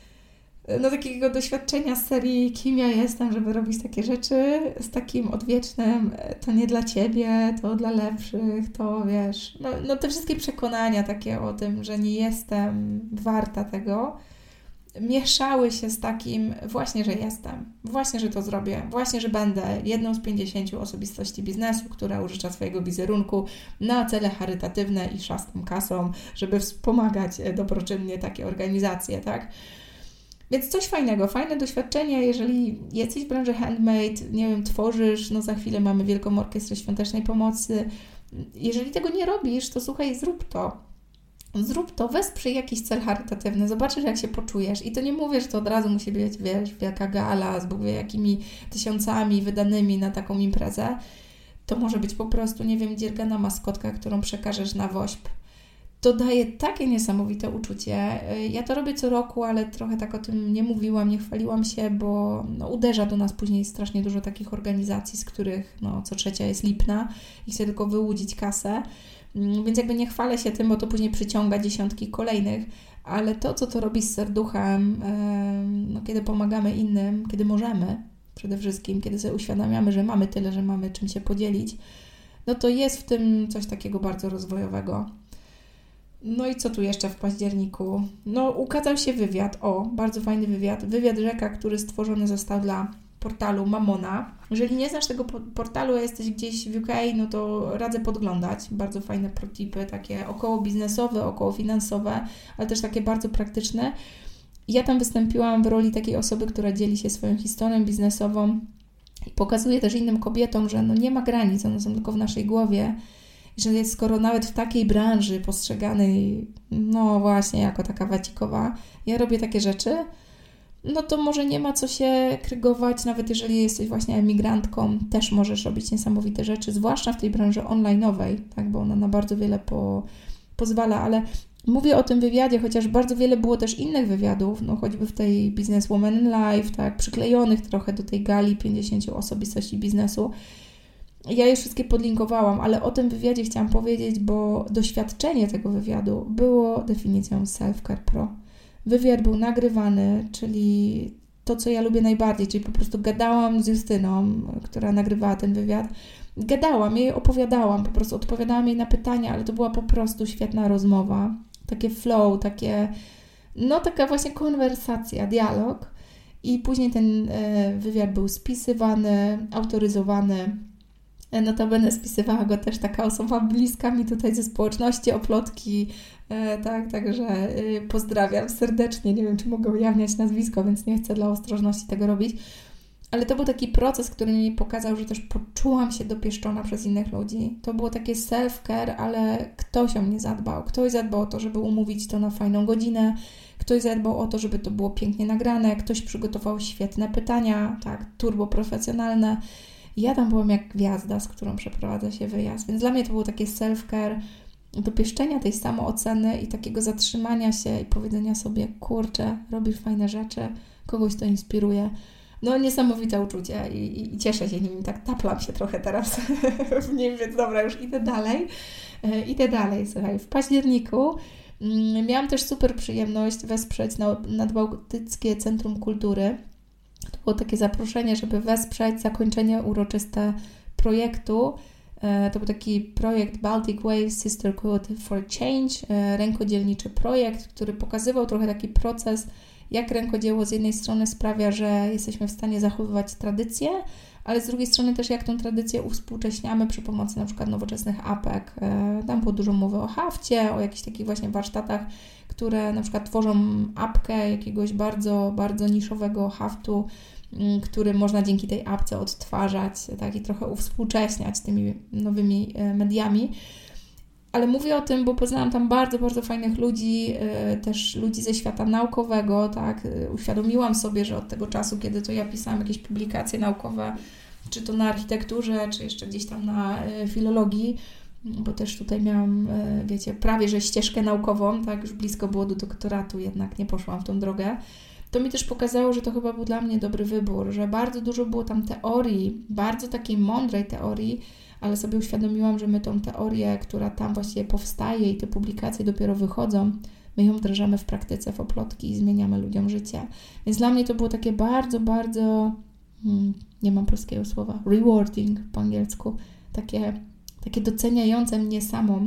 no takiego doświadczenia z serii kim ja jestem, żeby robić takie rzeczy, z takim odwiecznym to nie dla Ciebie, to dla lepszych, to wiesz, no, no te wszystkie przekonania takie o tym, że nie jestem warta tego, mieszały się z takim właśnie, że jestem, właśnie, że to zrobię, właśnie, że będę jedną z pięćdziesięciu osobistości biznesu, która użycza swojego wizerunku na cele charytatywne i szastą kasą, żeby wspomagać dobroczynnie takie organizacje, tak? Więc coś fajnego, fajne doświadczenie, jeżeli jesteś w branży handmade, nie wiem, tworzysz, no za chwilę mamy Wielką Orkiestrę Świątecznej Pomocy. Jeżeli tego nie robisz, to słuchaj, zrób to. Zrób to, wesprzyj jakiś cel charytatywny, zobaczysz, jak się poczujesz. I to nie mówię, że to od razu musi być, wiesz, wielka gala z Bóg wie jakimi tysiącami wydanymi na taką imprezę. To może być po prostu, nie wiem, dziergana maskotka, którą przekażesz na wośp. To daje takie niesamowite uczucie. Ja to robię co roku, ale trochę tak o tym nie mówiłam, nie chwaliłam się, bo no, uderza do nas później strasznie dużo takich organizacji, z których no, co trzecia jest lipna i chce tylko wyłudzić kasę. Więc jakby nie chwalę się tym, bo to później przyciąga dziesiątki kolejnych, ale to, co to robi z serduchem, no, kiedy pomagamy innym, kiedy możemy przede wszystkim, kiedy sobie uświadamiamy, że mamy tyle, że mamy czym się podzielić, no to jest w tym coś takiego bardzo rozwojowego. No i co tu jeszcze w październiku? No ukazał się wywiad, o, bardzo fajny wywiad, wywiad Rzeka, który stworzony został dla portalu Mamona. Jeżeli nie znasz tego portalu, a jesteś gdzieś w U K, no to radzę podglądać. Bardzo fajne protipy, takie około biznesowe, około finansowe, ale też takie bardzo praktyczne. Ja tam wystąpiłam w roli takiej osoby, która dzieli się swoją historią biznesową i pokazuje też innym kobietom, że no nie ma granic, one są tylko w naszej głowie. I że jest, skoro nawet w takiej branży postrzeganej, no właśnie, jako taka wacikowa, ja robię takie rzeczy, no to może nie ma co się krygować, nawet jeżeli jesteś właśnie emigrantką, też możesz robić niesamowite rzeczy, zwłaszcza w tej branży online'owej, tak, bo ona na bardzo wiele po, pozwala, ale mówię o tym wywiadzie, chociaż bardzo wiele było też innych wywiadów, no choćby w tej Businesswoman in Life, tak, przyklejonych trochę do tej gali pięćdziesięciu osobistości biznesu. Ja je wszystkie podlinkowałam, ale o tym wywiadzie chciałam powiedzieć, bo doświadczenie tego wywiadu było definicją Self-Care Pro. Wywiad był nagrywany, czyli to, co ja lubię najbardziej, czyli po prostu gadałam z Justyną, która nagrywała ten wywiad. Gadałam, jej opowiadałam, po prostu odpowiadałam jej na pytania, ale to była po prostu świetna rozmowa. Takie flow, takie, no taka właśnie konwersacja, dialog. I później ten wywiad był spisywany, autoryzowany. Notabene spisywała go też taka osoba bliska mi tutaj ze społeczności Oplotki, e, tak, także e, pozdrawiam serdecznie, nie wiem, czy mogę ujawniać nazwisko, więc nie chcę dla ostrożności tego robić, ale to był taki proces, który mi pokazał, że też poczułam się dopieszczona przez innych ludzi. To było takie self-care, ale ktoś o mnie zadbał. Ktoś zadbał o to, żeby umówić to na fajną godzinę. Ktoś zadbał o to, żeby to było pięknie nagrane. Ktoś przygotował świetne pytania, tak, turbo profesjonalne. Ja tam byłam jak gwiazda, z którą przeprowadza się wyjazd. Więc dla mnie to było takie self-care, dopieszczenia tej samooceny i takiego zatrzymania się i powiedzenia sobie, kurczę, robisz fajne rzeczy, kogoś to inspiruje. No niesamowite uczucie i, i, i cieszę się nim, tak taplam się trochę teraz w nim, więc dobra, już idę dalej. E, idę dalej, słuchaj, w październiku mm, miałam też super przyjemność wesprzeć Nadbałtyckie Centrum Kultury. To było takie zaproszenie, żeby wesprzeć zakończenie uroczyste projektu. E, to był taki projekt Baltic Waves Sisterhood for Change, e, rękodzielniczy projekt, który pokazywał trochę taki proces, jak rękodzieło z jednej strony sprawia, że jesteśmy w stanie zachowywać tradycję, ale z drugiej strony też jak tą tradycję uwspółcześniamy przy pomocy na przykład nowoczesnych apek. Tam było dużo mowy o hafcie, o jakichś takich właśnie warsztatach, które na przykład tworzą apkę jakiegoś bardzo, bardzo niszowego haftu, który można dzięki tej apce odtwarzać, tak, i trochę uwspółcześniać tymi nowymi mediami. Ale mówię o tym, bo poznałam tam bardzo, bardzo fajnych ludzi, yy, też ludzi ze świata naukowego, tak. Yy, uświadomiłam sobie, że od tego czasu, kiedy to ja pisałam jakieś publikacje naukowe, czy to na architekturze, czy jeszcze gdzieś tam na yy, filologii, bo też tutaj miałam, yy, wiecie, prawie że ścieżkę naukową, tak, już blisko było do doktoratu, jednak nie poszłam w tą drogę. To mi też pokazało, że to chyba był dla mnie dobry wybór, że bardzo dużo było tam teorii, bardzo takiej mądrej teorii, ale sobie uświadomiłam, że my tą teorię, która tam właściwie powstaje i te publikacje dopiero wychodzą, my ją wdrażamy w praktyce, w oplotki i zmieniamy ludziom życie. Więc dla mnie to było takie bardzo, bardzo, hmm, nie mam polskiego słowa, rewarding po angielsku, takie, takie doceniające mnie samą,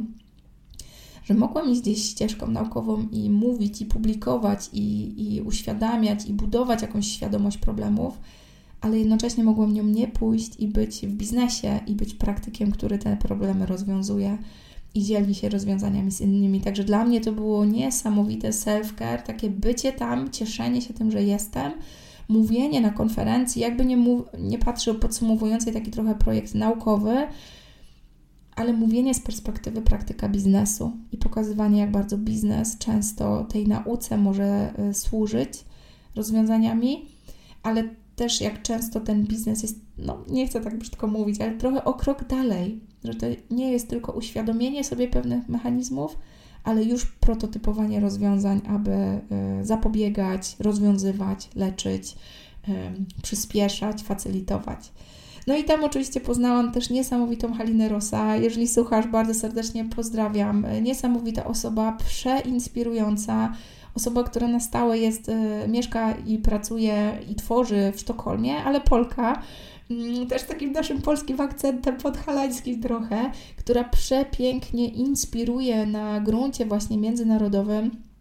że mogłam iść gdzieś ścieżką naukową i mówić, i publikować, i, i uświadamiać, i budować jakąś świadomość problemów, ale jednocześnie mogłam nią nie pójść i być w biznesie i być praktykiem, który te problemy rozwiązuje i dzieli się rozwiązaniami z innymi. Także dla mnie to było niesamowite self-care, takie bycie tam, cieszenie się tym, że jestem, mówienie na konferencji, jakby nie, mów, nie patrzył podsumowującej taki trochę projekt naukowy, ale mówienie z perspektywy praktyka biznesu i pokazywanie, jak bardzo biznes często tej nauce może y, służyć rozwiązaniami, ale też jak często ten biznes jest, no nie chcę tak brzydko mówić, ale trochę o krok dalej, że to nie jest tylko uświadomienie sobie pewnych mechanizmów, ale już prototypowanie rozwiązań, aby y, zapobiegać, rozwiązywać, leczyć, y, przyspieszać, facylitować. No i tam oczywiście poznałam też niesamowitą Halinę Rosa. Jeżeli słuchasz, bardzo serdecznie pozdrawiam. Niesamowita osoba, przeinspirująca, osoba, która na stałe jest, y, mieszka i pracuje i tworzy w Sztokholmie, ale Polka, y, też takim naszym polskim akcentem podhalańskim trochę, która przepięknie inspiruje na gruncie właśnie międzynarodowym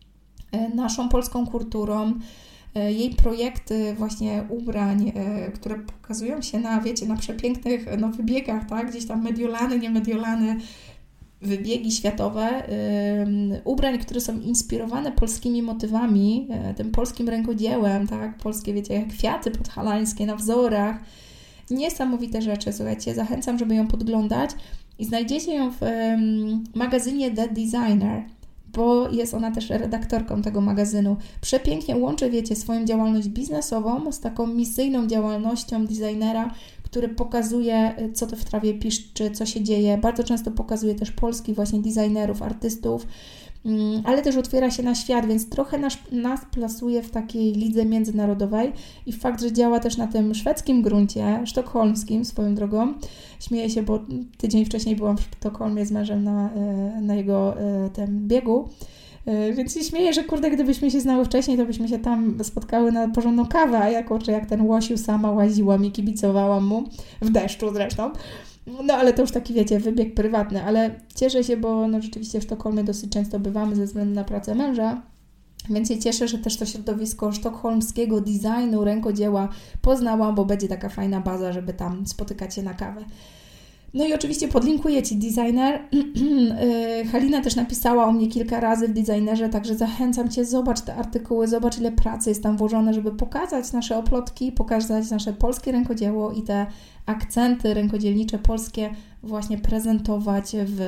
y, naszą polską kulturą. Jej projekty właśnie ubrań, które pokazują się na, wiecie, na przepięknych no, wybiegach, tak? Gdzieś tam mediolany, nie mediolany, wybiegi światowe, yy, ubrań, które są inspirowane polskimi motywami, yy, tym polskim rękodziełem, tak? Polskie, wiecie, kwiaty podhalańskie na wzorach. Niesamowite rzeczy, słuchajcie, zachęcam, żeby ją podglądać i znajdziecie ją w yy, magazynie The Designer, bo jest ona też redaktorką tego magazynu. Przepięknie łączy, wiecie, swoją działalność biznesową z taką misyjną działalnością designera, który pokazuje, co to w trawie piszczy, co się dzieje. Bardzo często pokazuje też polskich właśnie designerów, artystów, ale też otwiera się na świat, więc trochę nas, nas plasuje w takiej lidze międzynarodowej i fakt, że działa też na tym szwedzkim gruncie, sztokholmskim swoją drogą. Śmieję się, bo tydzień wcześniej byłam w Sztokholmie z mężem na, na jego tym biegu, więc się śmieję, że kurde, gdybyśmy się znały wcześniej, to byśmy się tam spotkały na porządną kawę, a ja kurczę, jak ten łosiu sama łaziłam i kibicowałam mu, w deszczu zresztą. No ale to już taki, wiecie, wybieg prywatny, ale cieszę się, bo no rzeczywiście w Sztokholmie dosyć często bywamy ze względu na pracę męża, więc się cieszę, że też to środowisko sztokholmskiego designu, rękodzieła poznałam, bo będzie taka fajna baza, żeby tam spotykać się na kawę. No i oczywiście podlinkuję Ci designer. Halina też napisała o mnie kilka razy w designerze, także zachęcam Cię, zobacz te artykuły, zobacz ile pracy jest tam włożone, żeby pokazać nasze oplotki, pokazać nasze polskie rękodzieło i te akcenty rękodzielnicze polskie właśnie prezentować w,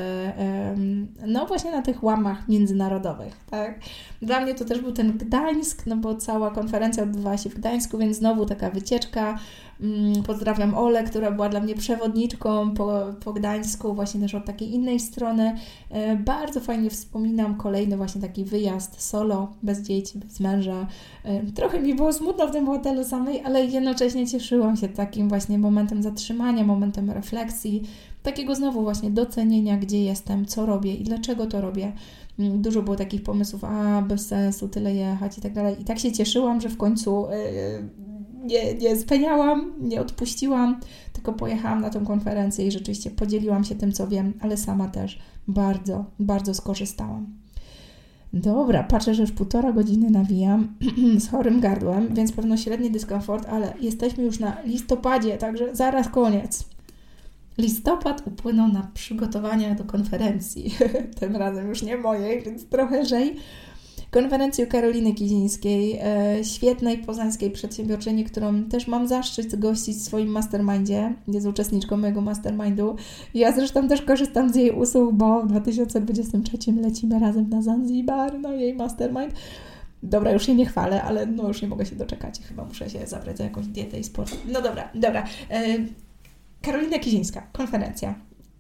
no właśnie na tych łamach międzynarodowych, tak? Dla mnie to też był ten Gdańsk, no bo cała konferencja odbywała się w Gdańsku, więc znowu taka wycieczka. Pozdrawiam Olę, która była dla mnie przewodniczką po, po Gdańsku, właśnie też od takiej innej strony. Bardzo fajnie wspominam kolejny właśnie taki wyjazd solo, bez dzieci, bez męża. Trochę mi było smutno w tym hotelu samej, ale jednocześnie cieszyłam się takim właśnie momentem zatrzymania, momentem refleksji, takiego znowu właśnie docenienia, gdzie jestem, co robię i dlaczego to robię. Dużo było takich pomysłów, a bez sensu tyle jechać i tak dalej. I tak się cieszyłam, że w końcu yy, nie, nie speniałam, nie odpuściłam, tylko pojechałam na tą konferencję i rzeczywiście podzieliłam się tym, co wiem, ale sama też bardzo, bardzo skorzystałam. Dobra, patrzę, że już półtora godziny nawijam z chorym gardłem, więc pewno średni dyskomfort, ale jesteśmy już na listopadzie, także zaraz koniec. Listopad upłynął na przygotowania do konferencji, tym razem już nie mojej, więc trochę lżej. Konferencji u Karoliny Kizińskiej, e, świetnej poznańskiej przedsiębiorczyni, którą też mam zaszczyt gościć w swoim mastermindzie, jest uczestniczką mojego mastermindu. Ja zresztą też korzystam z jej usług, bo w dwa tysiące dwudziestym trzecim lecimy razem na Zanzibar, na jej mastermind. Dobra, już się nie chwalę, ale no już nie mogę się doczekać, chyba muszę się zabrać za jakąś dietę i sport. No dobra, dobra. E, Karolina Kizińska, konferencja.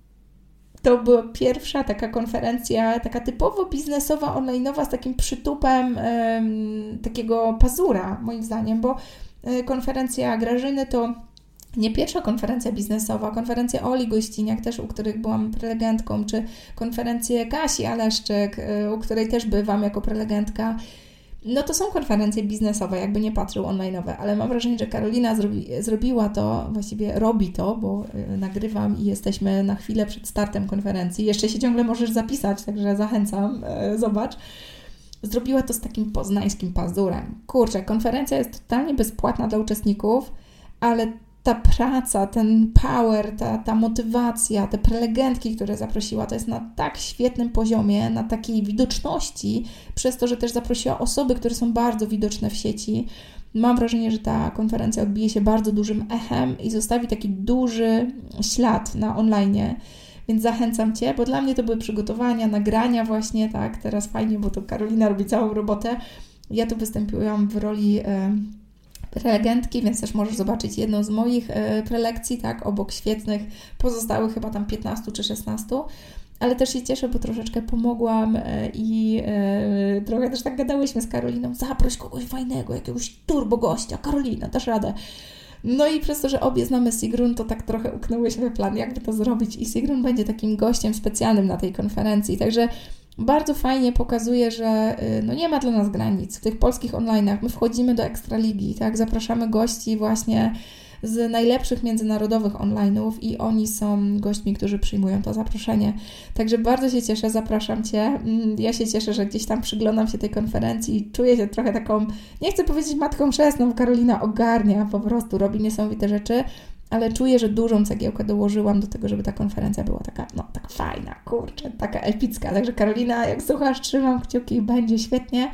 To była pierwsza taka konferencja, taka typowo biznesowa, online'owa, z takim przytupem ym, takiego pazura, moim zdaniem, bo y, konferencja Grażyny to nie pierwsza konferencja biznesowa, konferencja Oli Gościniak też, u których byłam prelegentką, czy konferencje Kasi Aleszczyk, y, u której też bywam jako prelegentka. No to są konferencje biznesowe, jakby nie patrzył online'owe, ale mam wrażenie, że Karolina zrobi, zrobiła to, właściwie robi to, bo y, nagrywam i jesteśmy na chwilę przed startem konferencji. Jeszcze się ciągle możesz zapisać, także zachęcam, y, zobacz. Zrobiła to z takim poznańskim pazurem. Kurczę, konferencja jest totalnie bezpłatna dla uczestników, ale ta praca, ten power, ta, ta motywacja, te prelegentki, które zaprosiła, to jest na tak świetnym poziomie, na takiej widoczności, przez to, że też zaprosiła osoby, które są bardzo widoczne w sieci. Mam wrażenie, że ta konferencja odbije się bardzo dużym echem i zostawi taki duży ślad na online. Więc zachęcam Cię, bo dla mnie to były przygotowania, nagrania właśnie, tak, teraz fajnie, bo to Karolina robi całą robotę. Ja tu występuję w roli Yy, prelegentki, więc też możesz zobaczyć jedną z moich e, prelekcji, tak, obok świetnych, pozostałych chyba tam piętnastu czy szesnastu, ale też się cieszę, bo troszeczkę pomogłam e, i e, trochę też tak gadałyśmy z Karoliną, zaproś kogoś fajnego, jakiegoś turbo gościa, Karolina, dasz radę. No i przez to, że obie znamy Sigrun, to tak trochę uknęłyśmy plan, jakby to zrobić i Sigrun będzie takim gościem specjalnym na tej konferencji, także bardzo fajnie pokazuje, że no nie ma dla nas granic. W tych polskich online'ach my wchodzimy do Ekstraligi, tak? Zapraszamy gości właśnie z najlepszych międzynarodowych online'ów i oni są gośćmi, którzy przyjmują to zaproszenie. Także bardzo się cieszę, zapraszam Cię. Ja się cieszę, że gdzieś tam przyglądam się tej konferencji i czuję się trochę taką, nie chcę powiedzieć matką chrzestną, Karolina ogarnia, po prostu robi niesamowite rzeczy, ale czuję, że dużą cegiełkę dołożyłam do tego, żeby ta konferencja była taka, no, taka fajna, kurczę, taka epicka. Także Karolina, jak słuchasz, trzymam kciuki, będzie świetnie.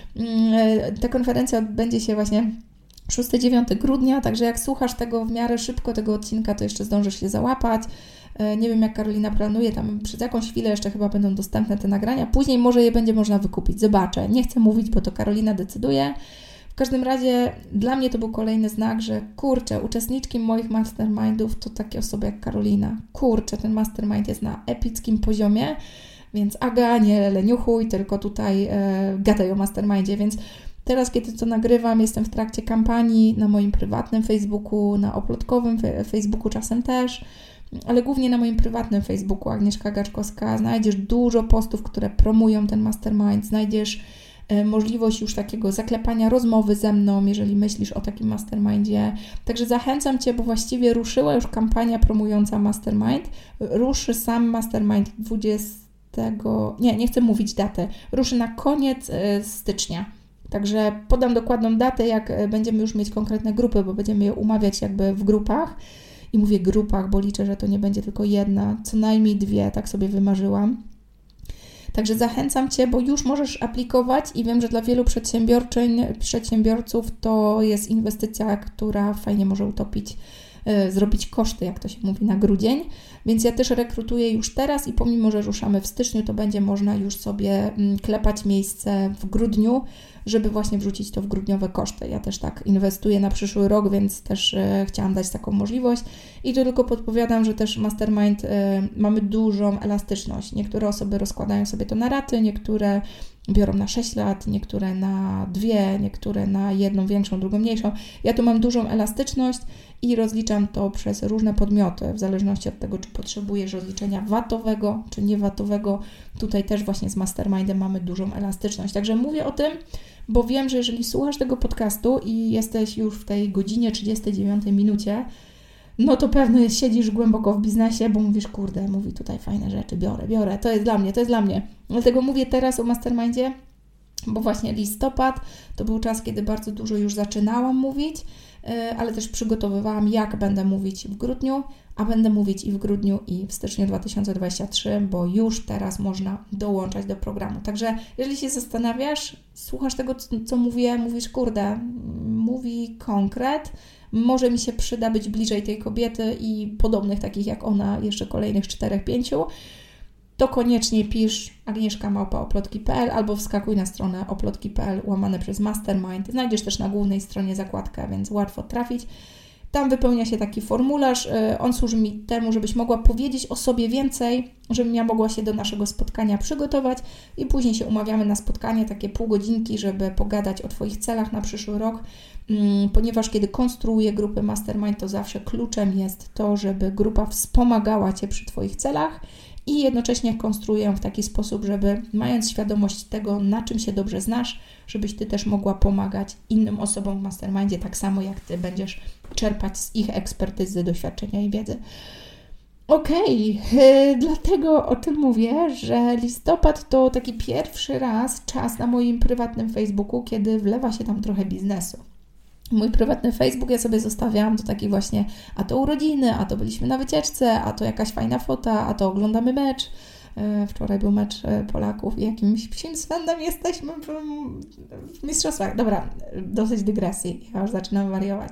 Ta konferencja odbędzie się właśnie szóstego do dziewiątego grudnia, także jak słuchasz tego w miarę szybko, tego odcinka, to jeszcze zdążysz się załapać. Nie wiem, jak Karolina planuje, tam przez jakąś chwilę jeszcze chyba będą dostępne te nagrania. Później może je będzie można wykupić, zobaczę. Nie chcę mówić, bo to Karolina decyduje. W każdym razie dla mnie to był kolejny znak, że kurczę, uczestniczki moich mastermindów to takie osoby jak Karolina. Kurczę, ten mastermind jest na epickim poziomie, więc Aga, nie leniuchuj, tylko tutaj e, gadaj o mastermindzie, więc teraz, kiedy to nagrywam, jestem w trakcie kampanii na moim prywatnym Facebooku, na oplotkowym Facebooku czasem też, ale głównie na moim prywatnym Facebooku Agnieszka Gaczkowska znajdziesz dużo postów, które promują ten mastermind, znajdziesz możliwość już takiego zaklepania rozmowy ze mną, jeżeli myślisz o takim mastermindzie. Także zachęcam Cię, bo właściwie ruszyła już kampania promująca mastermind. Ruszy sam mastermind dwudziestego... Nie, nie chcę mówić daty. Ruszy na koniec stycznia. Także podam dokładną datę, jak będziemy już mieć konkretne grupy, bo będziemy je umawiać jakby w grupach. I mówię grupach, bo liczę, że to nie będzie tylko jedna, co najmniej dwie, tak sobie wymarzyłam. Także zachęcam Cię, bo już możesz aplikować i wiem, że dla wielu przedsiębiorczyń, przedsiębiorców to jest inwestycja, która fajnie może utopić, yy, zrobić koszty, jak to się mówi, na grudzień. Więc ja też rekrutuję już teraz i pomimo, że ruszamy w styczniu, to będzie można już sobie klepać miejsce w grudniu, żeby właśnie wrzucić to w grudniowe koszty. Ja też tak inwestuję na przyszły rok, więc też e, chciałam dać taką możliwość. I tu tylko podpowiadam, że też Mastermind e, mamy dużą elastyczność. Niektóre osoby rozkładają sobie to na raty, niektóre biorą na sześć lat, niektóre na dwie, niektóre na jedną większą, drugą mniejszą. Ja tu mam dużą elastyczność i rozliczam to przez różne podmioty, w zależności od tego, czy potrzebujesz rozliczenia vatowego, czy nie vatowego. Tutaj też właśnie z Mastermindem mamy dużą elastyczność. Także mówię o tym, bo wiem, że jeżeli słuchasz tego podcastu i jesteś już w tej godzinie trzydziestej dziewiątej minucie, no to pewnie siedzisz głęboko w biznesie, bo mówisz, kurde, mówi tutaj fajne rzeczy, biorę, biorę, to jest dla mnie, to jest dla mnie. Dlatego mówię teraz o Mastermindzie, bo właśnie listopad to był czas, kiedy bardzo dużo już zaczynałam mówić, ale też przygotowywałam, jak będę mówić w grudniu, a będę mówić i w grudniu, i w styczniu dwa tysiące dwudziestym trzecim, bo już teraz można dołączać do programu. Także jeżeli się zastanawiasz, słuchasz tego, co, co mówię, mówisz, kurde, mówi konkret, może mi się przyda być bliżej tej kobiety i podobnych takich jak ona, jeszcze kolejnych czterech, pięciu, to koniecznie pisz agnieszka małpa oplotki kropka p l albo wskakuj na stronę oplotki kropka p l łamane przez Mastermind. Znajdziesz też na głównej stronie zakładkę, więc łatwo trafić. Tam wypełnia się taki formularz, on służy mi temu, żebyś mogła powiedzieć o sobie więcej, żebym ja mogła się do naszego spotkania przygotować i później się umawiamy na spotkanie, takie pół godzinki, żeby pogadać o Twoich celach na przyszły rok, ponieważ kiedy konstruuję grupy Mastermind, to zawsze kluczem jest to, żeby grupa wspomagała Cię przy Twoich celach i jednocześnie konstruuję ją w taki sposób, żeby mając świadomość tego, na czym się dobrze znasz, żebyś Ty też mogła pomagać innym osobom w Mastermindzie, tak samo jak Ty będziesz czerpać z ich ekspertyzy, doświadczenia i wiedzy. Okej, okay, dlatego o tym mówię, że listopad to taki pierwszy raz czas na moim prywatnym Facebooku, kiedy wlewa się tam trochę biznesu. Mój prywatny Facebook ja sobie zostawiałam do takich właśnie, a to urodziny, a to byliśmy na wycieczce, a to jakaś fajna fota, a to oglądamy mecz. Wczoraj był mecz Polaków i jakimś psim swędem jesteśmy w mistrzostwach. Dobra, dosyć dygresji, ja już zaczynam wariować.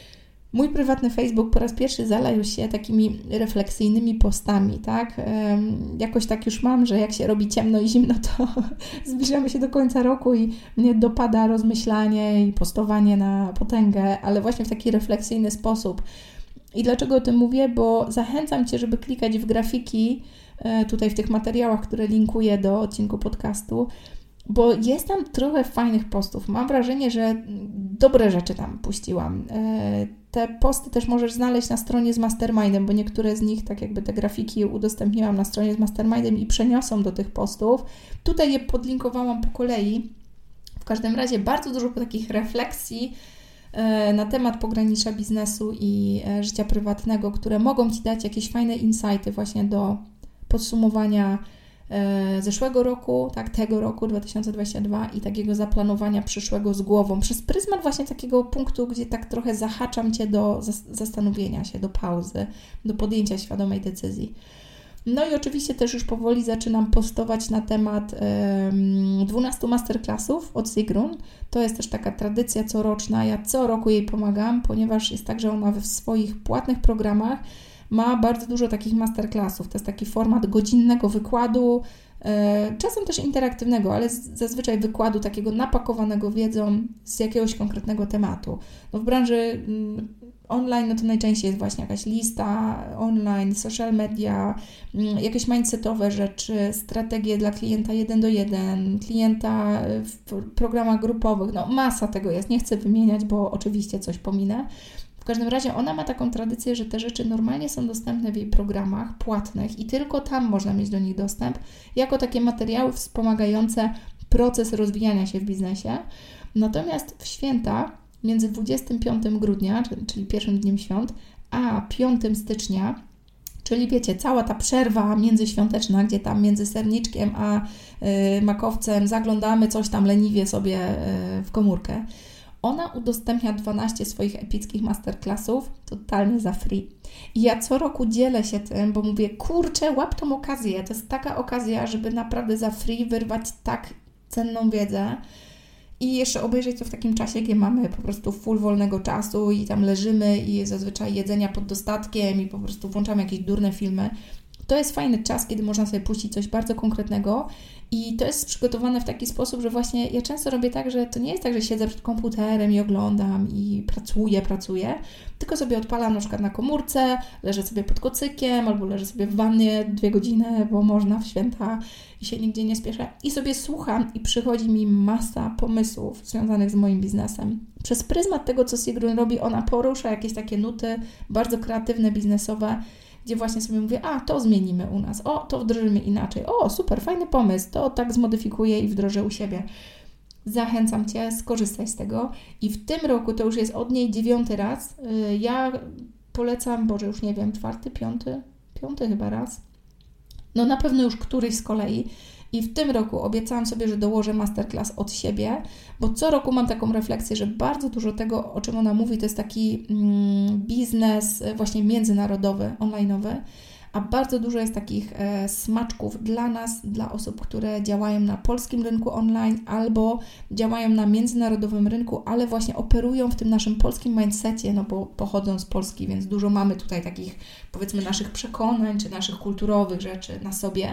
Mój prywatny Facebook po raz pierwszy zalał się takimi refleksyjnymi postami, tak? Jakoś tak już mam, że jak się robi ciemno i zimno, to zbliżamy się do końca roku i mnie dopada rozmyślanie i postowanie na potęgę, ale właśnie w taki refleksyjny sposób. I dlaczego o tym mówię? Bo zachęcam Cię, żeby klikać w grafiki tutaj w tych materiałach, które linkuję do odcinku podcastu, bo jest tam trochę fajnych postów. Mam wrażenie, że dobre rzeczy tam puściłam. Te posty też możesz znaleźć na stronie z Mastermindem, bo niektóre z nich, tak jakby te grafiki udostępniłam na stronie z Mastermindem i przeniosą do tych postów. Tutaj je podlinkowałam po kolei. W każdym razie bardzo dużo takich refleksji na temat pogranicza biznesu i życia prywatnego, które mogą Ci dać jakieś fajne insighty właśnie do podsumowania zeszłego roku, tak, tego roku dwa tysiące dwudziestego drugiego i takiego zaplanowania przyszłego z głową, przez pryzmat właśnie takiego punktu, gdzie tak trochę zahaczam Cię do zastanowienia się, do pauzy, do podjęcia świadomej decyzji. No i oczywiście też już powoli zaczynam postować na temat um, dwunastu masterclassów od Sigrun. To jest też taka tradycja coroczna, ja co roku jej pomagam, ponieważ jest tak, że ona w swoich płatnych programach ma bardzo dużo takich masterclassów. To jest taki format godzinnego wykładu, e, czasem też interaktywnego, ale z, zazwyczaj wykładu takiego napakowanego wiedzą z jakiegoś konkretnego tematu. No w branży mm, online no to najczęściej jest właśnie jakaś lista online, social media, mm, jakieś mindsetowe rzeczy, strategie dla klienta jeden do jeden, klienta w programach grupowych. No masa tego jest. Nie chcę wymieniać, bo oczywiście coś pominę. W każdym razie ona ma taką tradycję, że te rzeczy normalnie są dostępne w jej programach płatnych i tylko tam można mieć do nich dostęp, jako takie materiały wspomagające proces rozwijania się w biznesie. Natomiast w święta między dwudziestego piątego grudnia, czyli pierwszym dniem świąt, a piątego stycznia, czyli wiecie, cała ta przerwa międzyświąteczna, gdzie tam między serniczkiem a y, makowcem zaglądamy coś tam leniwie sobie y, w komórkę, Ona udostępnia dwanaście swoich epickich masterclassów totalnie za free. I ja co roku dzielę się tym, bo mówię, kurczę, łap tą okazję. To jest taka okazja, żeby naprawdę za free wyrwać tak cenną wiedzę i jeszcze obejrzeć to w takim czasie, gdzie mamy po prostu full wolnego czasu i tam leżymy i zazwyczaj jedzenia pod dostatkiem i po prostu włączamy jakieś durne filmy. To jest fajny czas, kiedy można sobie puścić coś bardzo konkretnego i to jest przygotowane w taki sposób, że właśnie ja często robię tak, że to nie jest tak, że siedzę przed komputerem i oglądam i pracuję, pracuję, tylko sobie odpalam na przykład na komórce, leżę sobie pod kocykiem albo leżę sobie w wannie dwie godziny, bo można w święta i się nigdzie nie spieszę i sobie słucham i przychodzi mi masa pomysłów związanych z moim biznesem. Przez pryzmat tego, co Sigrun robi, ona porusza jakieś takie nuty bardzo kreatywne, biznesowe, gdzie właśnie sobie mówię, a to zmienimy u nas, o to wdrożymy inaczej, o super, fajny pomysł, to tak zmodyfikuję i wdrożę u siebie. Zachęcam Cię, skorzystaj z tego i w tym roku to już jest od niej dziewiąty raz. Ja polecam, Boże już nie wiem, czwarty, piąty, piąty chyba raz. No na pewno już któryś z kolei. I w tym roku obiecałam sobie, że dołożę masterclass od siebie, bo co roku mam taką refleksję, że bardzo dużo tego, o czym ona mówi, to jest taki mm, biznes właśnie międzynarodowy, online'owy, a bardzo dużo jest takich e, smaczków dla nas, dla osób, które działają na polskim rynku online albo działają na międzynarodowym rynku, ale właśnie operują w tym naszym polskim mindsetie, no bo pochodzą z Polski, więc dużo mamy tutaj takich, powiedzmy, naszych przekonań czy naszych kulturowych rzeczy na sobie.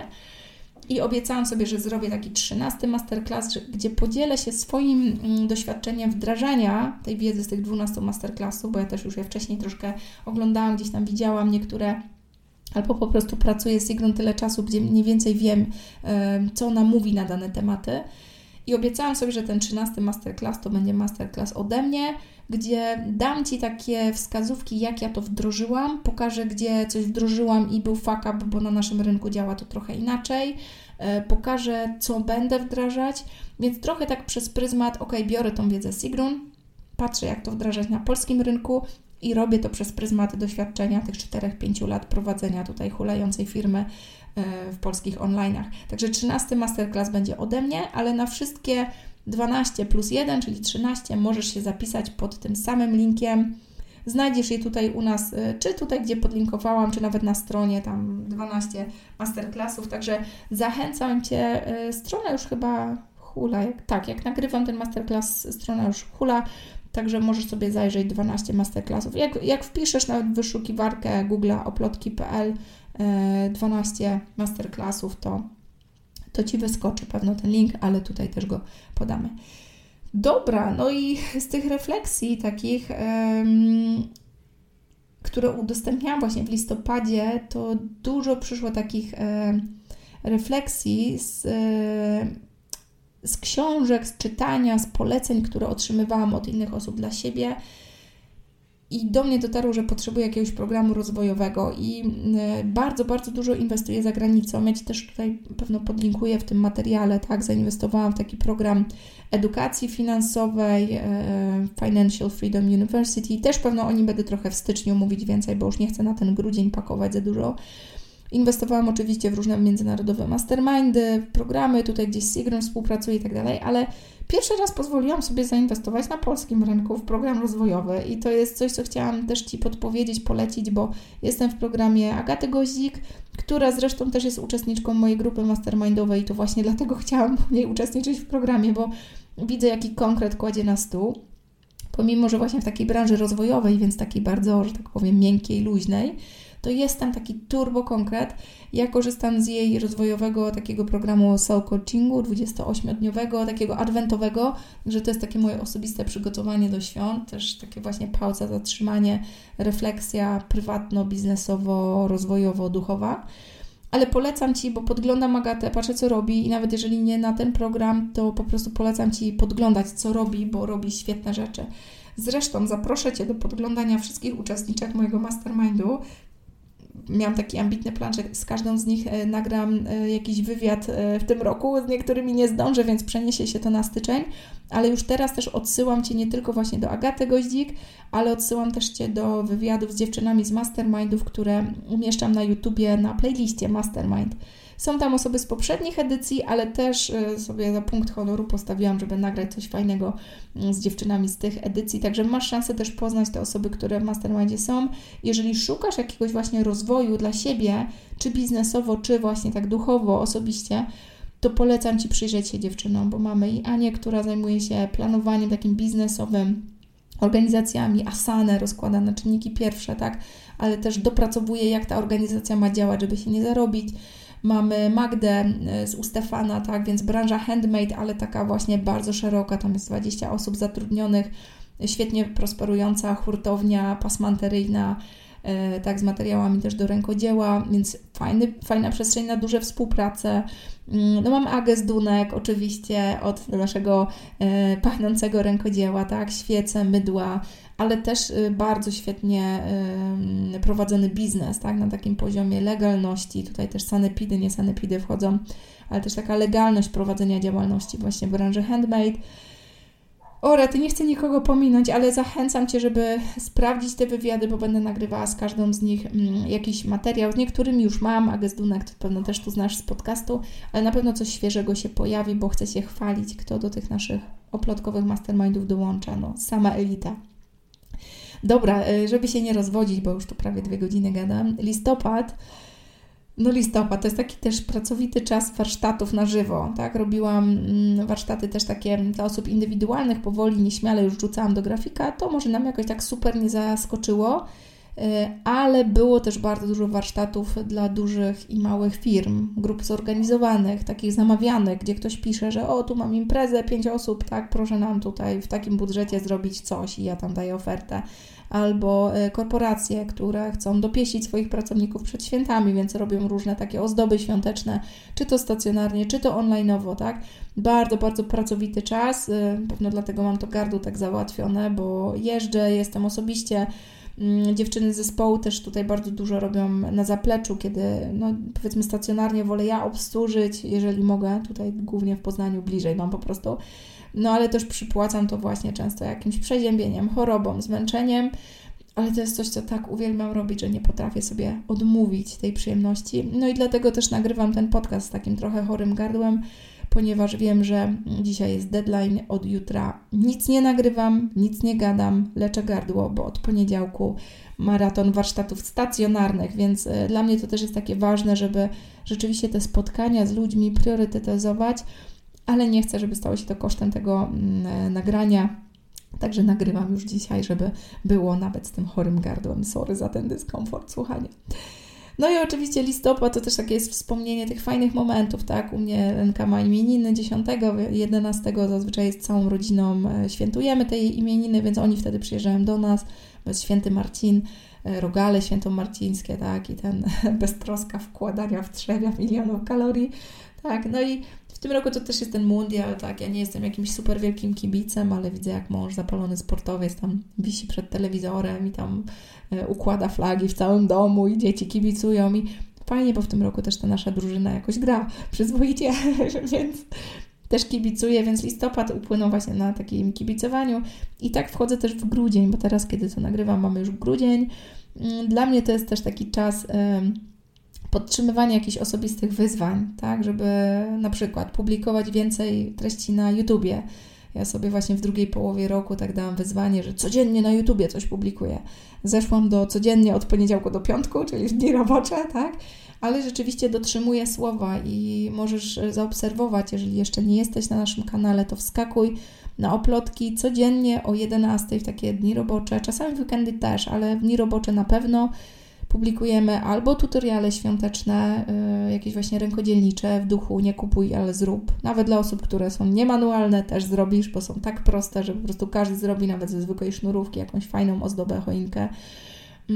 I obiecałam sobie, że zrobię taki trzynasty masterclass, gdzie podzielę się swoim doświadczeniem wdrażania tej wiedzy z tych dwunastu masterclassów, bo ja też już je wcześniej troszkę oglądałam, gdzieś tam widziałam niektóre, albo po prostu pracuję z Sigrun tyle czasu, gdzie mniej więcej wiem, co ona mówi na dane tematy. I obiecałam sobie, że ten trzynasty masterclass to będzie masterclass ode mnie, gdzie dam Ci takie wskazówki, jak ja to wdrożyłam, pokażę, gdzie coś wdrożyłam i był fuck up, bo na naszym rynku działa to trochę inaczej, pokażę, co będę wdrażać, więc trochę tak przez pryzmat, ok, biorę tą wiedzę Sigrun, patrzę, jak to wdrażać na polskim rynku i robię to przez pryzmat doświadczenia tych czterech pięciu lat prowadzenia tutaj hulającej firmy w polskich online'ach. Także trzynasty masterclass będzie ode mnie, ale na wszystkie dwanaście plus jeden, czyli trzynaście, możesz się zapisać pod tym samym linkiem. Znajdziesz je tutaj u nas, czy tutaj, gdzie podlinkowałam, czy nawet na stronie, tam dwanaście masterclassów. Także zachęcam Cię. Strona już chyba hula. Jak, tak, jak nagrywam ten masterclass, strona już hula. Także możesz sobie zajrzeć dwanaście masterclassów. Jak, jak wpiszesz nawet w wyszukiwarkę Google'a oplotki kropka p l dwanaście masterclassów, to, to Ci wyskoczy pewno ten link, ale tutaj też go podamy. Dobra, no i z tych refleksji takich, um, które udostępniałam właśnie w listopadzie, to dużo przyszło takich um, refleksji z, um, z książek, z czytania, z poleceń, które otrzymywałam od innych osób dla siebie. I do mnie dotarło, że potrzebuję jakiegoś programu rozwojowego i bardzo, bardzo dużo inwestuję za granicą. Ja Ci też tutaj pewno podlinkuję w tym materiale, tak? Zainwestowałam w taki program edukacji finansowej, Financial Freedom University. Też pewno o nim będę trochę w styczniu mówić więcej, bo już nie chcę na ten grudzień pakować za dużo. Inwestowałam oczywiście w różne międzynarodowe mastermindy, programy, tutaj gdzieś z Sigrun współpracuję i tak dalej, ale pierwszy raz pozwoliłam sobie zainwestować na polskim rynku w program rozwojowy i to jest coś, co chciałam też Ci podpowiedzieć, polecić, bo jestem w programie Agaty Goździk, która zresztą też jest uczestniczką mojej grupy mastermindowej i to właśnie dlatego chciałam w niej uczestniczyć w programie, bo widzę, jaki konkret kładzie na stół. Pomimo, że właśnie w takiej branży rozwojowej, więc takiej bardzo, że tak powiem, miękkiej, luźnej, to jest tam taki turbo konkret. Ja korzystam z jej rozwojowego takiego programu soul coachingu dwudziestoośmiodniowego, takiego adwentowego, że to jest takie moje osobiste przygotowanie do świąt, też takie właśnie pauza, zatrzymanie, refleksja prywatno-biznesowo-rozwojowo-duchowa. Ale polecam Ci, bo podglądam Agatę, patrzę, co robi i nawet jeżeli nie na ten program, to po prostu polecam Ci podglądać, co robi, bo robi świetne rzeczy. Zresztą zaproszę Cię do podglądania wszystkich uczestniczek mojego mastermindu. Miałam taki ambitny plan, że z każdą z nich nagram jakiś wywiad w tym roku, z niektórymi nie zdążę, więc przeniesie się to na styczeń, ale już teraz też odsyłam Cię nie tylko właśnie do Agaty Goździk, ale odsyłam też Cię do wywiadów z dziewczynami z mastermindów, które umieszczam na YouTubie na playliście Mastermind. Są tam osoby z poprzednich edycji, ale też sobie za punkt honoru postawiłam, żeby nagrać coś fajnego z dziewczynami z tych edycji, także masz szansę też poznać te osoby, które w Mastermindzie są. Jeżeli szukasz jakiegoś właśnie rozwoju dla siebie, czy biznesowo, czy właśnie tak duchowo, osobiście, to polecam Ci przyjrzeć się dziewczynom, bo mamy i Anię, która zajmuje się planowaniem takim biznesowym, organizacjami, asanę rozkłada na czynniki pierwsze, tak, ale też dopracowuje, jak ta organizacja ma działać, żeby się nie zarobić. Mamy Magdę z u Stefana, tak, więc branża handmade, ale taka właśnie bardzo szeroka, tam jest dwadzieścia osób zatrudnionych, świetnie prosperująca hurtownia pasmanteryjna, tak, z materiałami też do rękodzieła, więc fajny, fajna przestrzeń na duże współpracę. No mam Agę z Dunek, oczywiście od naszego e, pachnącego rękodzieła, tak, świece, mydła, ale też e, bardzo świetnie e, prowadzony biznes, tak, na takim poziomie legalności, tutaj też sanepidy, nie sanepidy wchodzą, ale też taka legalność prowadzenia działalności właśnie w branży handmade. O rety, nie chcę nikogo pominąć, ale zachęcam Cię, żeby sprawdzić te wywiady, bo będę nagrywała z każdą z nich mm, jakiś materiał. Z niektórymi już mam, Agę z Dunek to pewno też tu znasz z podcastu, ale na pewno coś świeżego się pojawi, bo chcę się chwalić, kto do tych naszych oplotkowych mastermindów dołącza. No, sama elita. Dobra, żeby się nie rozwodzić, bo już tu prawie dwie godziny gadam. Listopad. No listopad to jest taki też pracowity czas warsztatów na żywo, tak? Robiłam warsztaty też takie dla osób indywidualnych, powoli, nieśmiale już rzucałam do grafika, to może nam jakoś tak super nie zaskoczyło, ale było też bardzo dużo warsztatów dla dużych i małych firm, grup zorganizowanych, takich zamawianych, gdzie ktoś pisze, że o, tu mam imprezę, pięć osób, tak, proszę nam tutaj w takim budżecie zrobić coś i ja tam daję ofertę. Albo korporacje, które chcą dopieścić swoich pracowników przed świętami, więc robią różne takie ozdoby świąteczne, czy to stacjonarnie, czy to online'owo, tak? Bardzo, bardzo pracowity czas, pewno dlatego mam to gardło tak załatwione, bo jeżdżę, jestem osobiście. Dziewczyny z zespołu też tutaj bardzo dużo robią na zapleczu, kiedy no powiedzmy stacjonarnie wolę ja obsłużyć, jeżeli mogę, tutaj głównie w Poznaniu bliżej mam po prostu, no ale też przypłacam to właśnie często jakimś przeziębieniem, chorobą, zmęczeniem, ale to jest coś, co tak uwielbiam robić, że nie potrafię sobie odmówić tej przyjemności. No i dlatego też nagrywam ten podcast z takim trochę chorym gardłem, ponieważ wiem, że dzisiaj jest deadline, od jutra nic nie nagrywam, nic nie gadam, leczę gardło, bo od poniedziałku maraton warsztatów stacjonarnych, więc dla mnie to też jest takie ważne, żeby rzeczywiście te spotkania z ludźmi priorytetyzować, ale nie chcę, żeby stało się to kosztem tego nagrania. Także nagrywam już dzisiaj, żeby było nawet z tym chorym gardłem. Sorry za ten dyskomfort słuchania. No i oczywiście listopad to też takie jest wspomnienie tych fajnych momentów, tak? U mnie Lenka ma imieniny dziesiątego, jedenastego zazwyczaj z całą rodziną świętujemy te jej imieniny, więc oni wtedy przyjeżdżają do nas, bo jest święty Marcin, rogale świętomarcińskie, tak? I ten beztroska wkładania w trzewia milionów kalorii, tak? No i w tym roku to też jest ten mundial, tak, ja nie jestem jakimś super wielkim kibicem, ale widzę, jak mąż zapalony sportowiec tam wisi przed telewizorem i tam e, układa flagi w całym domu i dzieci kibicują i fajnie, bo w tym roku też ta nasza drużyna jakoś gra przyzwoicie, więc też kibicuję, więc listopad upłynął właśnie na takim kibicowaniu i tak wchodzę też w grudzień, bo teraz, kiedy to nagrywam, mamy już grudzień. Dla mnie to jest też taki czas e, podtrzymywanie jakichś osobistych wyzwań, tak, żeby na przykład publikować więcej treści na YouTubie. Ja sobie właśnie w drugiej połowie roku tak dałam wyzwanie, że codziennie na YouTubie coś publikuję. Zeszłam do codziennie od poniedziałku do piątku, czyli w dni robocze, tak, ale rzeczywiście dotrzymuję słowa i możesz zaobserwować, jeżeli jeszcze nie jesteś na naszym kanale, to wskakuj na oplotki codziennie o jedenastej w takie dni robocze, czasami w weekendy też, ale w dni robocze na pewno. Publikujemy albo tutoriale świąteczne, yy, jakieś właśnie rękodzielnicze w duchu nie kupuj, ale zrób. Nawet dla osób, które są niemanualne też zrobisz, bo są tak proste, że po prostu każdy zrobi nawet ze zwykłej sznurówki jakąś fajną ozdobę, choinkę. Yy,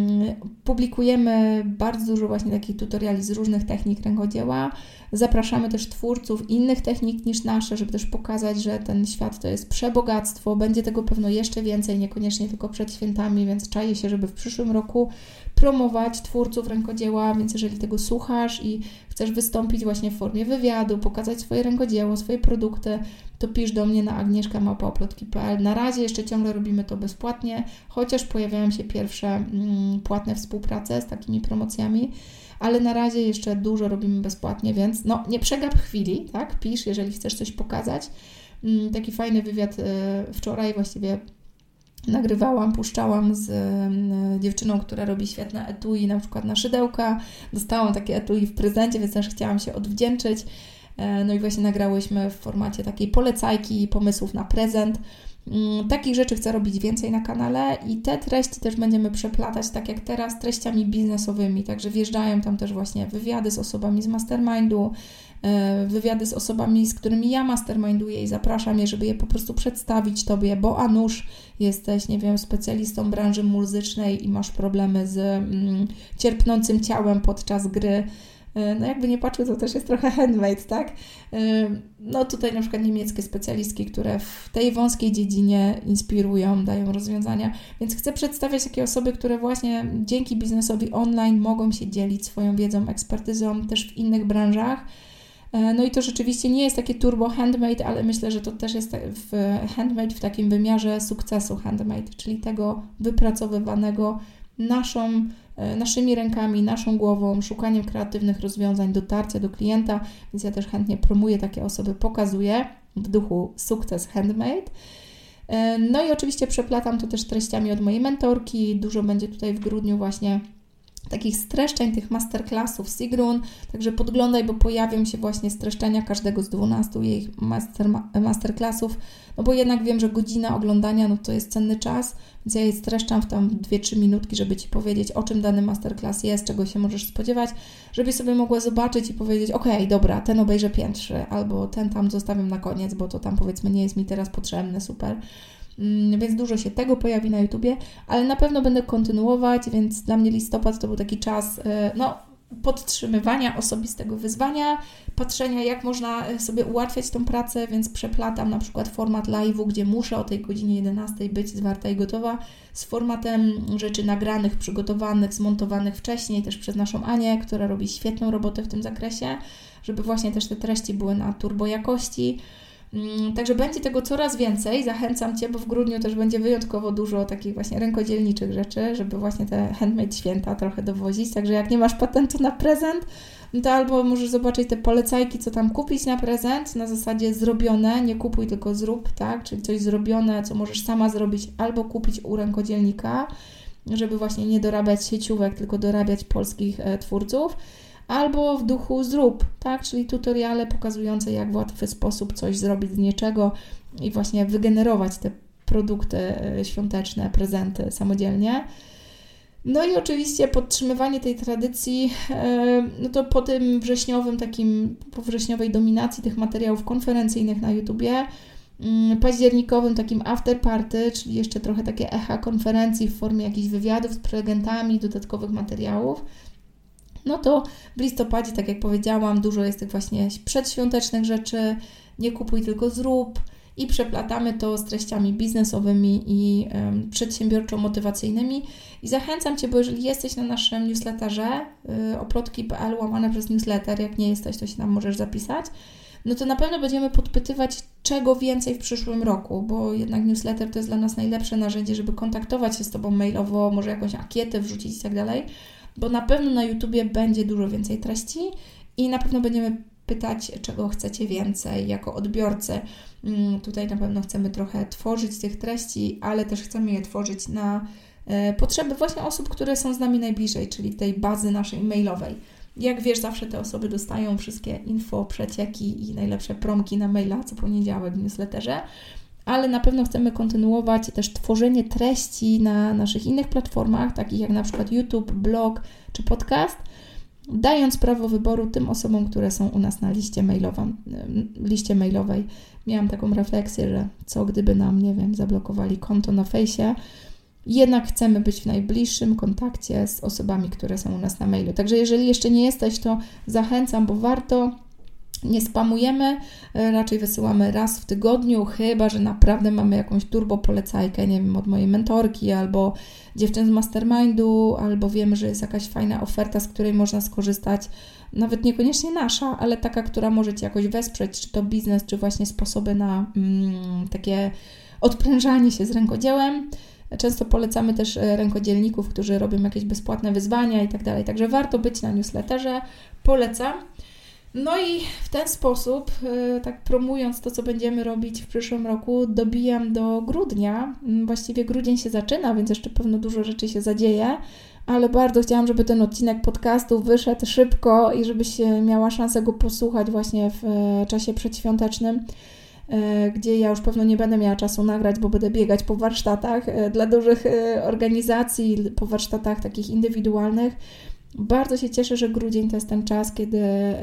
publikujemy bardzo dużo właśnie takich tutoriali z różnych technik rękodzieła. Zapraszamy też twórców innych technik niż nasze, żeby też pokazać, że ten świat to jest przebogactwo. Będzie tego pewno jeszcze więcej, niekoniecznie tylko przed świętami, więc czaję się, żeby w przyszłym roku promować twórców rękodzieła, więc jeżeli tego słuchasz i chcesz wystąpić właśnie w formie wywiadu, pokazać swoje rękodzieło, swoje produkty, to pisz do mnie na agnieszka małpa oplotki kropka p l. Na razie jeszcze ciągle robimy to bezpłatnie, chociaż pojawiają się pierwsze mm, płatne współprace z takimi promocjami, ale na razie jeszcze dużo robimy bezpłatnie, więc no nie przegap chwili, tak? Pisz, jeżeli chcesz coś pokazać. Mm, taki fajny wywiad y, wczoraj właściwie nagrywałam, puszczałam z y, dziewczyną, która robi świetne etui, na przykład na szydełka. Dostałam takie etui w prezencie, więc też chciałam się odwdzięczyć. Y, no i właśnie nagrałyśmy w formacie takiej polecajki i pomysłów na prezent. Y, takich rzeczy chcę robić więcej na kanale i te treści też będziemy przeplatać, tak jak teraz, treściami biznesowymi. Także wjeżdżają tam też właśnie wywiady z osobami z mastermindu, wywiady z osobami, z którymi ja masterminduję i zapraszam je, żeby je po prostu przedstawić Tobie, bo a nuż jesteś, nie wiem, specjalistą branży muzycznej i masz problemy z mm, cierpnącym ciałem podczas gry. No jakby nie patrzył, to też jest trochę handmade, tak? No tutaj na przykład niemieckie specjalistki, które w tej wąskiej dziedzinie inspirują, dają rozwiązania, więc chcę przedstawiać takie osoby, które właśnie dzięki biznesowi online mogą się dzielić swoją wiedzą, ekspertyzą też w innych branżach. No i to rzeczywiście nie jest takie turbo handmade, ale myślę, że to też jest w handmade w takim wymiarze sukcesu handmade, czyli tego wypracowywanego naszą, naszymi rękami, naszą głową, szukaniem kreatywnych rozwiązań, dotarcia do klienta, więc ja też chętnie promuję takie osoby, pokazuję w duchu sukces handmade. No i oczywiście przeplatam to też treściami od mojej mentorki, dużo będzie tutaj w grudniu właśnie takich streszczeń, tych masterclassów Sigrun, także podglądaj, bo pojawią się właśnie streszczenia każdego z dwunastu jej master, masterclassów, no bo jednak wiem, że godzina oglądania, no to jest cenny czas, więc ja je streszczam w tam dwie trzy minutki, żeby Ci powiedzieć, o czym dany masterclass jest, czego się możesz spodziewać, żebyś sobie mogła zobaczyć i powiedzieć, ok, dobra, ten obejrzę pierwszy, albo ten tam zostawię na koniec, bo to tam powiedzmy nie jest mi teraz potrzebne, super. Więc dużo się tego pojawi na YouTubie, ale na pewno będę kontynuować, więc dla mnie listopad to był taki czas no, podtrzymywania osobistego wyzwania, patrzenia jak można sobie ułatwiać tą pracę, więc przeplatam na przykład format live'u, gdzie muszę o tej godzinie jedenastej być zwarta i gotowa, z formatem rzeczy nagranych, przygotowanych, zmontowanych wcześniej też przez naszą Anię, która robi świetną robotę w tym zakresie, żeby właśnie też te treści były na turbo jakości. Także będzie tego coraz więcej. Zachęcam Cię, bo w grudniu też będzie wyjątkowo dużo takich właśnie rękodzielniczych rzeczy, żeby właśnie te handmade święta trochę dowozić. Także jak nie masz patentu na prezent, no to albo możesz zobaczyć te polecajki, co tam kupić na prezent, na zasadzie zrobione, nie kupuj, tylko zrób, tak? Czyli coś zrobione, co możesz sama zrobić, albo kupić u rękodzielnika, żeby właśnie nie dorabiać sieciówek, tylko dorabiać polskich e, twórców. Albo w duchu zrób, tak? Czyli tutoriale pokazujące, jak w łatwy sposób coś zrobić z niczego i właśnie wygenerować te produkty świąteczne, prezenty samodzielnie. No i oczywiście podtrzymywanie tej tradycji, no to po tym wrześniowym takim, po wrześniowej dominacji tych materiałów konferencyjnych na YouTubie, październikowym takim after party, czyli jeszcze trochę takie echa konferencji w formie jakichś wywiadów z prelegentami, dodatkowych materiałów, no to w listopadzie, tak jak powiedziałam, dużo jest tych właśnie przedświątecznych rzeczy, nie kupuj, tylko zrób i przeplatamy to z treściami biznesowymi i um, przedsiębiorczo-motywacyjnymi i zachęcam Cię, bo jeżeli jesteś na naszym newsletterze y, oplotki kropka p l łamane przez newsletter, jak nie jesteś, to się tam możesz zapisać, no to na pewno będziemy podpytywać, czego więcej w przyszłym roku, bo jednak newsletter to jest dla nas najlepsze narzędzie, żeby kontaktować się z Tobą mailowo, może jakąś ankietę wrzucić i tak dalej, bo na pewno na YouTubie będzie dużo więcej treści i na pewno będziemy pytać, czego chcecie więcej jako odbiorcy. Tutaj na pewno chcemy trochę tworzyć tych treści, ale też chcemy je tworzyć na potrzeby właśnie osób, które są z nami najbliżej, czyli tej bazy naszej mailowej. Jak wiesz, zawsze te osoby dostają wszystkie info, przecieki i najlepsze promki na maila co poniedziałek w newsletterze, ale na pewno chcemy kontynuować też tworzenie treści na naszych innych platformach, takich jak na przykład YouTube, blog czy podcast, dając prawo wyboru tym osobom, które są u nas na liście mailową, liście mailowej. Miałam taką refleksję, że co gdyby nam, nie wiem, zablokowali konto na fejsie, jednak chcemy być w najbliższym kontakcie z osobami, które są u nas na mailu. Także jeżeli jeszcze nie jesteś, to zachęcam, bo warto. Nie spamujemy, raczej wysyłamy raz w tygodniu, chyba że naprawdę mamy jakąś turbo polecajkę, nie wiem, od mojej mentorki albo dziewczyn z mastermindu, albo wiemy, że jest jakaś fajna oferta, z której można skorzystać, nawet niekoniecznie nasza, ale taka, która może Cię jakoś wesprzeć, czy to biznes, czy właśnie sposoby na mm, takie odprężanie się z rękodziełem. Często polecamy też rękodzielników, którzy robią jakieś bezpłatne wyzwania i tak dalej, także warto być na newsletterze, polecam. No i w ten sposób, tak promując to, co będziemy robić w przyszłym roku, dobijam do grudnia. Właściwie grudzień się zaczyna, więc jeszcze pewno dużo rzeczy się zadzieje, ale bardzo chciałam, żeby ten odcinek podcastu wyszedł szybko i żebyś miała szansę go posłuchać właśnie w czasie przedświątecznym, gdzie ja już pewno nie będę miała czasu nagrać, bo będę biegać po warsztatach dla dużych organizacji, po warsztatach takich indywidualnych. Bardzo się cieszę, że grudzień to jest ten czas, kiedy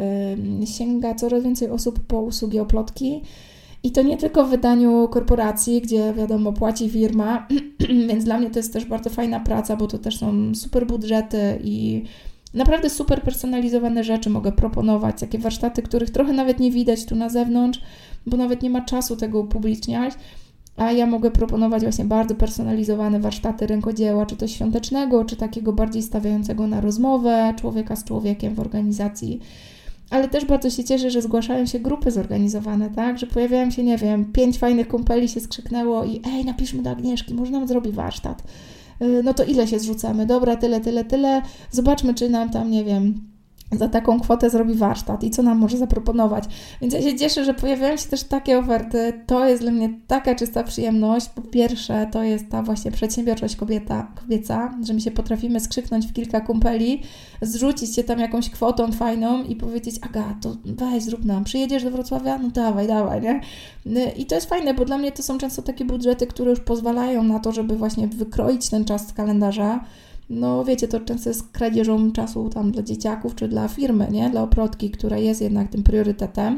y, sięga coraz więcej osób po usługi oplotki i to nie tylko w wydaniu korporacji, gdzie wiadomo płaci firma, więc dla mnie to jest też bardzo fajna praca, bo to też są super budżety i naprawdę super personalizowane rzeczy mogę proponować, takie warsztaty, których trochę nawet nie widać tu na zewnątrz, bo nawet nie ma czasu tego upubliczniać. A ja mogę proponować właśnie bardzo personalizowane warsztaty rękodzieła, czy to świątecznego, czy takiego bardziej stawiającego na rozmowę człowieka z człowiekiem w organizacji. Ale też bardzo się cieszę, że zgłaszają się grupy zorganizowane, tak? Że pojawiają się, nie wiem, pięć fajnych kumpeli się skrzyknęło i ej, napiszmy do Agnieszki, może nam zrobi warsztat. No to ile się zrzucamy? Dobra, tyle, tyle, tyle. Zobaczmy, czy nam tam, nie wiem, za taką kwotę zrobi warsztat i co nam może zaproponować. Więc ja się cieszę, że pojawiają się też takie oferty. To jest dla mnie taka czysta przyjemność. Po pierwsze, to jest ta właśnie przedsiębiorczość kobieta, kobieca, że my się potrafimy skrzyknąć w kilka kumpeli, zrzucić się tam jakąś kwotą fajną i powiedzieć: Aga, to weź, zrób nam. Przyjedziesz do Wrocławia? No dawaj, dawaj, nie? I to jest fajne, bo dla mnie to są często takie budżety, które już pozwalają na to, żeby właśnie wykroić ten czas z kalendarza. No wiecie, to często jest kradzieżą czasu tam dla dzieciaków czy dla firmy, nie? Dla oplotki, która jest jednak tym priorytetem,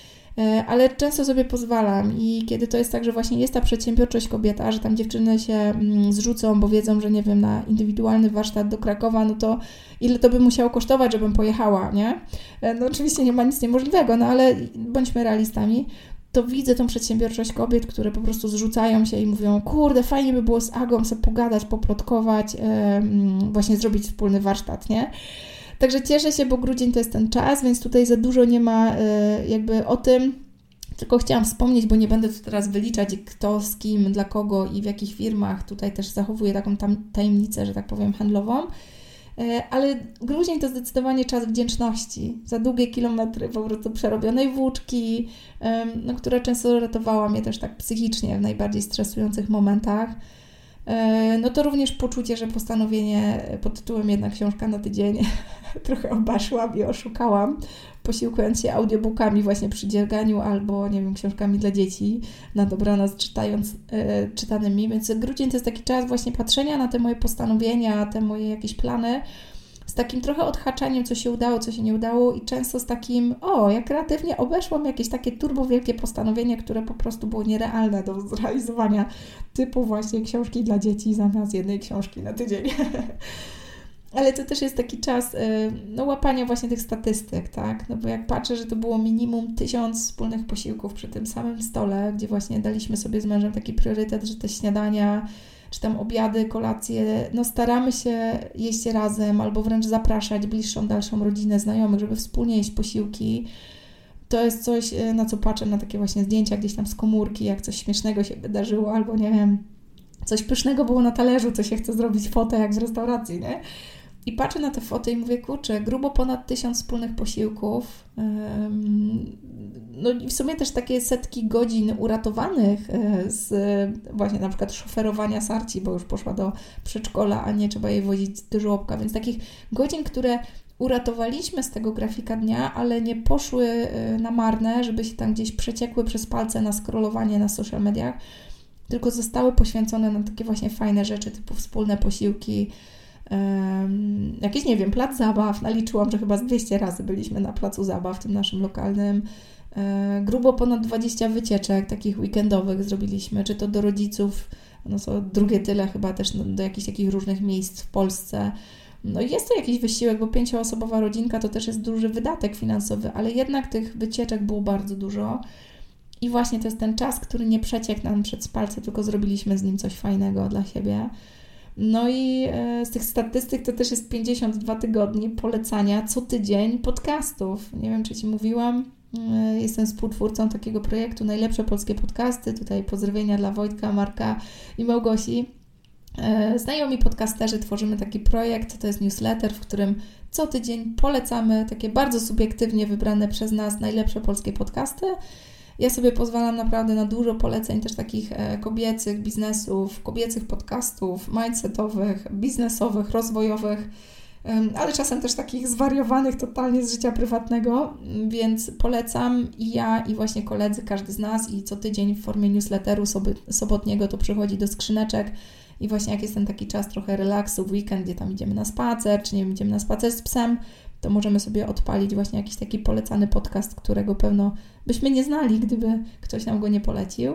ale często sobie pozwalam i kiedy to jest tak, że właśnie jest ta przedsiębiorczość kobieta, że tam dziewczyny się zrzucą, bo wiedzą, że nie wiem, na indywidualny warsztat do Krakowa, no to ile to by musiało kosztować, żebym pojechała, nie? No oczywiście nie ma nic niemożliwego, no ale bądźmy realistami. To widzę tą przedsiębiorczość kobiet, które po prostu zrzucają się i mówią: kurde, fajnie by było z Agą sobie pogadać, poplotkować, yy, właśnie zrobić wspólny warsztat, nie? Także cieszę się, bo grudzień to jest ten czas, więc tutaj za dużo nie ma yy, jakby o tym, tylko chciałam wspomnieć, bo nie będę tu teraz wyliczać, kto z kim, dla kogo i w jakich firmach. Tutaj też zachowuję taką tam tajemnicę, że tak powiem, handlową. Ale grudzień to zdecydowanie czas wdzięczności za długie kilometry po prostu przerobionej włóczki, no, która często ratowała mnie też tak psychicznie w najbardziej stresujących momentach. No to również poczucie, że postanowienie pod tytułem Jedna książka na tydzień trochę obeszłam i oszukałam, posiłkując się audiobookami właśnie przy dzieganiu albo, nie wiem, książkami dla dzieci na dobranoc czytając, yy, czytanymi. Więc grudzień to jest taki czas właśnie patrzenia na te moje postanowienia, te moje jakieś plany, z takim trochę odhaczaniem, co się udało, co się nie udało i często z takim: o, ja kreatywnie obeszłam jakieś takie turbo wielkie postanowienie, które po prostu było nierealne do zrealizowania, typu właśnie książki dla dzieci zamiast jednej książki na tydzień. Ale to też jest taki czas no, łapania właśnie tych statystyk, tak? No bo jak patrzę, że to było minimum tysiąc wspólnych posiłków przy tym samym stole, gdzie właśnie daliśmy sobie z mężem taki priorytet, że te śniadania, czy tam obiady, kolacje, no staramy się jeść razem albo wręcz zapraszać bliższą, dalszą rodzinę, znajomych, żeby wspólnie jeść posiłki. To jest coś, na co patrzę, na takie właśnie zdjęcia gdzieś tam z komórki, jak coś śmiesznego się wydarzyło, albo nie wiem, coś pysznego było na talerzu, co się chce zrobić fotę jak z restauracji, nie? I patrzę na te foty i mówię: kurczę, grubo ponad tysiąc wspólnych posiłków. No i w sumie też takie setki godzin uratowanych z właśnie na przykład szoferowania Sarci, bo już poszła do przedszkola, a nie trzeba jej wozić do żłobka. Więc takich godzin, które uratowaliśmy z tego grafika dnia, ale nie poszły na marne, żeby się tam gdzieś przeciekły przez palce na scrollowanie na social mediach, tylko zostały poświęcone na takie właśnie fajne rzeczy typu wspólne posiłki, Um, jakieś, nie wiem, plac zabaw. Naliczyłam, że chyba z dwieście razy byliśmy na placu zabaw, tym naszym lokalnym. E, grubo ponad dwadzieścia wycieczek takich weekendowych zrobiliśmy, czy to do rodziców, no co drugie tyle chyba też do jakichś takich różnych miejsc w Polsce. No i jest to jakiś wysiłek, bo pięcioosobowa rodzinka to też jest duży wydatek finansowy, ale jednak tych wycieczek było bardzo dużo. I właśnie to jest ten czas, który nie przeciekł nam przez palce, tylko zrobiliśmy z nim coś fajnego dla siebie. No i z tych statystyk to też jest pięćdziesiąt dwa tygodnie polecania co tydzień podcastów. Nie wiem, czy Ci mówiłam, jestem współtwórcą takiego projektu Najlepsze Polskie Podcasty. Tutaj pozdrowienia dla Wojtka, Marka i Małgosi. Znajomi podcasterzy tworzymy taki projekt, to jest newsletter, w którym co tydzień polecamy takie bardzo subiektywnie wybrane przez nas najlepsze polskie podcasty. Ja sobie pozwalam naprawdę na dużo poleceń też takich kobiecych biznesów, kobiecych podcastów, mindsetowych, biznesowych, rozwojowych, ale czasem też takich zwariowanych totalnie z życia prywatnego, więc polecam i ja, i właśnie koledzy, każdy z nas i co tydzień w formie newsletteru sobotniego to przychodzi do skrzyneczek i właśnie jak jest ten taki czas trochę relaksu w weekend, gdzie tam idziemy na spacer, czy nie wiem, idziemy na spacer z psem, to możemy sobie odpalić właśnie jakiś taki polecany podcast, którego pewno byśmy nie znali, gdyby ktoś nam go nie polecił.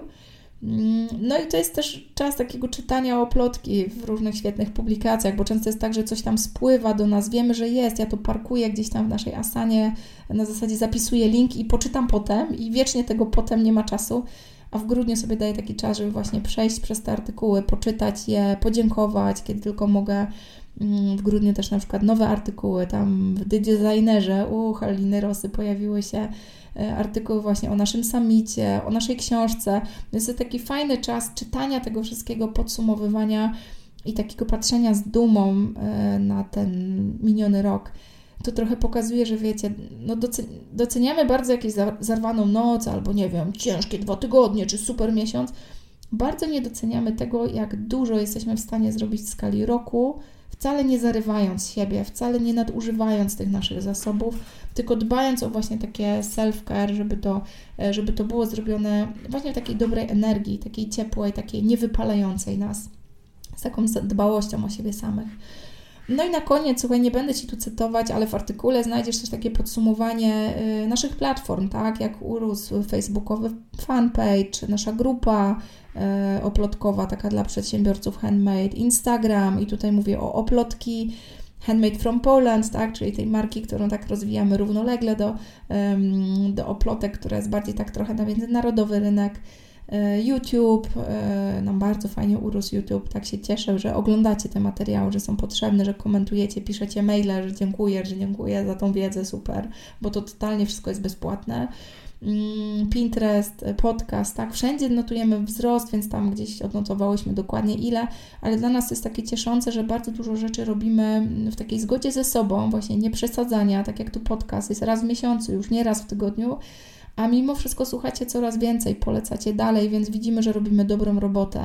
No i to jest też czas takiego czytania o plotki w różnych świetnych publikacjach, bo często jest tak, że coś tam spływa do nas, wiemy, że jest, ja to parkuję gdzieś tam w naszej Asanie, na zasadzie zapisuję link i poczytam potem i wiecznie tego potem nie ma czasu, a w grudniu sobie daję taki czas, żeby właśnie przejść przez te artykuły, poczytać je, podziękować, kiedy tylko mogę. W grudniu też na przykład nowe artykuły, tam w The Designerze u Haliny Rosy pojawiły się artykuły właśnie o naszym summicie, o naszej książce. Jest to taki fajny czas czytania tego wszystkiego, podsumowywania i takiego patrzenia z dumą na ten miniony rok. To trochę pokazuje, że wiecie, no doceniamy bardzo jakąś zarwaną noc albo nie wiem, ciężkie dwa tygodnie czy super miesiąc. Bardzo nie doceniamy tego, jak dużo jesteśmy w stanie zrobić w skali roku, wcale nie zarywając siebie, wcale nie nadużywając tych naszych zasobów, tylko dbając o właśnie takie self-care, żeby to, żeby to było zrobione właśnie w takiej dobrej energii, takiej ciepłej, takiej niewypalającej nas, z taką dbałością o siebie samych. No i na koniec, słuchaj, nie będę Ci tu cytować, ale w artykule znajdziesz też takie podsumowanie naszych platform, tak, jak urósł facebookowy fanpage, nasza grupa oplotkowa, taka dla przedsiębiorców handmade, Instagram i tutaj mówię o oplotki Handmade from Poland, tak, czyli tej marki, którą tak rozwijamy równolegle do, do oplotek, która jest bardziej tak trochę na międzynarodowy rynek. YouTube, nam bardzo fajnie urósł YouTube, tak się cieszę, że oglądacie te materiały, że są potrzebne, że komentujecie, piszecie maile, że dziękuję, że dziękuję za tą wiedzę, super, bo to totalnie wszystko jest bezpłatne. Pinterest, podcast, tak, wszędzie notujemy wzrost, więc tam gdzieś odnotowałyśmy dokładnie ile, ale dla nas jest takie cieszące, że bardzo dużo rzeczy robimy w takiej zgodzie ze sobą, właśnie nie przesadzania, tak jak tu podcast jest raz w miesiącu, już nie raz w tygodniu, a mimo wszystko słuchacie coraz więcej, polecacie dalej, więc widzimy, że robimy dobrą robotę,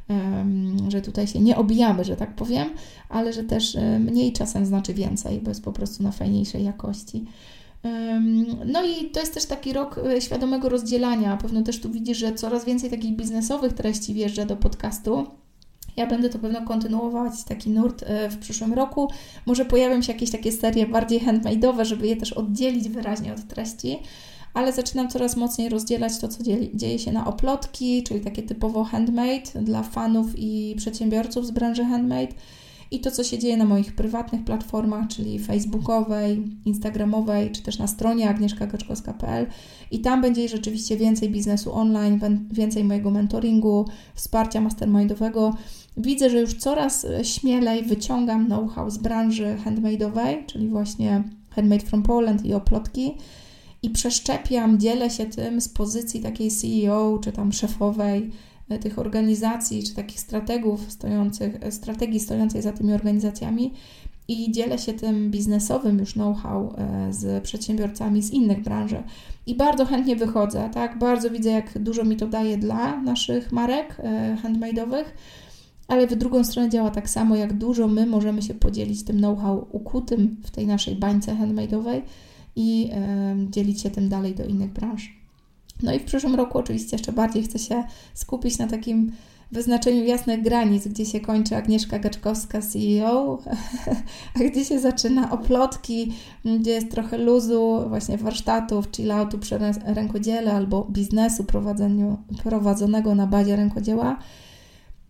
że tutaj się nie obijamy, że tak powiem, ale że też mniej czasem znaczy więcej, bo jest po prostu na fajniejszej jakości. No i to jest też taki rok świadomego rozdzielania. Pewno też tu widzisz, że coraz więcej takich biznesowych treści wjeżdża do podcastu. Ja będę to pewno kontynuować, taki nurt w przyszłym roku. Może pojawią się jakieś takie serie bardziej handmade'owe, żeby je też oddzielić wyraźnie od treści, ale zaczynam coraz mocniej rozdzielać to, co dzieje się na oplotki, czyli takie typowo handmade dla fanów i przedsiębiorców z branży handmade i to, co się dzieje na moich prywatnych platformach, czyli facebookowej, instagramowej, czy też na stronie agnieszka gaczkowska kropka p l i tam będzie rzeczywiście więcej biznesu online, więcej mojego mentoringu, wsparcia mastermindowego. Widzę, że już coraz śmielej wyciągam know-how z branży handmade'owej, czyli właśnie Handmade from Poland i oplotki, i przeszczepiam, dzielę się tym z pozycji takiej C E O, czy tam szefowej tych organizacji, czy takich strategów stojących, strategii stojącej za tymi organizacjami i dzielę się tym biznesowym już know-how z przedsiębiorcami z innych branży. I bardzo chętnie wychodzę, tak? Bardzo widzę, jak dużo mi to daje dla naszych marek handmade'owych, ale w drugą stronę działa tak samo, jak dużo my możemy się podzielić tym know-how ukutym w tej naszej bańce handmade'owej i y, dzielić się tym dalej do innych branż. No i w przyszłym roku oczywiście jeszcze bardziej chcę się skupić na takim wyznaczeniu jasnych granic, gdzie się kończy Agnieszka Gaczkowska, C E O, a gdzie się zaczyna oplotki, gdzie jest trochę luzu, właśnie warsztatów, chilloutu przy rękodziele albo biznesu prowadzonego na bazie rękodzieła.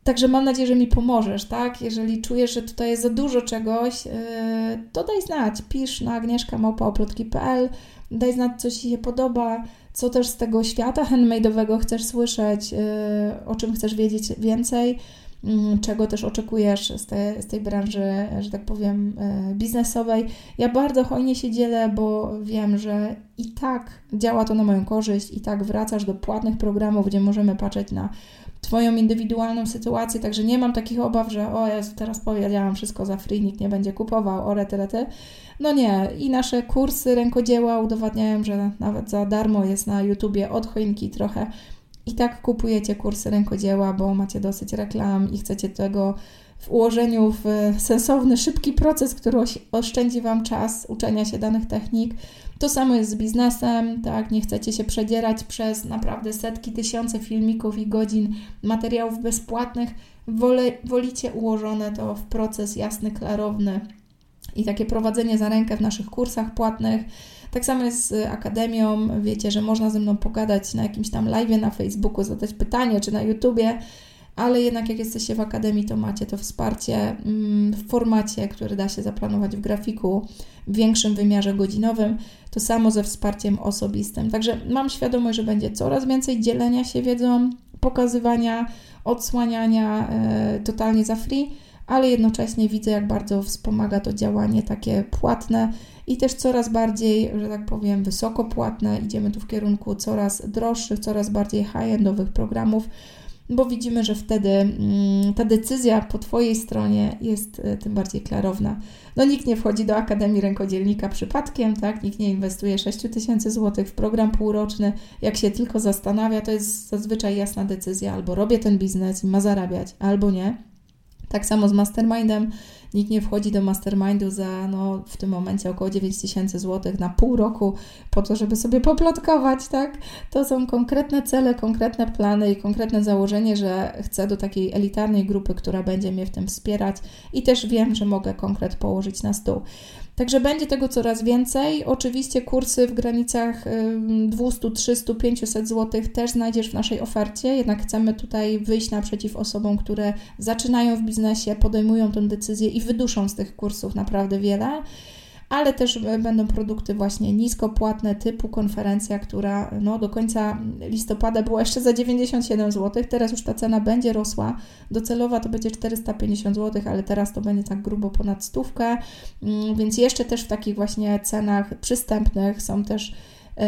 Także mam nadzieję, że mi pomożesz, tak? Jeżeli czujesz, że tutaj jest za dużo czegoś, yy, to daj znać. Pisz na agnieszka małpa oplotki kropka p l, daj znać, co Ci się podoba, co też z tego świata handmade'owego chcesz słyszeć, yy, o czym chcesz wiedzieć więcej, yy, czego też oczekujesz z, te, z tej branży, że tak powiem, yy, biznesowej. Ja bardzo hojnie się dzielę, bo wiem, że i tak działa to na moją korzyść, i tak wracasz do płatnych programów, gdzie możemy patrzeć na Twoją indywidualną sytuację, także nie mam takich obaw, że o Jezu, teraz powiedziałam wszystko za free, nikt nie będzie kupował, o rety, rety. No nie, i nasze kursy rękodzieła udowadniają, że nawet za darmo jest na YouTubie od choinki trochę. I tak kupujecie kursy rękodzieła, bo macie dosyć reklam i chcecie tego w ułożeniu w sensowny, szybki proces, który oszczędzi Wam czas uczenia się danych technik. To samo jest z biznesem, tak, nie chcecie się przedzierać przez naprawdę setki, tysiące filmików i godzin materiałów bezpłatnych, Wole, wolicie ułożone to w proces jasny, klarowny i takie prowadzenie za rękę w naszych kursach płatnych. Tak samo jest z Akademią, wiecie, że można ze mną pogadać na jakimś tam live'ie na Facebooku, zadać pytanie, czy na YouTubie, ale jednak jak jesteście w Akademii, to macie to wsparcie w formacie, który da się zaplanować w grafiku, w większym wymiarze godzinowym, to samo ze wsparciem osobistym. Także mam świadomość, że będzie coraz więcej dzielenia się wiedzą, pokazywania, odsłaniania e, totalnie za free, ale jednocześnie widzę, jak bardzo wspomaga to działanie takie płatne i też coraz bardziej, że tak powiem, wysoko płatne. Idziemy tu w kierunku coraz droższych, coraz bardziej high-endowych programów, bo widzimy, że wtedy mm, ta decyzja po Twojej stronie jest y, tym bardziej klarowna. No nikt nie wchodzi do Akademii Rękodzielnika przypadkiem, tak? Nikt nie inwestuje sześć tysięcy złotych w program półroczny. Jak się tylko zastanawia, to jest zazwyczaj jasna decyzja, albo robię ten biznes i ma zarabiać, albo nie. Tak samo z mastermindem. Nikt nie wchodzi do mastermindu za no, w tym momencie około dziewięć tysięcy złotych na pół roku po to, żeby sobie poplotkować, tak? To są konkretne cele, konkretne plany i konkretne założenie, że chcę do takiej elitarnej grupy, która będzie mnie w tym wspierać i też wiem, że mogę konkret położyć na stół. Także będzie tego coraz więcej. Oczywiście kursy w granicach dwieście, trzysta, pięćset złotych też znajdziesz w naszej ofercie, jednak chcemy tutaj wyjść naprzeciw osobom, które zaczynają w biznesie, podejmują tę decyzję i wyduszą z tych kursów naprawdę wiele, ale też będą produkty właśnie niskopłatne typu konferencja, która no, do końca listopada była jeszcze za dziewięćdziesiąt siedem złotych, teraz już ta cena będzie rosła, docelowa to będzie czterysta pięćdziesiąt złotych, ale teraz to będzie tak grubo ponad stówkę, więc jeszcze też w takich właśnie cenach przystępnych są też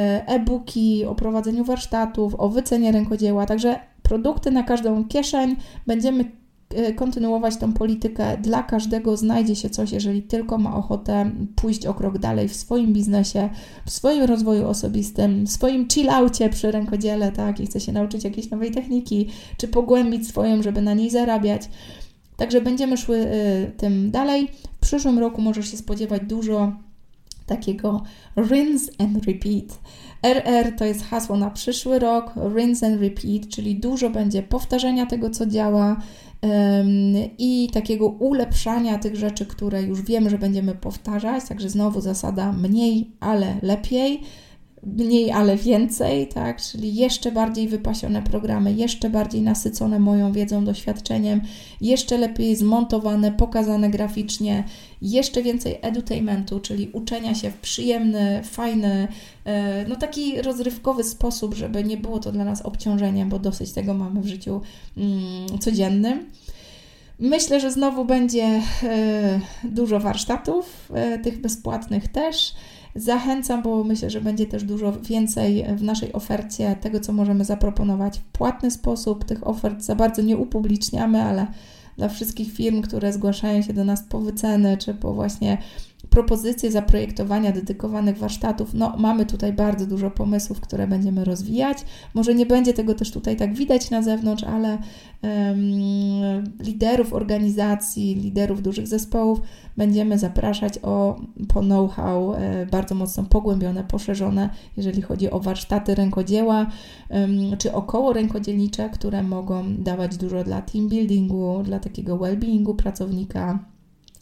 e-booki o prowadzeniu warsztatów, o wycenie rękodzieła, także produkty na każdą kieszeń, będziemy kontynuować tą politykę. Dla każdego znajdzie się coś, jeżeli tylko ma ochotę pójść o krok dalej w swoim biznesie, w swoim rozwoju osobistym, w swoim chillaucie przy rękodziele, tak, i chce się nauczyć jakiejś nowej techniki, czy pogłębić swoją, żeby na niej zarabiać. Także będziemy szły y, tym dalej. W przyszłym roku możesz się spodziewać dużo takiego rinse and repeat. R R to jest hasło na przyszły rok, rinse and repeat, czyli dużo będzie powtarzania tego, co działa um, i takiego ulepszania tych rzeczy, które już wiemy, że będziemy powtarzać, także znowu zasada mniej, ale lepiej, mniej, ale więcej, tak, czyli jeszcze bardziej wypasione programy, jeszcze bardziej nasycone moją wiedzą, doświadczeniem, jeszcze lepiej zmontowane, pokazane graficznie, jeszcze więcej edutainmentu, czyli uczenia się w przyjemny, fajny, no taki rozrywkowy sposób, żeby nie było to dla nas obciążeniem, bo dosyć tego mamy w życiu mm, codziennym. Myślę, że znowu będzie y, dużo warsztatów, y, tych bezpłatnych też. Zachęcam, bo myślę, że będzie też dużo więcej w naszej ofercie tego, co możemy zaproponować w płatny sposób. Tych ofert za bardzo nie upubliczniamy, ale dla wszystkich firm, które zgłaszają się do nas po wyceny, czy po właśnie propozycje zaprojektowania dedykowanych warsztatów, no mamy tutaj bardzo dużo pomysłów, które będziemy rozwijać. Może nie będzie tego też tutaj tak widać na zewnątrz, ale um, liderów organizacji, liderów dużych zespołów będziemy zapraszać o, po know-how e, bardzo mocno pogłębione, poszerzone, jeżeli chodzi o warsztaty rękodzieła, um, czy około rękodzielnicze, które mogą dawać dużo dla team buildingu, dla takiego well-beingu pracownika,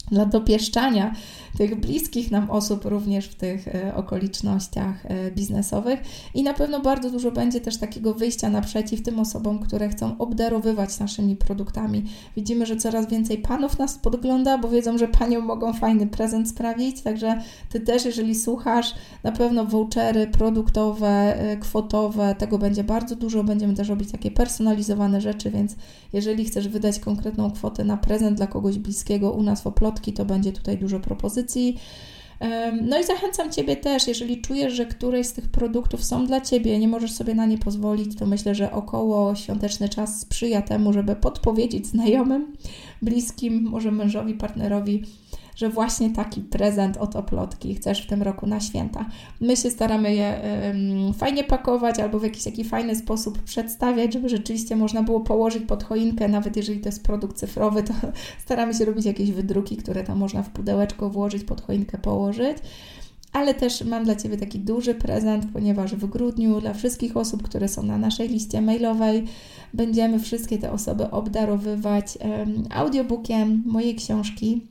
dla dopieszczania tych bliskich nam osób również w tych e, okolicznościach e, biznesowych i na pewno bardzo dużo będzie też takiego wyjścia naprzeciw tym osobom, które chcą obdarowywać naszymi produktami. Widzimy, że coraz więcej panów nas podgląda, bo wiedzą, że paniom mogą fajny prezent sprawić, także Ty też, jeżeli słuchasz, na pewno vouchery produktowe, e, kwotowe, tego będzie bardzo dużo, będziemy też robić takie personalizowane rzeczy, więc jeżeli chcesz wydać konkretną kwotę na prezent dla kogoś bliskiego u nas w Oplotki, to będzie tutaj dużo propozycji. No i zachęcam Ciebie też, jeżeli czujesz, że któreś z tych produktów są dla Ciebie, nie możesz sobie na nie pozwolić, to myślę, że około świąteczny czas sprzyja temu, żeby podpowiedzieć znajomym, bliskim, może mężowi, partnerowi, że właśnie taki prezent od Oplotki chcesz w tym roku na święta. My się staramy je um, fajnie pakować albo w jakiś taki fajny sposób przedstawiać, żeby rzeczywiście można było położyć pod choinkę, nawet jeżeli to jest produkt cyfrowy, to staramy się robić jakieś wydruki, które tam można w pudełeczko włożyć, pod choinkę położyć. Ale też mam dla Ciebie taki duży prezent, ponieważ w grudniu dla wszystkich osób, które są na naszej liście mailowej, będziemy wszystkie te osoby obdarowywać um, audiobookiem mojej książki.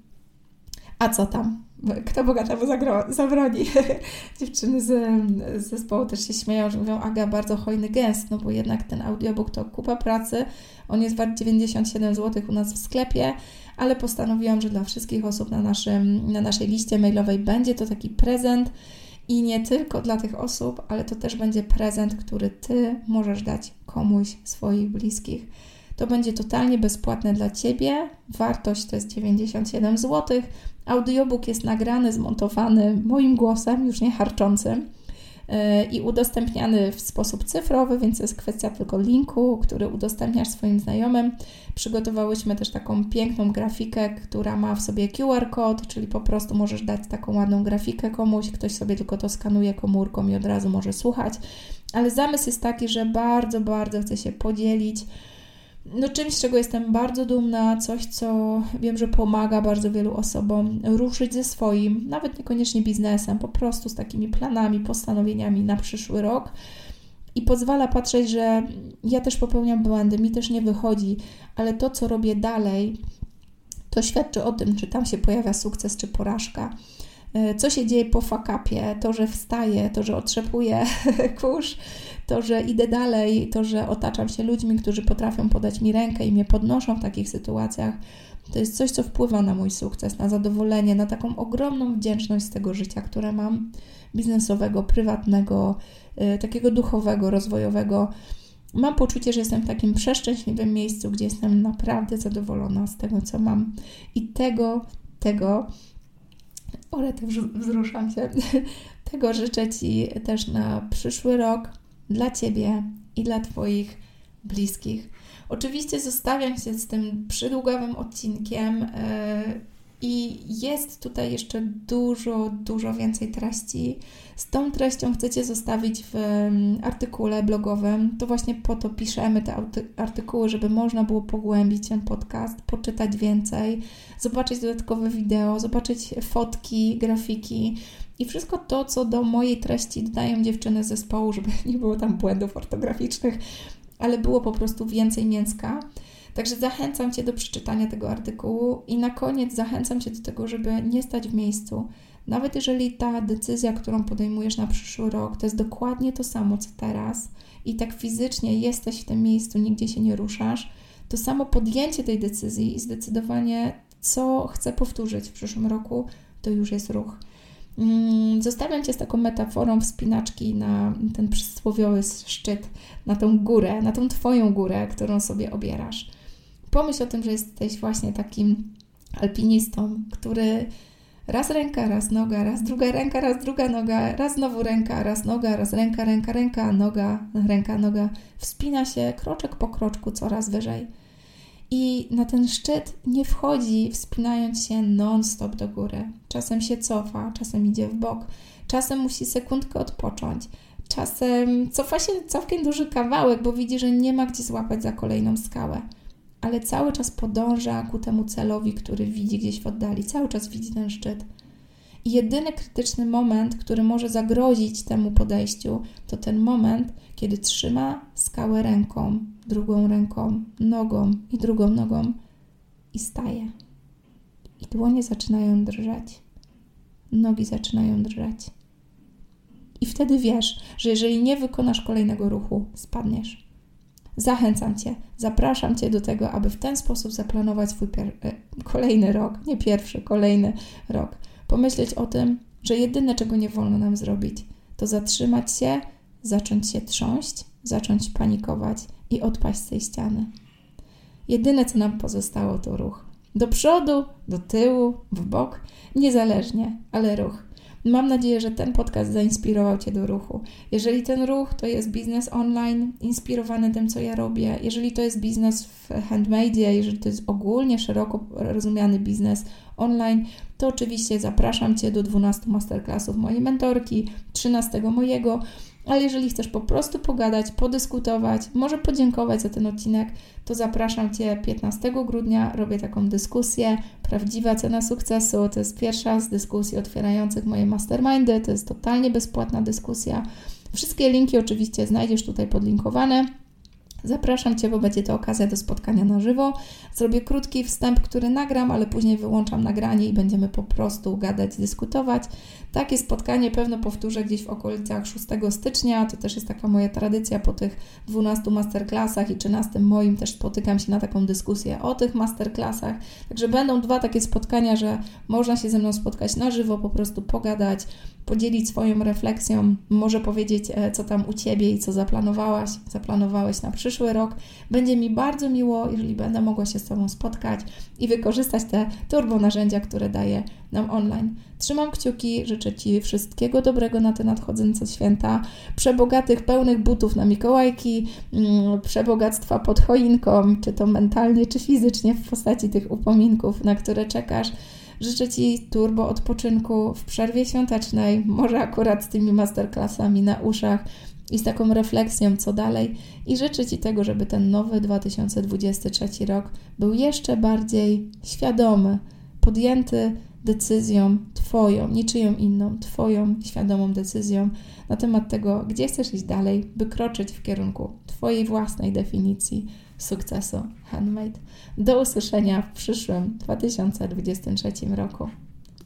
A co tam? Kto bogatemu zagro- zabroni? Dziewczyny z, z zespołu też się śmieją, że mówią, Aga, bardzo hojny gest, no bo jednak ten audiobook to kupa pracy. On jest wart dziewięćdziesiąt siedem złotych u nas w sklepie, ale postanowiłam, że dla wszystkich osób na, naszym, na naszej liście mailowej będzie to taki prezent i nie tylko dla tych osób, ale to też będzie prezent, który Ty możesz dać komuś swoich bliskich. To będzie totalnie bezpłatne dla Ciebie. Wartość to jest dziewięćdziesiąt siedem złotych. Audiobook jest nagrany, zmontowany moim głosem, już nie harczącym yy, i udostępniany w sposób cyfrowy, więc to jest kwestia tylko linku, który udostępniasz swoim znajomym. Przygotowałyśmy też taką piękną grafikę, która ma w sobie Q R kod, czyli po prostu możesz dać taką ładną grafikę komuś, ktoś sobie tylko to skanuje komórką i od razu może słuchać. Ale zamysł jest taki, że bardzo, bardzo chcę się podzielić no czymś, z czego jestem bardzo dumna, coś, co wiem, że pomaga bardzo wielu osobom ruszyć ze swoim, nawet niekoniecznie biznesem, po prostu z takimi planami, postanowieniami na przyszły rok i pozwala patrzeć, że ja też popełniam błędy, mi też nie wychodzi, ale to, co robię dalej, to świadczy o tym, czy tam się pojawia sukces, czy porażka. Co się dzieje po fuck-upie, to, że wstaję, to, że otrzepuję kurz, to, że idę dalej, to, że otaczam się ludźmi, którzy potrafią podać mi rękę i mnie podnoszą w takich sytuacjach, to jest coś, co wpływa na mój sukces, na zadowolenie, na taką ogromną wdzięczność z tego życia, które mam, biznesowego, prywatnego, yy, takiego duchowego, rozwojowego. Mam poczucie, że jestem w takim przeszczęśliwym miejscu, gdzie jestem naprawdę zadowolona z tego, co mam i tego, tego ale też wzruszam się. Tego życzę Ci też na przyszły rok dla Ciebie i dla Twoich bliskich. Oczywiście zostawiam się z tym przydługawym odcinkiem yy, i jest tutaj jeszcze dużo, dużo więcej treści. Z tą treścią chcecie zostawić w artykule blogowym. To właśnie po to piszemy te artykuły, żeby można było pogłębić ten podcast, poczytać więcej, zobaczyć dodatkowe wideo, zobaczyć fotki, grafiki i wszystko to, co do mojej treści dodają dziewczyny z zespołu, żeby nie było tam błędów ortograficznych, ale było po prostu więcej mięska. Także zachęcam Cię do przeczytania tego artykułu i na koniec zachęcam Cię do tego, żeby nie stać w miejscu. Nawet jeżeli ta decyzja, którą podejmujesz na przyszły rok, to jest dokładnie to samo, co teraz i tak fizycznie jesteś w tym miejscu, nigdzie się nie ruszasz, to samo podjęcie tej decyzji i zdecydowanie, co chcę powtórzyć w przyszłym roku, to już jest ruch. Zostawiam Cię z taką metaforą wspinaczki na ten przysłowiowy szczyt, na tą górę, na tą Twoją górę, którą sobie obierasz. Pomyśl o tym, że jesteś właśnie takim alpinistą, który raz ręka, raz noga, raz druga ręka, raz druga noga, raz znowu ręka, raz noga, raz ręka, ręka, ręka, noga, ręka, noga. Wspina się kroczek po kroczku coraz wyżej. I na ten szczyt nie wchodzi wspinając się non-stop do góry. Czasem się cofa, czasem idzie w bok, czasem musi sekundkę odpocząć, czasem cofa się całkiem duży kawałek, bo widzi, że nie ma gdzie złapać za kolejną skałę. Ale cały czas podąża ku temu celowi, który widzi gdzieś w oddali. Cały czas widzi ten szczyt. I jedyny krytyczny moment, który może zagrozić temu podejściu, to ten moment, kiedy trzyma skałę ręką, drugą ręką, nogą i drugą nogą i staje. I dłonie zaczynają drżeć, nogi zaczynają drżeć. I wtedy wiesz, że jeżeli nie wykonasz kolejnego ruchu, spadniesz. Zachęcam Cię, zapraszam Cię do tego, aby w ten sposób zaplanować swój pier- kolejny rok, nie pierwszy, kolejny rok. Pomyśleć o tym, że jedyne, czego nie wolno nam zrobić, to zatrzymać się, zacząć się trząść, zacząć panikować i odpaść z tej ściany. Jedyne, co nam pozostało, to ruch. Do przodu, do tyłu, w bok, niezależnie, ale ruch. Mam nadzieję, że ten podcast zainspirował Cię do ruchu. Jeżeli ten ruch to jest biznes online, inspirowany tym, co ja robię, jeżeli to jest biznes w handmade, jeżeli to jest ogólnie szeroko rozumiany biznes online, to oczywiście zapraszam Cię do dwunastu masterclassów mojej mentorki, trzynastego mojego, ale jeżeli chcesz po prostu pogadać, podyskutować, może podziękować za ten odcinek, to zapraszam Cię piętnastego grudnia, robię taką dyskusję, prawdziwa cena sukcesu, to jest pierwsza z dyskusji otwierających moje mastermindy, to jest totalnie bezpłatna dyskusja. Wszystkie linki oczywiście znajdziesz tutaj podlinkowane. Zapraszam Cię, bo będzie to okazja do spotkania na żywo. Zrobię krótki wstęp, który nagram, ale później wyłączam nagranie i będziemy po prostu gadać, dyskutować. Takie spotkanie pewno powtórzę gdzieś w okolicach szóstego stycznia. To też jest taka moja tradycja po tych dwunastu masterclassach i trzynastym moim też spotykam się na taką dyskusję o tych masterclassach. Także będą dwa takie spotkania, że można się ze mną spotkać na żywo, po prostu pogadać, podzielić swoją refleksją, może powiedzieć, co tam u Ciebie i co zaplanowałaś, zaplanowałeś na przyszły rok. Będzie mi bardzo miło, jeżeli będę mogła się z Tobą spotkać i wykorzystać te turbo narzędzia, które daje nam online. Trzymam kciuki, życzę Ci wszystkiego dobrego na te nadchodzące święta, przebogatych, pełnych butów na Mikołajki, mm, przebogactwa pod choinką, czy to mentalnie, czy fizycznie w postaci tych upominków, na które czekasz. Życzę Ci turbo odpoczynku w przerwie świątecznej, może akurat z tymi masterclassami na uszach i z taką refleksją, co dalej. I życzę Ci tego, żeby ten nowy dwa tysiące dwudziesty trzeci rok był jeszcze bardziej świadomy, podjęty decyzją Twoją, niczyją inną, Twoją świadomą decyzją na temat tego, gdzie chcesz iść dalej, by kroczyć w kierunku Twojej własnej definicji sukcesu handmade. Do usłyszenia w przyszłym dwa tysiące dwudziestym trzecim roku.